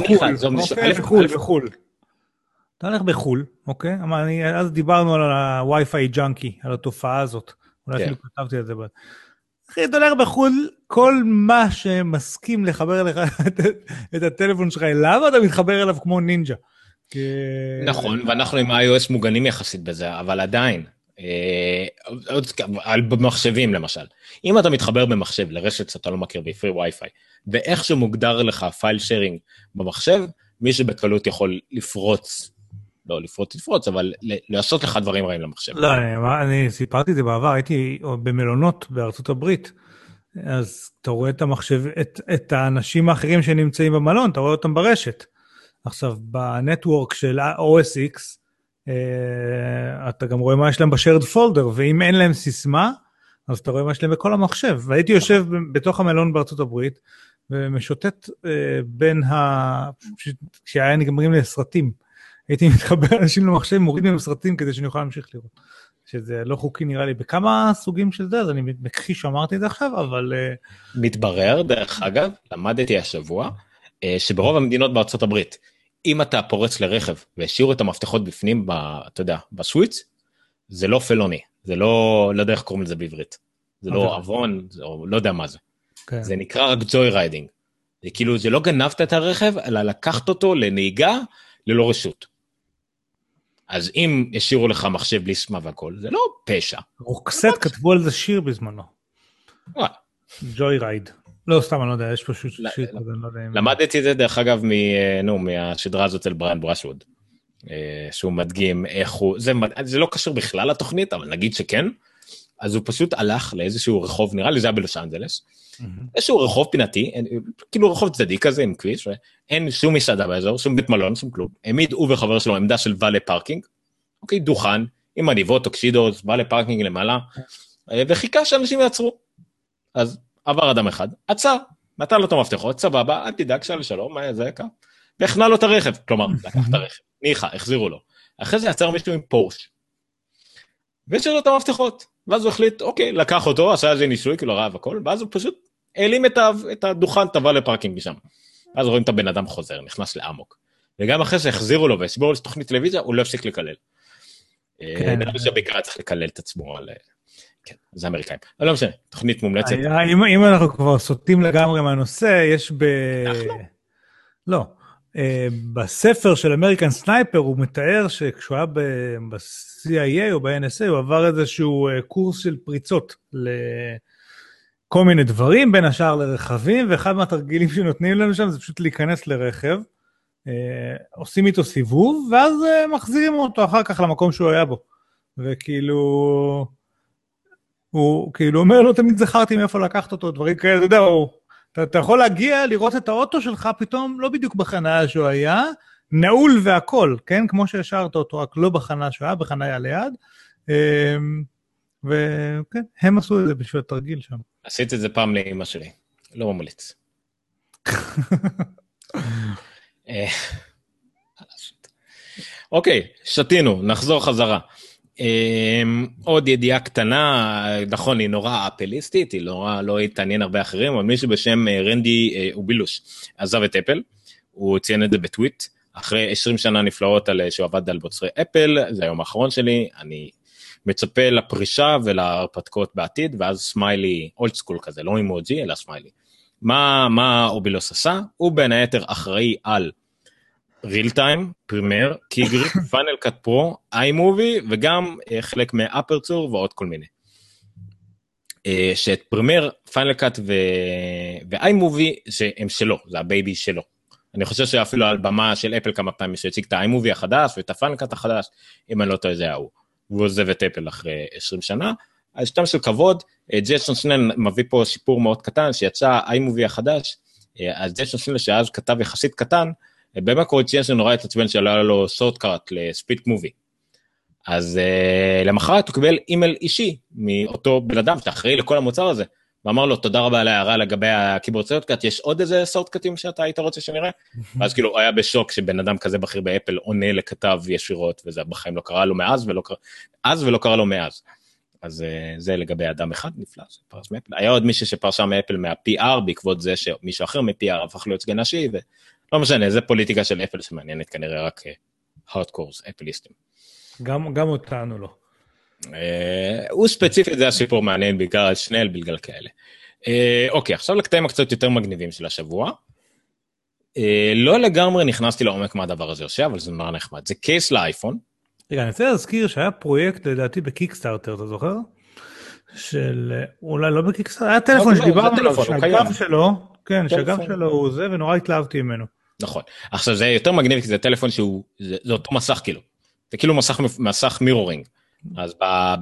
בחול. אתה הולך בחול, אוקיי? אז דיברנו על הווי-פיי ג'אנקי, על התופעה הזאת. אולי אפילו כתבתי על זה. אחי, אתה הולך בחול, כל מה שמסכים לחבר לך את הטלפון שלך אליו, אתה מתחבר אליו כמו נינג'ה. נכון, ואנחנו עם iOS מוגנים יחסית בזה, אבל עדיין, במחשבים למשל, אם אתה מתחבר במחשב לרשת שאתה לא מכיר בפרי וי-פיי, ואיך שמוגדר לך פייל שיירינג במחשב, מי שבקלות יכול לפרוץ, לא לפרוץ, אבל לעשות לך דברים רעים למחשב. לא, אני סיפרתי את זה בעבר, הייתי במלונות בארצות הברית, אז אתה רואה את המחשב, את האנשים האחרים שנמצאים במלון, אתה רואה אותם ברשת. עכשיו, בנטוורק של OS X, אתה גם רואה מה יש להם בשארד פולדר, ואם אין להם סיסמה, אז אתה רואה מה יש להם בכל המחשב. והייתי יושב בתוך המלון בארצות הברית, ומשוטט בין כשהיה נגמרים לסרטים, הייתי מתחבר אנשים למחשב, מוריד מהם סרטים כדי שאני אוכל להמשיך לראות. שזה לא חוקי נראה לי בכמה סוגים של זה, אז אני מכחיש שאמרתי את זה עכשיו, אבל... מתברר, דרך אגב, למדתי השבוע, שברוב המדינות בארצות הברית, אם אתה פורץ לרכב והשאירו את המפתחות בפנים, אתה יודע, בסוויץ, זה לא פלוני, זה לא יודע איך קוראים לזה בעברית. זה לא אבון, לא יודע מה זה. זה נקרא רק ג'וי ריידינג. זה כאילו, זה לא גנבת את הרכב, אלא לקחת אותו לנהיגה ללא רשות. אז אם השאירו לך מחשב בלי סמה והכל, זה לא פשע. רוקסט כתבו על זה שיר בזמנו. ג'וי רייד. לא, סתם, אני לא יודע, יש פשוט שיר כזה, אני לא יודע. למדתי את זה, דרך אגב, מהשדרה הזאת אל בריין ברשווד, שהוא מדגים איך הוא, זה לא קשור בכלל לתוכנית, אבל נגיד שכן, אז הוא פשוט הלך לאיזשהו רחוב, נראה לי זה היה בלוס אנג'לס, איזשהו רחוב פינתי, כאילו רחוב צדדי כזה עם כביש, ואין שום מסעדה באזור, שום בית מלון, שום כלום, העמיד הוא וחבר שלו עמדה של ואלי פארקינג, אוקיי, דוכן, עם עניבות, טוקסידוס, ואלי פארקינג למעלה, וחיכה שאנשים יעצרו. אז עבר אדם אחד, עצר, נתן לו את המפתחות, סבבה, אל תדאג, שאל שלום, מה זה יקר? והכנה לו את הרכב, כלומר, לקח את הרכב, ניחה, החזירו לו. אחרי זה יצר מישהו עם פורש. וישאר לו את המפתחות, ואז הוא החליט, אוקיי, לקח אותו, עשה איזה ניסוי, כאילו רעב הכל, ואז הוא פשוט העלים את הדוכן, טבע לפארקינג משם. ואז רואים את הבן אדם חוזר, נכנס לאמוק. וגם אחרי שהחזירו לו והסבירו לתוכנית טלוויזיה, הוא לא הפסיק לקלל. נראה לי שבעיקר צריך לקלל את עצמו על... כן, זה אמריקאים. אבל לא משנה, תוכנית מומלצת. אם אנחנו כבר סוטים לגמרי מהנושא, יש לא. בספר של אמריקן סנייפר הוא מתאר שכשהוא היה ב-CIA או ב-NSA הוא עבר איזשהו קורס של פריצות לכל מיני דברים, בין השאר לרכבים, ואחד מהתרגילים שנותנים לנו שם זה פשוט להיכנס לרכב, עושים איתו סיבוב, ואז מחזירים אותו אחר כך למקום שהוא היה בו. וכאילו, הוא כאילו אומר לו, תמיד זכרתי מאיפה לקחת אותו, דברים כאלה, אתה יודע, אתה יכול להגיע, לראות את האוטו שלך, פתאום לא בדיוק בחניה שהוא היה, נעול והכל, כן? כמו שהשארת אותו, רק לא בחניה שהוא היה, בחניה ליד, וכן, הם עשו את זה בשביל התרגיל שם. עשיתי את זה פעם לאמא שלי, לא ממליץ. אוקיי, שתינו, נחזור חזרה. עוד ידיעה קטנה, נכון, היא נורא אפליסטית, היא לא התעניין הרבה אחרים, אבל מישהו בשם רנדי אובילוש עזב את אפל, הוא ציין את זה בטוויט, אחרי 20 שנה נפלאות שהוא עבד על מוצרי אפל, זה היום האחרון שלי, אני מצפה לפרישה ולהרפתקאות בעתיד, ואז סמיילי, אולד סקול כזה, לא אימוג'י, אלא סמיילי. מה אובילוש עשה? הוא בין היתר אחראי על ריל טיים, פרימר, קיגריפ, פיינל קאט פרו, איי-מובי, וגם חלק מאפרצור ועוד כל מיני. שאת פרימר, פיינל קאט ואיי-מובי, שהם שלו, זה הבייבי שלו. אני חושב שאפילו על במה של אפל כמה פעמים שהציג את האיי-מובי החדש, ואת הפיינל קאט החדש, אם אני לא טועה זה הוא. והוא עוזב את אפל אחרי 20 שנה. אז שתם של כבוד, ג'ייסון שנל מביא פה שיפור מאוד קטן, שיצא האיי-מובי החדש, אז ג'ייסון שנל שאז כתב יחסית קטן, במקור ציין שנורא התעצבן שעלה לו שורטקאט לספיט מובי. אז למחרת הוא קיבל אימייל אישי מאותו בן אדם שאחראי לכל המוצר הזה, ואמר לו תודה רבה על ההערה לגבי הקיבורד שורטקאט, יש עוד איזה שורטקאטים שאתה היית רוצה שנראה? ואז כאילו היה בשוק שבן אדם כזה בכיר באפל עונה לכתב ישירות, וזה בחיים לא קרה לו מאז ולא קרה לו מאז. אז זה לגבי אדם אחד נפלא, שפרש מאפל. היה עוד מישהו שפרשה מאפל מה-PR, בעקבות זה שמישהו אחר מ-PR הפך להיות סגן נשי, ולא משנה, זה פוליטיקה של אפל שמעניינת כנראה רק הארדקורס, אפליסטים. גם אותנו לא. הוא ספציפית, זה הסיפור מעניין בעיקר על שנל, בגלל כאלה. אוקיי, עכשיו לקטעים הקצת יותר מגניבים של השבוע. לא לגמרי נכנסתי לעומק מהדבר הזה עושה, אבל זה נורא נחמד. זה קייס לאייפון. רגע, אני רוצה להזכיר שהיה פרויקט לדעתי בקיקסטארטר, אתה זוכר? אולי לא בקיקסטארטר, היה טלפון שדיברנו עליו, שהגב שלו, כן, שהגב שלו הוא זה, ונורא התלהבתי ממנו. נכון. עכשיו זה יותר מגניב, כי זה טלפון שהוא, זה אותו מסך כאילו. זה כאילו מסך מירורינג. אז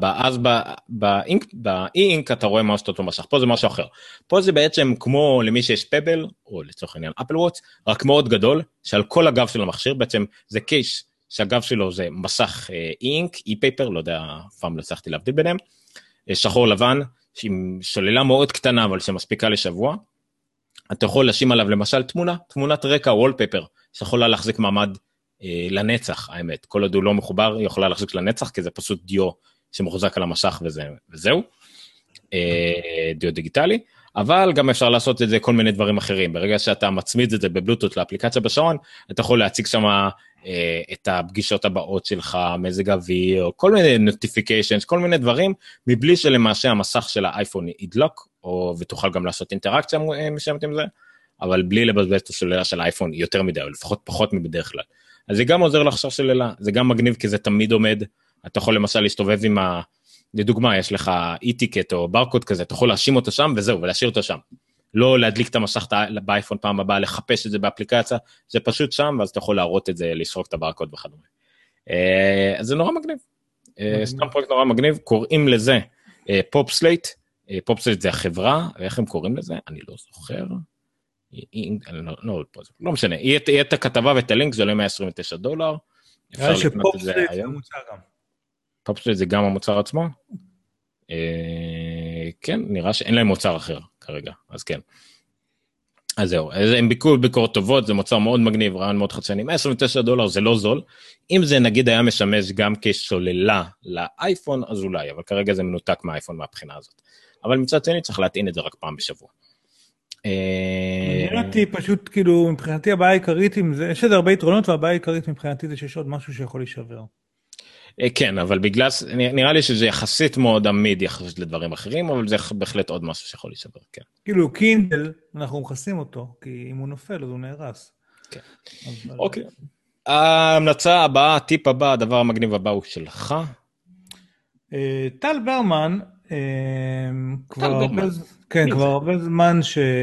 באי-אינק אתה רואה משהו אותו מסך, פה זה משהו אחר. פה זה בעצם כמו למי שיש פבל, או לצורך העניין אפל וואץ', רק מאוד גדול, שעל כל הגב של המכשיר, בעצם זה קייס, שהגב שלו זה מסך אי-אינק, אי-פייפר, לא יודע, פעם לא הצלחתי להבדיל ביניהם, שחור לבן, עם שוללה מאוד קטנה, אבל שמספיקה לשבוע, אתה יכול לשים עליו למשל תמונת רקע, וולפייפר, שיכולה להחזיק מעמד לנצח, האמת, כל עוד הוא לא מחובר, היא יכולה להחזיק לנצח, כי זה פשוט דיו שמוחזק על המשך וזהו, דיו דיגיטלי, אבל גם אפשר לעשות את זה כל מיני דברים אחרים, ברגע שאתה מצמיד את זה בבלוטות לאפליקציה בשעון, אתה יכול להציג שם את הפגישות הבאות שלך, מזג אוויר, או כל מיני נוטיפיקיישנס, כל מיני דברים, מבלי שלמעשה המסך של האייפון ידלוק, ותוכל גם לעשות אינטראקציה משמת עם זה, אבל בלי לבזבז את הסוללה של האייפון יותר מדי, או לפחות פחות מבדרך כלל. אז זה גם עוזר לחשב סוללה, זה גם מגניב כי זה תמיד עומד, אתה יכול למשל להסתובב עם לדוגמה, יש לך אי-טיקט או ברקוד כזה, אתה יכול להשים אותו שם וזהו, ולהשאיר אותו שם. לא להדליק את המסך באייפון פעם הבאה, לחפש את זה באפליקציה, זה פשוט שם, ואז אתה יכול להראות את זה, לסרוק את הברקוד וכדומה. אז זה נורא מגניב. סתם פרויקט נורא מגניב, קוראים לזה פופסלייט, פופסלייט זה החברה, ואיך הם קוראים לזה? אני לא זוכר. לא משנה, יהיה את הכתבה ואת הלינק, זה עולה $129. נראה שפופסלייט זה מוצר גם. פופסלייט זה גם המוצר עצמו? כן, נראה שאין להם מוצר אחר כרגע, אז כן. אז זהו, הם ביקורות טובות, זה מוצר מאוד מגניב, רעיון מאוד חדשני, $129 זה לא זול, אם זה נגיד היה משמש גם כשוללה לאייפון, אז אולי, אבל כרגע זה מנותק מהאייפון מהבחינה הזאת. אבל מצד שני צריך להטעין את זה רק פעם בשבוע. נראיתי פשוט, כאילו, מבחינתי הבעיה העיקרית עם זה, יש לזה הרבה יתרונות, והבעיה העיקרית מבחינתי זה שיש עוד משהו שיכול להישבר. כן, אבל בגלל, נראה לי שזה יחסית מאוד עמיד יחסית לדברים אחרים, אבל זה בהחלט עוד משהו שיכול להישבר, כן. כאילו, קינדל, אנחנו מכסים אותו, כי אם הוא נופל, אז הוא נהרס. כן. אוקיי. ההמלצה הבאה, הטיפ הבא, הדבר המגניב הבא הוא שלך. טל ברמן, כבר הרבה זמן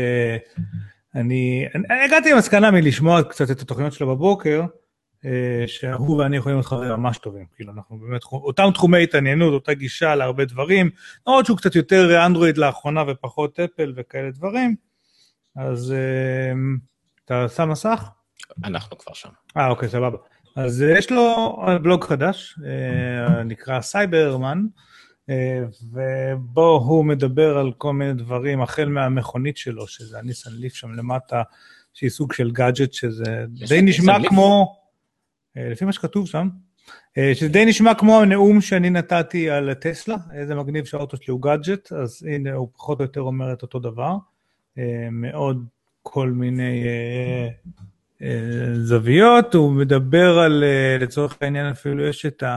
שאני הגעתי למסקנה מלשמוע קצת את התוכניות שלו בבוקר, שהוא ואני יכולים להיות חברים ממש טובים, כאילו אנחנו באמת, אותם תחומי התעניינות, אותה גישה להרבה דברים, עוד שהוא קצת יותר אנדרואיד לאחרונה ופחות אפל וכאלה דברים, אז אתה שם מסך? אנחנו כבר שם. אוקיי, סבבה. אז יש לו בלוג חדש, נקרא סייברמן, ובו הוא מדבר על כל מיני דברים, החל מהמכונית שלו, שזה הניסן ליף שם למטה, שהיא סוג של גאדג'ט, שזה די נשמע כמו, לפי מה שכתוב שם, שזה די נשמע כמו הנאום שאני נתתי על טסלה, איזה מגניב שהאוטו שלי הוא גאדג'ט, אז הנה הוא פחות או יותר אומר את אותו דבר, מאוד כל מיני זוויות, הוא מדבר על, לצורך העניין אפילו יש את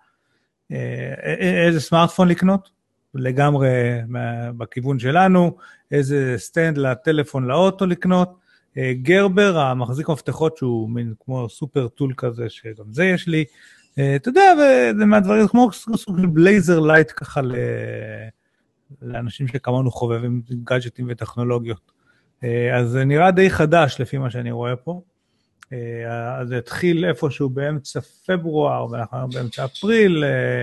איזה סמארטפון לקנות, לגמרי בכיוון שלנו, איזה סטנד לטלפון לאוטו לקנות, גרבר, המחזיק מפתחות שהוא מין כמו סופר טול כזה, שגם זה יש לי, אתה יודע, וזה מהדברים, כמו סוג של בלייזר לייט ככה לאנשים שכמונו חובבים גאדג'טים וטכנולוגיות. אז זה נראה די חדש לפי מה שאני רואה פה. אז זה התחיל איפשהו באמצע פברואר, ואנחנו באמצע אפריל,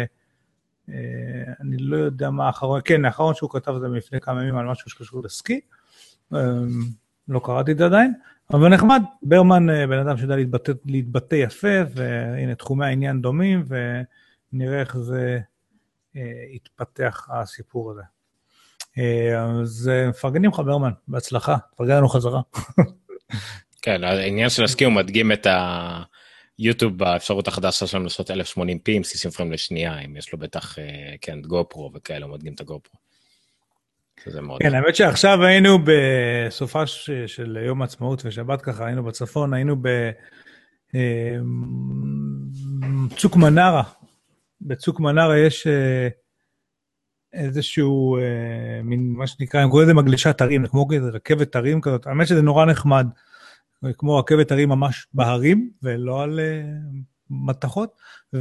אני לא יודע מה האחרון, כן, האחרון שהוא כתב זה לפני כמה ימים על משהו שקשור לסקי, לא קראתי את זה עדיין, אבל נחמד, ברמן בן אדם שיודע להתבטא יפה, והנה תחומי העניין דומים, ונראה איך זה יתפתח הסיפור הזה. אז מפרגנים לך ברמן, בהצלחה, תפרגן לנו חזרה. כן, העניין של הסקי הוא מדגים את היוטיוב באפשרות החדשה שלנו לעשות 1080p עם 60 פריים לשנייה, אם יש לו בטח, כן, גופרו וכאלה, הוא מדגים את הגופרו. כן, האמת שעכשיו היינו בסופה של יום העצמאות ושבת ככה, היינו בצפון, היינו בצוק מנרה. בצוק מנרה יש איזשהו, מה שנקרא, הם קוראים לזה מגלשת הרים, כמו רכבת הרים כזאת, האמת שזה נורא נחמד, כמו רכבת הרים ממש בהרים, ולא על מתחות,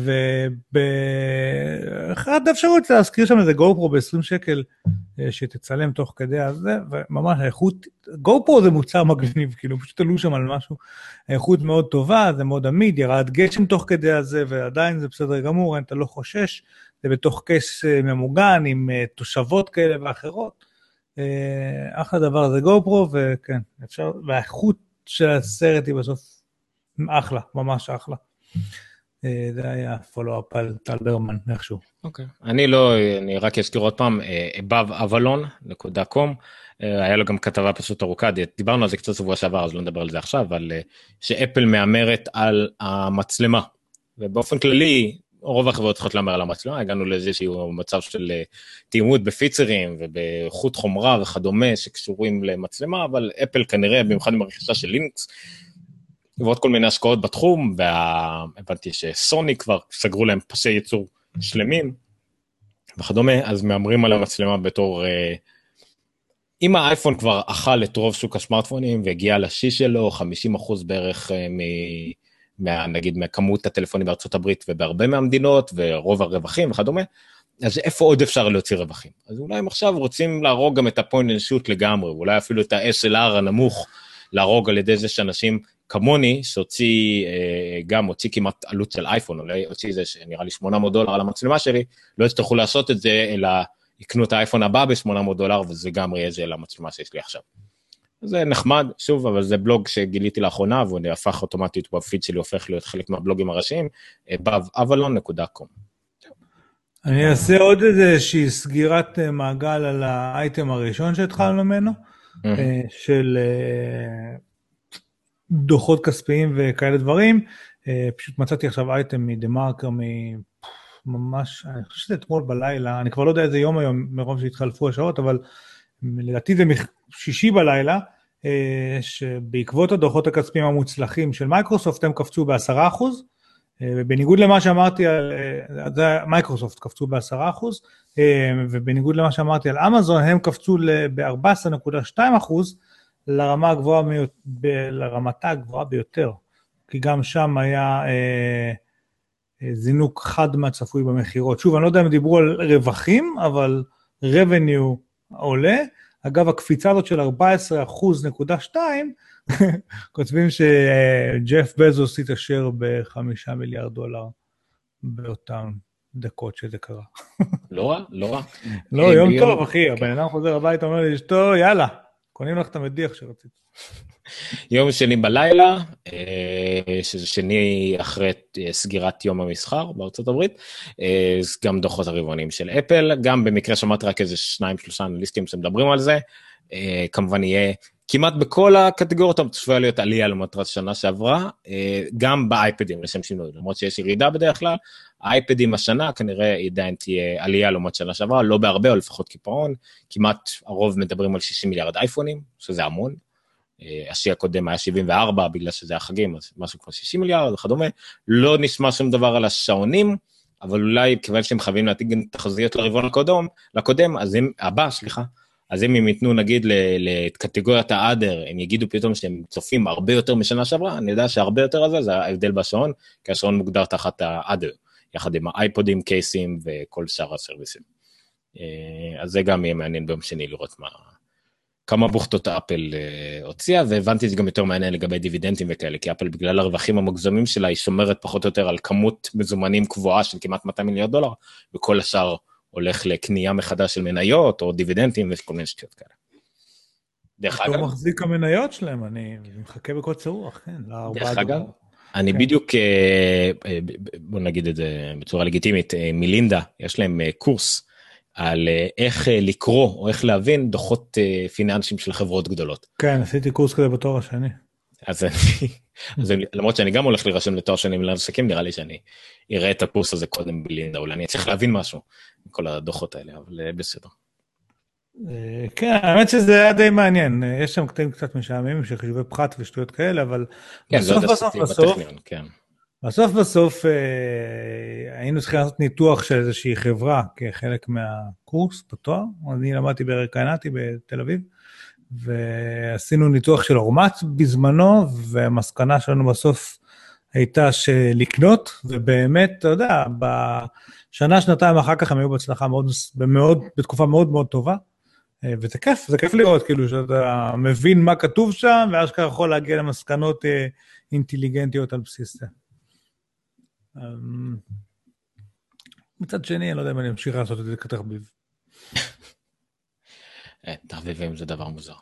ואחת האפשרות להזכיר שם איזה גופרו ב-20 שקל, שתצלם תוך כדי הזה, וממש האיכות, גופרו זה מוצר מגניב, כאילו פשוט תלו שם על משהו, האיכות מאוד טובה, זה מאוד עמיד, ירד גשם תוך כדי הזה, ועדיין זה בסדר גמור, אתה לא חושש, זה בתוך קייס ממוגן, עם תושבות כאלה ואחרות, אחלה דבר זה גופרו, וכן, אפשר, והאיכות של הסרט היא בסוף אחלה, ממש אחלה. זה היה פולו-אפ על טל ברמן, איכשהו. אוקיי. אני רק אזכיר עוד פעם, aboveavalon.com, היה לו גם כתבה פשוט ארוכה, דיברנו על זה קצת שבוע שעבר, אז לא נדבר על זה עכשיו, אבל שאפל מאמרת על המצלמה, ובאופן כללי, רוב החברות צריכות לאמר על המצלמה, הגענו לאיזשהו מצב של תאימות בפיצרים, ובאיכות חומרה וכדומה, שקשורים למצלמה, אבל אפל כנראה, במיוחד עם הרכישה של לינוקס, ועוד כל מיני השקעות בתחום, והבנתי שסוני כבר סגרו להם פסי ייצור שלמים, וכדומה, אז מאמרים על המצלמה בתור, אם האייפון כבר אכל את רוב שוק הסמארטפונים, והגיע לשיא שלו, 50% בערך נגיד מכמות הטלפונים בארצות הברית, ובהרבה מהמדינות, ורוב הרווחים וכדומה, אז איפה עוד אפשר להוציא רווחים? אז אולי הם עכשיו רוצים להרוג גם את הפוינט אנד שוט לגמרי, ואולי אפילו את ה-SLR הנמוך, להרוג על ידי זה שאנשים כמוני, שהוציא, גם הוציא כמעט עלות של אייפון, אולי הוציא איזה שנראה לי $800 על המצלמה שלי, לא יצטרכו לעשות את זה, אלא יקנו את האייפון הבא $800, וזה גם יהיה זה למצלמה שיש לי עכשיו. זה נחמד, שוב, אבל זה בלוג שגיליתי לאחרונה, והוא הפך אוטומטית בפיד שלי, הופך להיות חלק מהבלוגים הראשיים, aboveavalon.com. אני אעשה עוד איזושהי סגירת מעגל על האייטם הראשון שהתחלנו ממנו, של דוחות כספיים וכאלה דברים. פשוט מצאתי עכשיו אייטם מדה-מרקר, ממש, אני חושב שזה אתמול בלילה, אני כבר לא יודע איזה יום היום, מרוב שהתחלפו השעות, אבל לדעתי זה שישי בלילה, שבעקבות הדוחות הכספיים המוצלחים של מייקרוסופט, הם קפצו ב10%, ובניגוד למה שאמרתי על, מייקרוסופט קפצו ב10%, ובניגוד למה שאמרתי על אמזון, הם קפצו ב14.2%, לרמתה הגבוהה ביותר, כי גם שם היה זינוק חד מהצפוי במחירות. שוב, אני לא יודע אם דיברו על רווחים, אבל revenue עולה. אגב, הקפיצה הזאת של 14.2%, כותבים שג'ף בזוס יתעשר ב$5 מיליארד באותן דקות שזה קרה. לא רע, לא רע. לא, יום טוב, אחי. הבן אדם חוזר הביתה, אומר לי, אשתו, יאללה, קונים לך את המדיח שרצית. יום שני בלילה, שזה שני אחרי סגירת יום המסחר בארצות הברית, גם דוחות הרבעוניים של אפל, גם במקרה שמעתי רק איזה 2-3 אנליסטים שמדברים על זה, כמובן יהיה כמעט בכל הקטגוריות, צפויה להיות עלייה למטרת שנה שעברה, גם באייפדים לשם שינוי, למרות שיש ירידה בדרך כלל, האייפדים השנה כנראה עדיין תהיה עלייה לעומת שנה שעברה, לא בהרבה או לפחות קיפאון, כמעט הרוב מדברים על 60 מיליארד אייפונים, שזה המון, השיא הקודם היה 74 בגלל שזה החגים, אז משהו כמו 60 מיליארד וכדומה, לא נשמע שום דבר על השעונים, אבל אולי כיוון שהם חייבים להציג תחזיות לרבעון לקודם, אז אם הם ייתנו נגיד לקטגוריית האדר, הם יגידו פתאום שהם צופים הרבה יותר משנה שעברה, אני יודע שהרבה יותר הזה, זה ההבדל בשעון, כי השעון מוגדר תחת האדר, יחד עם האייפודים, קייסים וכל שאר הסרוויסים. אז זה גם יהיה מעניין ביום שני לראות כמה בוכתות אפל הוציאה, והבנתי זה גם יותר מעניין לגבי דיבידנדים וכאלה, כי אפל בגלל הרווחים המוגזמים שלה, היא שומרת פחות או יותר על כמות מזומנים קבועה של כמעט $200 מיליארד, וכל השאר הולך לקנייה מחדש של מניות, או דיבידנדים, וכל מיני שטויות כאלה. דרך אגב... אתה מחזיק המניות שלהם, אני מחכה בקוצר רוח, כן. דרך אגב, אני בדיוק, בוא נגיד את זה בצורה לגיטימית, מלינדה, יש להם קורס, על איך לקרוא או איך להבין דוחות פיננסיים של חברות גדולות. כן, עשיתי קורס כזה בתואר השני. אז למרות שאני גם הולך להירשם לתואר שני מנהל עסקים, נראה לי שאני אראה את הקורס הזה קודם בלינדה, אולי אני צריך להבין משהו מכל הדוחות האלה, אבל בסדר. כן, האמת שזה היה די מעניין, יש שם קטעים קצת משעממים של חישובי פחת ושטויות כאלה, אבל בסוף היינו צריכים לעשות ניתוח של איזושהי חברה כחלק מהקורס בתואר, אני למדתי ברקנתי בתל אביב, ועשינו ניתוח של אורמת בזמנו, והמסקנה שלנו בסוף הייתה שלקנות, ובאמת, אתה יודע, בשנה, שנתיים אחר כך הם היו בהצלחה מאוד, בתקופה מאוד מאוד טובה, וזה כיף, זה כיף לראות, כאילו, שאתה מבין מה כתוב שם, ואז ככה יכול להגיע למסקנות אינטליגנטיות על בסיס זה. מצד שני, אני לא יודע אם אני אמשיך לעשות את זה כתחביב. תחביבים זה דבר מוזר.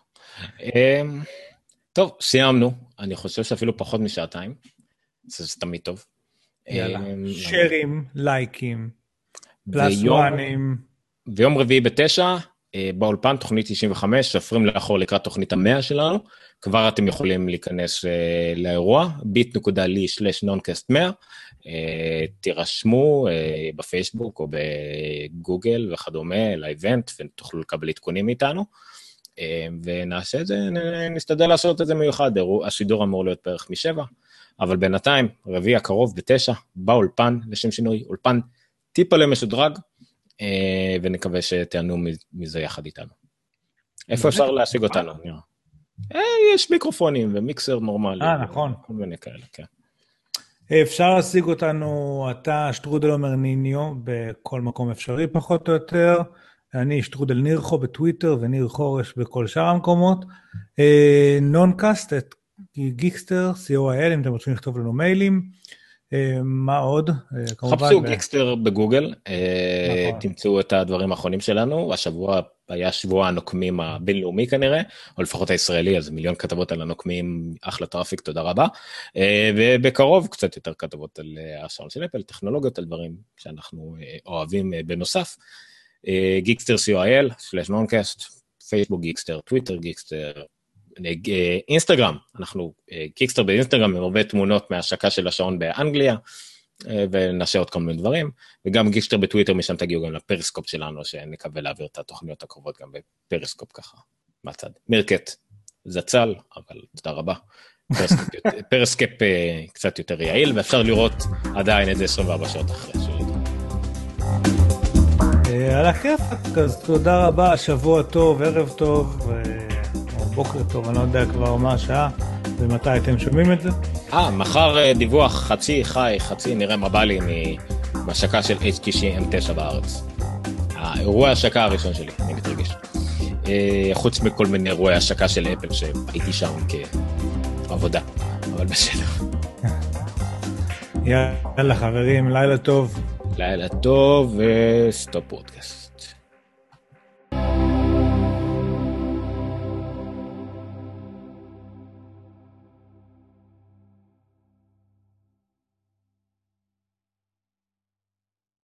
טוב, סיימנו. אני חושב שאפילו פחות משעתיים. זה תמיד טוב. יאללה, שרים, לייקים, פלסואנים. ויום רביעי ב9, באולפן, תוכנית 95, סופרים לאחור לקראת תוכנית 100 שלנו. כבר אתם יכולים להיכנס לאירוע, bit.ly/noncast100, תירשמו בפייסבוק או בגוגל וכדומה, לאיבנט, ותוכלו לקבל עדכונים מאיתנו, ונעשה את זה, נסתדל לעשות את זה מיוחד, השידור אמור להיות בערך מ7, אבל בינתיים, רביעי הקרוב ב9, באולפן, לשם שינוי, אולפן טיפה למשודרג, ונקווה שתענו מזה יחד איתנו. איפה אפשר להשיג אותנו? נראה. יש מיקרופונים ומיקסר נורמלי. נכון. כל מיני כאלה, כן. אפשר להשיג אותנו, אתה שטרודל עומר ניניו, בכל מקום אפשרי פחות או יותר, אני שטרודל נירחו בטוויטר, וניר חורש בכל שאר המקומות, נונקאסט, את גיקסטר, co.il, אם אתם רוצים לכתוב לנו מיילים, מה עוד? חפשו גיקסטר בגוגל, תמצאו את הדברים האחרונים שלנו, השבוע היה שבוע הנוקמים הבינלאומי כנראה, או לפחות הישראלי, אז 1,000,000 כתבות על הנוקמים, אחלה טראפיק, תודה רבה, ובקרוב קצת יותר כתבות על השעון של אפל, טכנולוגיות, על דברים שאנחנו אוהבים בנוסף, גיקסטר co.il/noncast, פייסבוק גיקסטר, טוויטר גיקסטר, אינסטגרם, אנחנו גיקסטר באינסטגרם, עם הרבה תמונות מההשקה של השעון באנגליה, ונעשה עוד כל מיני דברים, וגם גיקסטר בטוויטר, משם תגיעו גם לפריסקופ שלנו, שנקווה להעביר את התוכניות הקרובות גם בפריסקופ ככה, מהצד. מירקט, זצל, אבל תודה רבה. פריסקופ קצת יותר יעיל, ואפשר לראות עדיין איזה 24 שעות אחרי שירידו. על הכיפק, אז תודה רבה, שבוע טוב, ערב טוב, או בוקר טוב, אני לא יודע כבר מה השעה, ומתי אתם שומעים את זה? מחר דיווח חצי חי, חצי נראה מבלי מהשקה של HTC M9 בארץ. האירוע ההשקה הראשון שלי, אני מתרגש. חוץ מכל מיני אירועי השקה של אפל שהייתי שם כעבודה, אבל בסדר. יאללה חברים, לילה טוב. לילה טוב וסטופ פודקאסט.